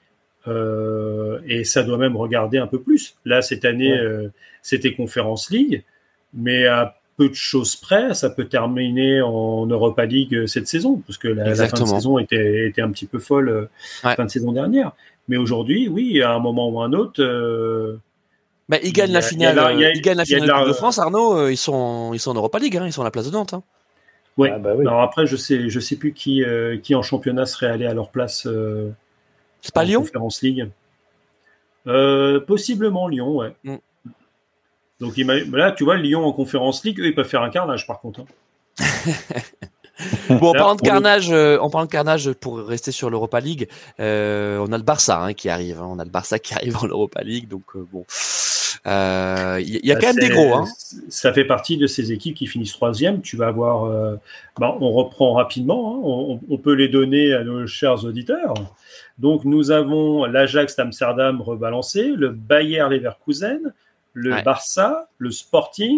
Euh, et ça doit même regarder un peu plus. Là, cette année, ouais. euh, c'était Conference League, mais à peu de choses près, ça peut terminer en Europa League cette saison, parce que la, la fin de saison était, était un petit peu folle euh, ouais. fin de saison dernière. Mais aujourd'hui, oui, à un moment ou à un autre. Euh, bah, ils gagnent la finale. A, ils gagnent la finale de, la... de France, Arnaud. Euh, ils sont, ils sont en Europa League. Hein, ils sont à la place de Nantes. Hein. Ouais. Ah bah oui. Alors après, je sais, je sais plus qui, euh, qui en championnat serait allé à leur place. Euh, C'est pas Lyon. Conférence League. Euh, possiblement Lyon, ouais. Mm. Donc là, tu vois, Lyon en Conférence League, eux, ils peuvent faire un carnage, par contre. Hein. Bon, en parlant de carnage, euh, en parlant de carnage, pour rester sur l'Europa League, euh, on a le Barça hein, qui arrive. Hein, on a le Barça qui arrive en Europa League, donc euh, bon, il euh, y, y a bah, quand même des gros. Hein. Ça fait partie de ces équipes qui finissent troisième. Tu vas avoir, euh, bah, on reprend rapidement. Hein, on, on peut les donner à nos chers auditeurs. Donc nous avons l'Ajax d'Amsterdam rebalancé, le Bayer Leverkusen, le ouais. Barça, le Sporting,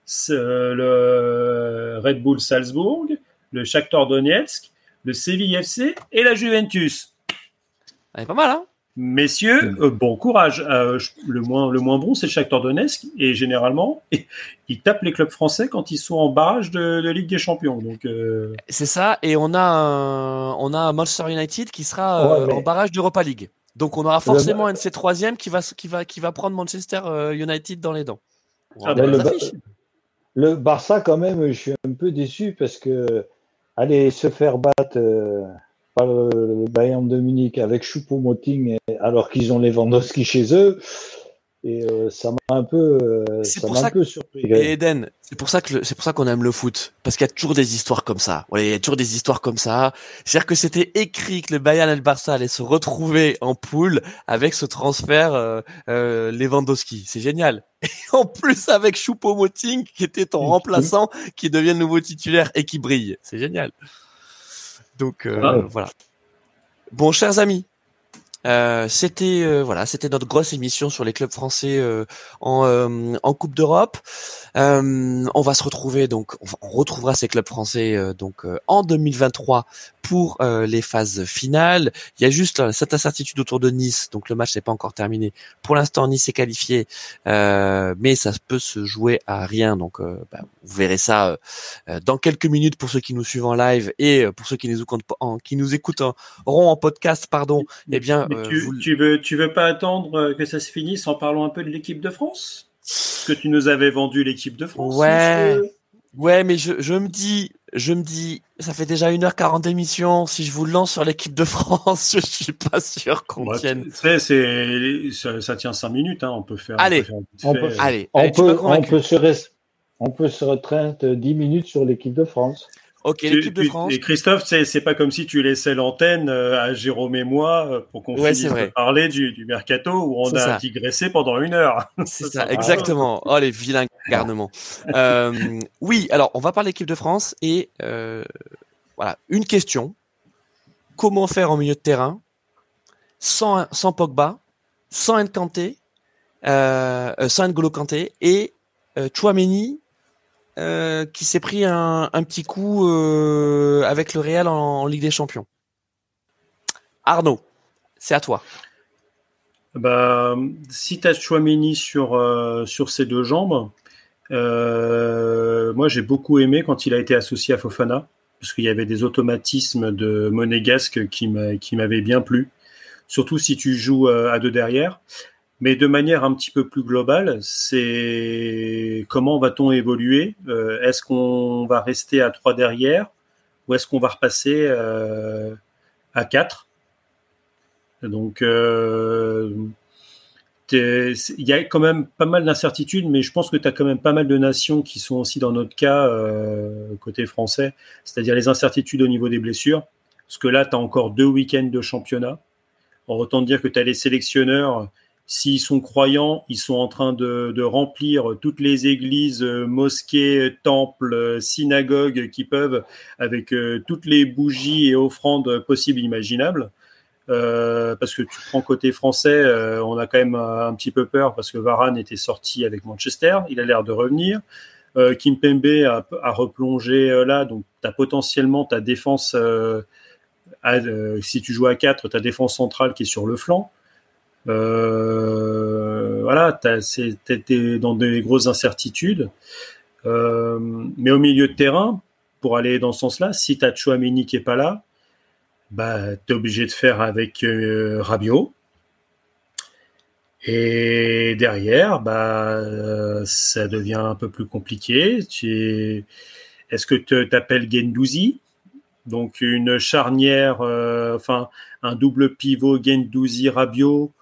le Red Bull Salzbourg, le Shakhtar Donetsk, le Séville F C et la Juventus. C'est pas mal, hein? Messieurs, euh, bon courage. Euh, le moins, le moins bon, c'est le Shakhtar Donetsk et généralement, ils tapent les clubs français quand ils sont en barrage de, de Ligue des Champions. Donc, euh... c'est ça. Et on a, un, on a un Manchester United qui sera euh, ouais, mais... en barrage d'Europa League. Donc, on aura forcément le... un de ces troisièmes qui va, qui va, qui va prendre Manchester United dans les dents. Ah ben, le, ba- le Barça, quand même, je suis un peu déçu parce que aller se faire battre euh, par le, le Bayern de Munich avec Choupo-Moting alors qu'ils ont Lewandowski chez eux, et euh, ça m'a un peu, euh, c'est ça pour m'a ça un peu que... surpris. Et Eden, c'est pour ça que le... c'est pour ça qu'on aime le foot, parce qu'il y a toujours des histoires comme ça. Ouais, il y a toujours des histoires comme ça. C'est-à-dire que c'était écrit que le Bayern et le Barça allaient se retrouver en poule avec ce transfert euh, euh, Lewandowski. C'est génial. Et en plus avec Choupo-Moting qui était ton remplaçant, qui devient le nouveau titulaire et qui brille. C'est génial. Donc euh, ah. voilà. Bon, chers amis. Euh, c'était euh, voilà, c'était notre grosse émission sur les clubs français euh, en euh, en Coupe d'Europe. Euh, on va se retrouver donc, on retrouvera ces clubs français euh, donc euh, en deux mille vingt-trois pour euh, les phases finales. Il y a juste euh, cette incertitude autour de Nice, donc le match n'est pas encore terminé. Pour l'instant, Nice est qualifié, euh, mais ça peut se jouer à rien. Donc, euh, bah, vous verrez ça euh, dans quelques minutes pour ceux qui nous suivent en live et pour ceux qui nous écoutent en, qui nous écoutent en, auront en podcast, pardon. Eh bien, mais tu, euh, vous... tu veux, tu veux pas attendre que ça se finisse en parlant un peu de l'équipe de France? Que tu nous avais vendu l'équipe de France. Ouais, monsieur. ouais, mais je, je me dis, je me dis, ça fait déjà une heure quarante d'émission. Si je vous lance sur l'équipe de France, je suis pas sûr qu'on ouais, tienne. C'est, c'est, ça, ça tient cinq minutes, hein. On peut faire. Allez, on peut, on peut, allez, on allez, peut, on peut se rest... on peut se retraiter dix minutes sur l'équipe de France. Ok, tu, l'équipe de tu, France. Et Christophe, c'est, c'est pas comme si tu laissais l'antenne à Jérôme et moi pour qu'on ouais, finisse de parler du, du mercato où on c'est a ça. digressé pendant une heure. C'est ça, ça exactement. Oh, les vilains garnements. euh, oui, alors, on va parler de l'équipe de France et euh, voilà, une question. Comment faire en milieu de terrain sans, sans Pogba, sans Nkanté, euh, sans N'Golo Kanté et euh, Tchouaméni Euh, qui s'est pris un, un petit coup euh, avec le Real en, en Ligue des Champions. Arnaud, c'est à toi. Bah, si tu as Tchouaméni sur, euh, sur ses deux jambes, euh, moi j'ai beaucoup aimé quand il a été associé à Fofana, parce qu'il y avait des automatismes de monégasque qui, m'a, qui m'avaient bien plu, surtout si tu joues à deux derrière. Mais de manière un petit peu plus globale, c'est comment va-t-on évoluer ? euh, Est-ce qu'on va rester à trois derrière ou est-ce qu'on va repasser euh, à quatre ? Donc, euh, il y a quand même pas mal d'incertitudes, mais je pense que tu as quand même pas mal de nations qui sont aussi dans notre cas, euh, côté français, c'est-à-dire les incertitudes au niveau des blessures. Parce que là, tu as encore deux week-ends de championnat. Autant dire que tu as les sélectionneurs... S'ils sont croyants, ils sont en train de, de remplir toutes les églises, mosquées, temples, synagogues qui peuvent, avec euh, toutes les bougies et offrandes possibles et imaginables. Euh, parce que tu prends côté français, euh, on a quand même un, un petit peu peur parce que Varane était sorti avec Manchester, il a l'air de revenir. Euh, Kimpembe a, a replongé euh, là, donc tu as potentiellement ta défense, euh, à, euh, si tu joues à quatre, ta défense centrale qui est sur le flanc. Euh, voilà, t'as, c'est, t'es dans des grosses incertitudes. Euh, mais au milieu de terrain, pour aller dans ce sens-là, si tu as Tchouaméni qui est pas là, bah, tu es obligé de faire avec euh, Rabiot. Et derrière, bah, euh, ça devient un peu plus compliqué. Tu es... Est-ce que tu t'appelles Guendouzi ? Donc une charnière, euh, enfin un double pivot Guendouzi-Rabiot.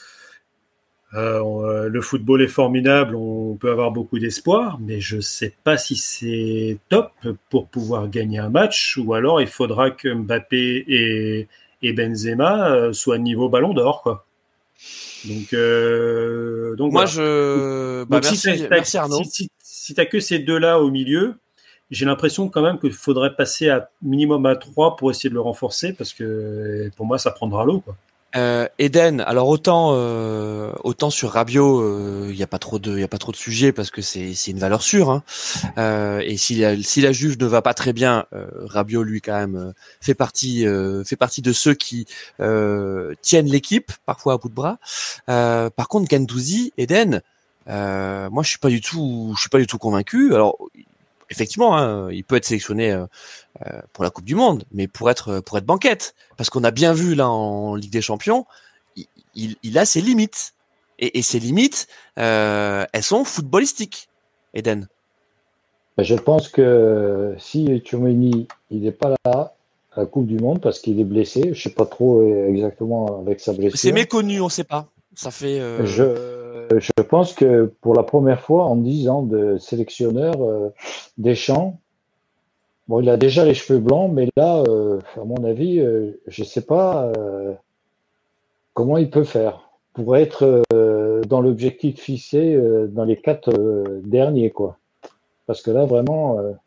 Euh, le football est formidable, on peut avoir beaucoup d'espoir, mais je ne sais pas si c'est top pour pouvoir gagner un match, ou alors il faudra que Mbappé et, et Benzema soient niveau Ballon d'Or, quoi. Donc, euh, donc moi voilà. je, bah, donc, merci, si t'as, merci Arnaud. Si, si, si t'as que ces deux-là au milieu, j'ai l'impression quand même qu'il faudrait passer à minimum à trois pour essayer de le renforcer, parce que pour moi ça prendra l'eau, quoi. Euh, Eden, alors autant euh, autant sur Rabiot, il euh, y a pas trop de il y a pas trop de sujets parce que c'est c'est une valeur sûre, hein. Euh, et si la, si la Juve ne va pas très bien, euh, Rabiot lui quand même euh, fait partie euh, fait partie de ceux qui euh, tiennent l'équipe parfois à bout de bras. Euh, par contre Guendouzi, Eden, euh, moi je suis pas du tout je suis pas du tout convaincu. Alors effectivement, hein, il peut être sélectionné euh, euh, pour la Coupe du Monde, mais pour être pour être banquette, parce qu'on a bien vu là en Ligue des Champions, il, il, il a ses limites, et, et ses limites, euh, elles sont footballistiques. Eden. Je pense que si Tchouaméni il n'est pas là à la Coupe du Monde parce qu'il est blessé, je sais pas trop exactement avec sa blessure. C'est méconnu, on sait pas. Ça fait. Euh... Je, je pense que pour la première fois en dix ans de sélectionneur, euh, Deschamps, bon, il a déjà les cheveux blancs, mais là, euh, à mon avis, euh, je sais pas euh, comment il peut faire pour être euh, dans l'objectif fixé euh, dans les quatre euh, derniers, quoi. Parce que là, vraiment. Euh,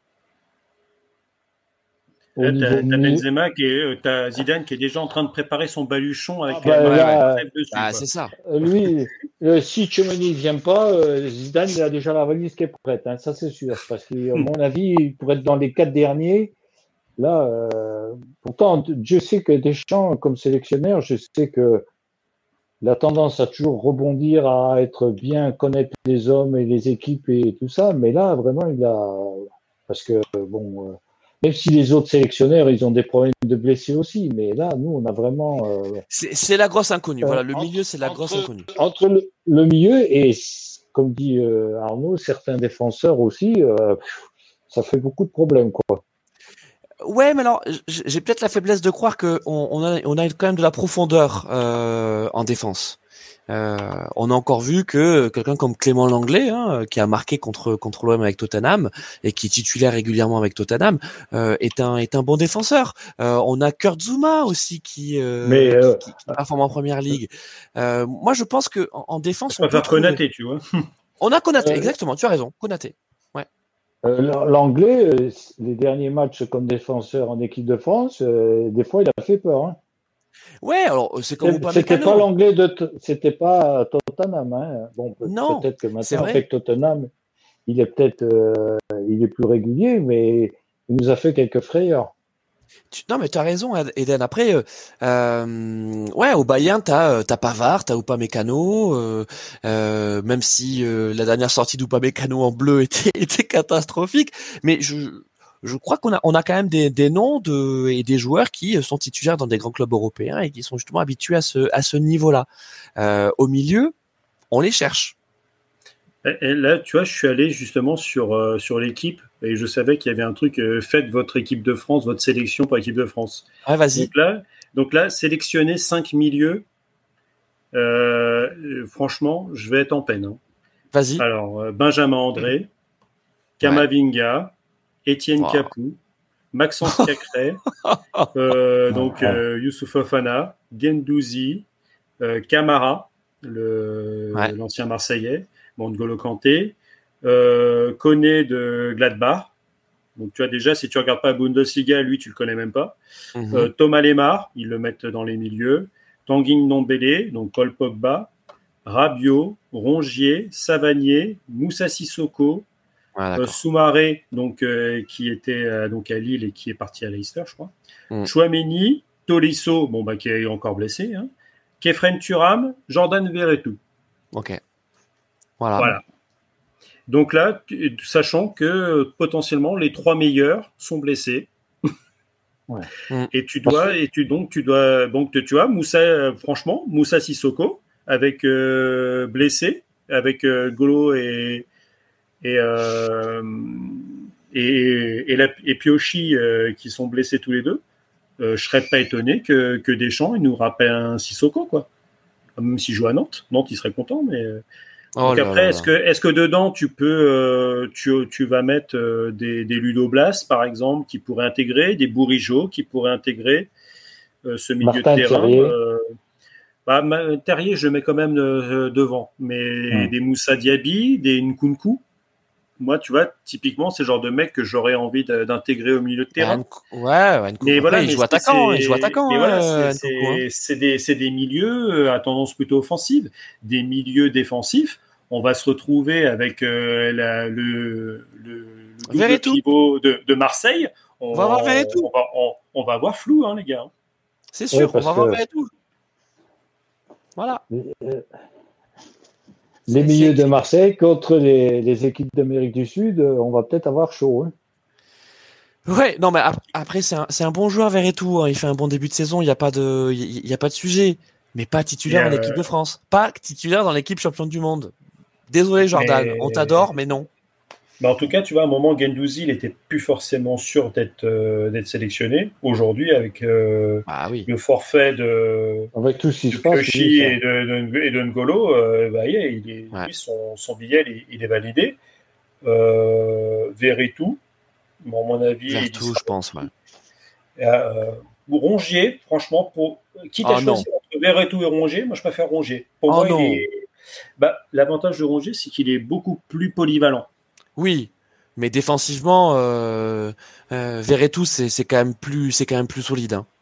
Là, t'as, t'as Benzema qui est, t'as Zidane qui est déjà en train de préparer son baluchon avec ah bah, euh, là, ouais, ouais. dessus. Ah, c'est ça. Lui, euh, si Tchouaméni ne vient pas, euh, Zidane il a déjà la valise qui est prête, hein, ça c'est sûr. Parce qu'à hmm. mon avis, il pourrait être dans les quatre derniers. Là, euh, pourtant, je sais que Deschamps, comme sélectionneur, je sais que la tendance à toujours rebondir, à être bien connaître les hommes et les équipes et tout ça. Mais là, vraiment, il a. Parce que, bon. Euh, Même si les autres sélectionneurs, ils ont des problèmes de blessés aussi, mais là, nous, on a vraiment. Euh, c'est, c'est la grosse inconnue. Euh, voilà, le milieu, c'est la entre, grosse inconnue. Entre le, le milieu et, comme dit euh, Arnaud, certains défenseurs aussi, euh, ça fait beaucoup de problèmes, quoi. Ouais, mais alors, j'ai peut-être la faiblesse de croire que on, on a, on a quand même de la profondeur euh, en défense. Euh, on a encore vu que quelqu'un comme Clément Langlais, hein, qui a marqué contre contre l'O M avec Tottenham et qui est titulaire régulièrement avec Tottenham, euh, est un est un bon défenseur. Euh, on a Kurt Zouma aussi qui euh, Mais euh, qui, qui, qui performe en première ligue. Euh, moi, je pense que en, en défense, on, on peut faire Konaté, tu vois. On a Konaté, euh, exactement. Tu as raison, Konaté. Ouais. Euh, L'anglais, euh, les derniers matchs comme défenseur en équipe de France, euh, des fois, il a fait peur. Hein. Ouais, alors c'est comme Upamecano. C'était pas l'anglais de, c'était pas Tottenham. Hein. Bon, peut, non, peut-être que maintenant avec Tottenham, il est peut-être, euh, il est plus régulier, mais il nous a fait quelques frayeurs. Tu, non, mais tu as raison, Eden. Après, euh, euh, ouais, au Bayern, t'as t'as Pavard, t'as Upamecano, euh, euh, même si euh, la dernière sortie d'Upamecano en bleu était était catastrophique, mais je je crois qu'on a on a quand même des des noms de et des joueurs qui sont titulaires dans des grands clubs européens et qui sont justement habitués à ce à ce niveau-là. Euh, au milieu, on les cherche. Et là, tu vois, je suis allé justement sur euh, sur l'équipe et je savais qu'il y avait un truc. Euh, faites votre équipe de France, votre sélection pour l'équipe de France. Ah, vas-y. Donc là, donc là, sélectionner cinq milieux. Euh, franchement, je vais être en peine. Hein. Vas-y. Alors, euh, Benjamin André, Kamavinga, ouais. Étienne wow. Capou, Maxence Cacré, euh, donc euh, Youssouf Fofana, Guendouzi, euh, Camara, le, ouais. l'ancien Marseillais. N'Golo Kanté, euh, Koné de Gladbach. Donc tu as déjà, si tu regardes pas la Bundesliga, lui tu le connais même pas. Mm-hmm. Euh, Thomas Lemar, ils le mettent dans les milieux. Tanguy Ndombele, donc Paul Pogba, Rabiot, Rongier, Savanier, Moussa Sissoko, ah, euh, Soumaré, donc euh, qui était euh, donc à Lille et qui est parti à Leicester, je crois. Mm. Chouameni, Tolisso, bon bah qui est encore blessé. Hein. Kefren Thuram, Jordan Verretou. Ok. Voilà. voilà. Donc là, sachant que potentiellement les trois meilleurs sont blessés. Ouais. Et tu dois, et tu donc tu dois, donc tu vois, Moussa, franchement, Moussa Sissoko avec euh, blessé, avec euh, Golo et et euh, et, et, la, et Piochi euh, qui sont blessés tous les deux. Euh, je serais pas étonné que que Deschamps il nous rappelle un Sissoko quoi. Même s'il joue à Nantes, Nantes il serait content, mais Oh donc là après, là est-ce là. que, est-ce que dedans tu peux, euh, tu, tu vas mettre euh, des, des Ludoblas par exemple qui pourraient intégrer, des Bourigeaud qui pourraient intégrer euh, ce milieu Martin de terrain. Terrier. Euh, bah, ma, Terrier, je le mets quand même euh, devant, mais Hum. des Moussa Diaby, des Nkunku. Moi, tu vois, typiquement, c'est le genre de mec que j'aurais envie de, d'intégrer au milieu de terrain. Nk- Ouais, ouais, Nkunku. Mais Après, voilà, il mais joue c'est, attaquant, hein, il joue c'est- attaquant, mais voilà, hein, c'est, Nkunku, hein. c'est, c'est des, c'est des milieux euh, à tendance plutôt offensive, des milieux défensifs. On va se retrouver avec euh, la, le, le, le double Verretou. pivot de, de Marseille. On, On va avoir Verretou. on va, on, on va avoir flou, hein, les gars. C'est sûr, Ouais, parce on va voir que- Verretou. Voilà. Euh, C'est- Les milieux c'est- de Marseille contre les, les équipes d'Amérique du Sud, euh, on va peut-être avoir chaud. Hein. Ouais, non, mais ap- après, c'est un, c'est un bon joueur, Verretou, hein. Il fait un bon début de saison, il n'y a pas de, il y a pas de sujet. Mais pas titulaire Et, en euh, équipe de France. Pas titulaire dans l'équipe championne du monde. Désolé, Jordan. Mais- On t'adore, mais non. Mais en tout cas, tu vois, à un moment, Guendouzi, il n'était plus forcément sûr d'être, euh, d'être sélectionné. Aujourd'hui, avec euh, Ah oui. le forfait de, Avec tout ce qui de se passe. Piochi oui, ça. et de, de, et de N'Golo, euh, bah, yeah, il est, Ouais. lui, son, son billet, il, il est validé. Euh, Verretou, bon, à mon avis, il y Verretou, sera. je pense, ouais. Euh, Rongier, franchement, pour, quitte à Oh, choisir entre Verretou et Rongier, moi je préfère Rongier. Pour Oh, moi, non. il est. Bah, l'avantage de Rongier, c'est qu'il est beaucoup plus polyvalent. Oui. Mais défensivement, euh, euh, Verretou, c'est, c'est quand même plus, c'est quand même plus solide, hein.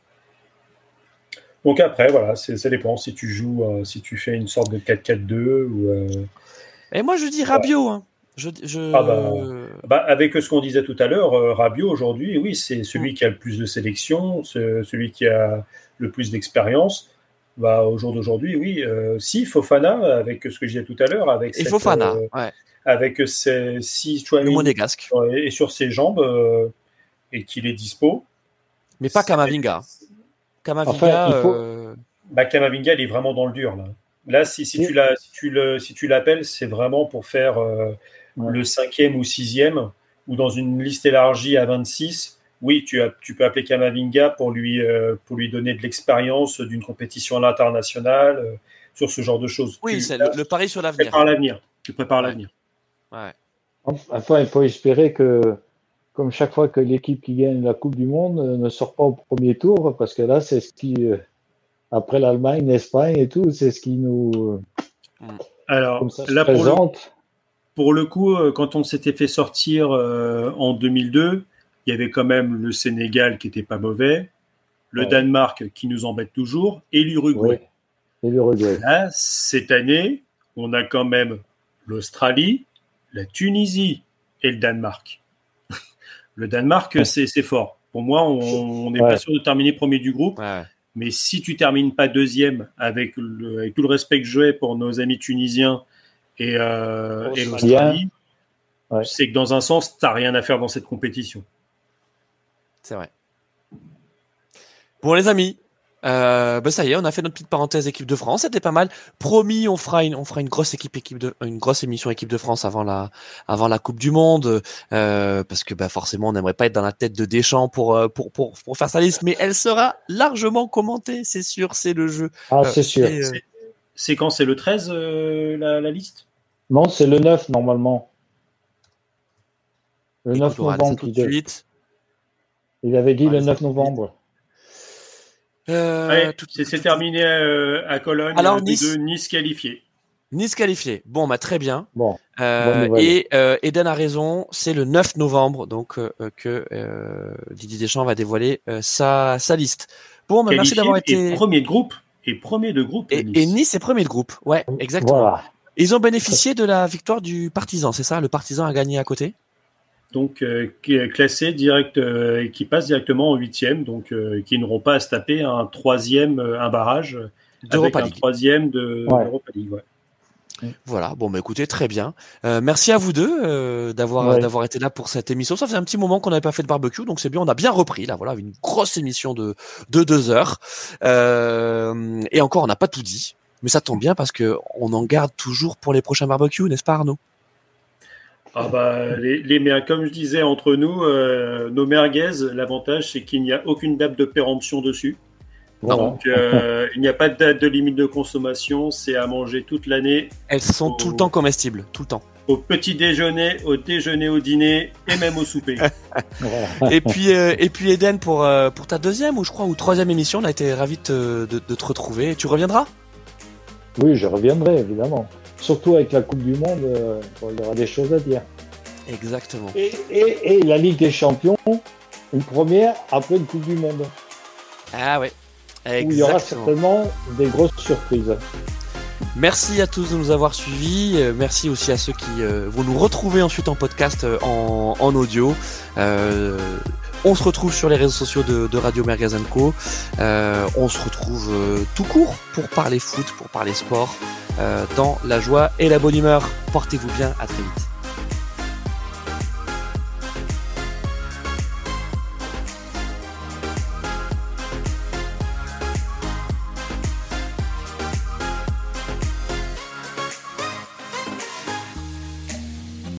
Donc après, voilà, c'est, ça dépend si tu joues, euh, si tu fais une sorte de quatre quatre deux ou. Euh, Et moi, je dis Rabiot, hein. Je, je... Ah bah, bah, avec ce qu'on disait tout à l'heure, euh, Rabiot aujourd'hui, oui, c'est celui Mm. qui a le plus de sélection, c'est celui qui a le plus d'expérience. Bah, au jour d'aujourd'hui, oui. Euh, si Fofana, avec ce que je disais tout à l'heure, avec Et cette, Fofana, euh, ouais. avec ces si Le Chouamini monégasque. est sur ses jambes euh, et qu'il est dispo. Mais pas c'est- Kamavinga. Kamavinga, Enfin, il faut- euh, Bah, Kamavinga, il est vraiment dans le dur là. Là, si, si tu l'as, si tu le, si tu l'appelles, c'est vraiment pour faire euh, Ouais. le cinquième ou sixième, ou dans une liste élargie à vingt-six. Oui, tu, as, tu peux appeler Kamavinga pour lui, euh, pour lui donner de l'expérience d'une compétition à l'international, euh, sur ce genre de choses. oui, tu, c'est là, le, le pari sur tu l'avenir. prépares l'avenir. Tu prépares Ouais. l'avenir. Ouais. Enfin, il faut espérer que, comme chaque fois que l'équipe qui gagne la Coupe du Monde euh, ne sort pas au premier tour, parce que là, c'est ce qui, euh, après l'Allemagne, l'Espagne et tout, c'est ce qui nous, Alors, comme ça, se là, pour le, présente. pour le coup, euh, quand on s'était fait sortir euh, en deux mille deux, il y avait quand même le Sénégal qui était pas mauvais, le Ouais. Danemark qui nous embête toujours, et l'Uruguay. Oui. Et l'Uruguay. Là, cette année, on a quand même l'Australie, la Tunisie et le Danemark. Le Danemark, c'est, c'est fort. Pour moi, on n'est Ouais. pas sûr de terminer premier du groupe, Ouais. mais si tu termines pas deuxième, avec, le, avec tout le respect que j'ai pour nos amis tunisiens et, euh, et l'Australie, Ouais. c'est que dans un sens, tu n'as rien à faire dans cette compétition. C'est vrai. Bon, les amis, euh, bah ça y est, on a fait notre petite parenthèse équipe de France, c'était pas mal. Promis, on fera une, on fera une grosse équipe, équipe de, une grosse émission équipe de France avant la, avant la Coupe du Monde, euh, parce que bah forcément, on n'aimerait pas être dans la tête de Deschamps pour, euh, pour, pour, pour faire sa liste, mais elle sera largement commentée, c'est sûr, c'est le jeu. Ah, Euh, c'est sûr. c'est, euh, C'est, c'est quand c'est le treize, euh, la, la liste Non, c'est le neuf, normalement. Le écoute, neuf on va aller ça novembre. tout qu'il de de- suite. Il avait dit On va le aller ça neuf tout de novembre. Euh, Allez, tout- c'est, tout- c'est tout- terminé euh, à Cologne, Alors, euh, Nice. deux deux, Nice qualifié. Nice qualifié. Bon, bah très bien. Bon, Euh, bonne nouvelle. et euh, Eden a raison, c'est le neuf novembre donc euh, que euh, Didier Deschamps va dévoiler euh, sa, sa liste. Bon, bah, merci Qualifié d'avoir et été. premier de groupe. Et premier de groupe. Et, Nice. et Nice est premier de groupe. Ouais, exactement. Voilà. Ils ont bénéficié de la victoire du Partizan, c'est ça? Le Partizan a gagné à côté. Donc, euh, qui est classé direct, euh, et qui passe directement en huitième, donc euh, qui n'auront pas à se taper un troisième, euh, un barrage euh, avec D'Europa un League. troisième de Ouais. d'Europa League. Ouais. Voilà, bon bah écoutez, très bien. Euh, merci à vous deux euh, d'avoir Ouais. d'avoir été là pour cette émission. Ça faisait un petit moment qu'on n'avait pas fait de barbecue, donc c'est bien, on a bien repris là. Voilà, une grosse émission de de deux heures. Euh, et encore, on n'a pas tout dit, mais ça tombe bien parce que on en garde toujours pour les prochains barbecues, n'est-ce pas Arnaud? Ah bah les, les mer- comme je disais entre nous, euh, nos merguez, l'avantage c'est qu'il n'y a aucune date de péremption dessus. Voilà. Donc euh, il n'y a pas de date de limite de consommation, c'est à manger toute l'année. Elles sont Au- tout le temps comestibles, tout le temps. Au petit déjeuner, au déjeuner, au dîner et même au souper. Voilà. Et puis euh, et puis Eden pour euh, pour ta deuxième ou je crois ou troisième émission, on a été ravis de te, de, de te retrouver. Tu reviendras? Oui, je reviendrai, évidemment. Surtout avec la Coupe du Monde, euh, bon, il y aura des choses à dire. Exactement. Et, et, et la Ligue des Champions, une première après une Coupe du Monde. Ah ouais. Où il y aura Exactement. certainement des grosses surprises. Merci à tous de nous avoir suivis. Euh, merci aussi à ceux qui euh, vont nous retrouver ensuite en podcast euh, en, en audio. Euh, on se retrouve sur les réseaux sociaux de, de Radio Merguez and Co. Euh, on se retrouve euh, tout court pour parler foot, pour parler sport, euh, dans la joie et la bonne humeur. Portez-vous bien, à très vite.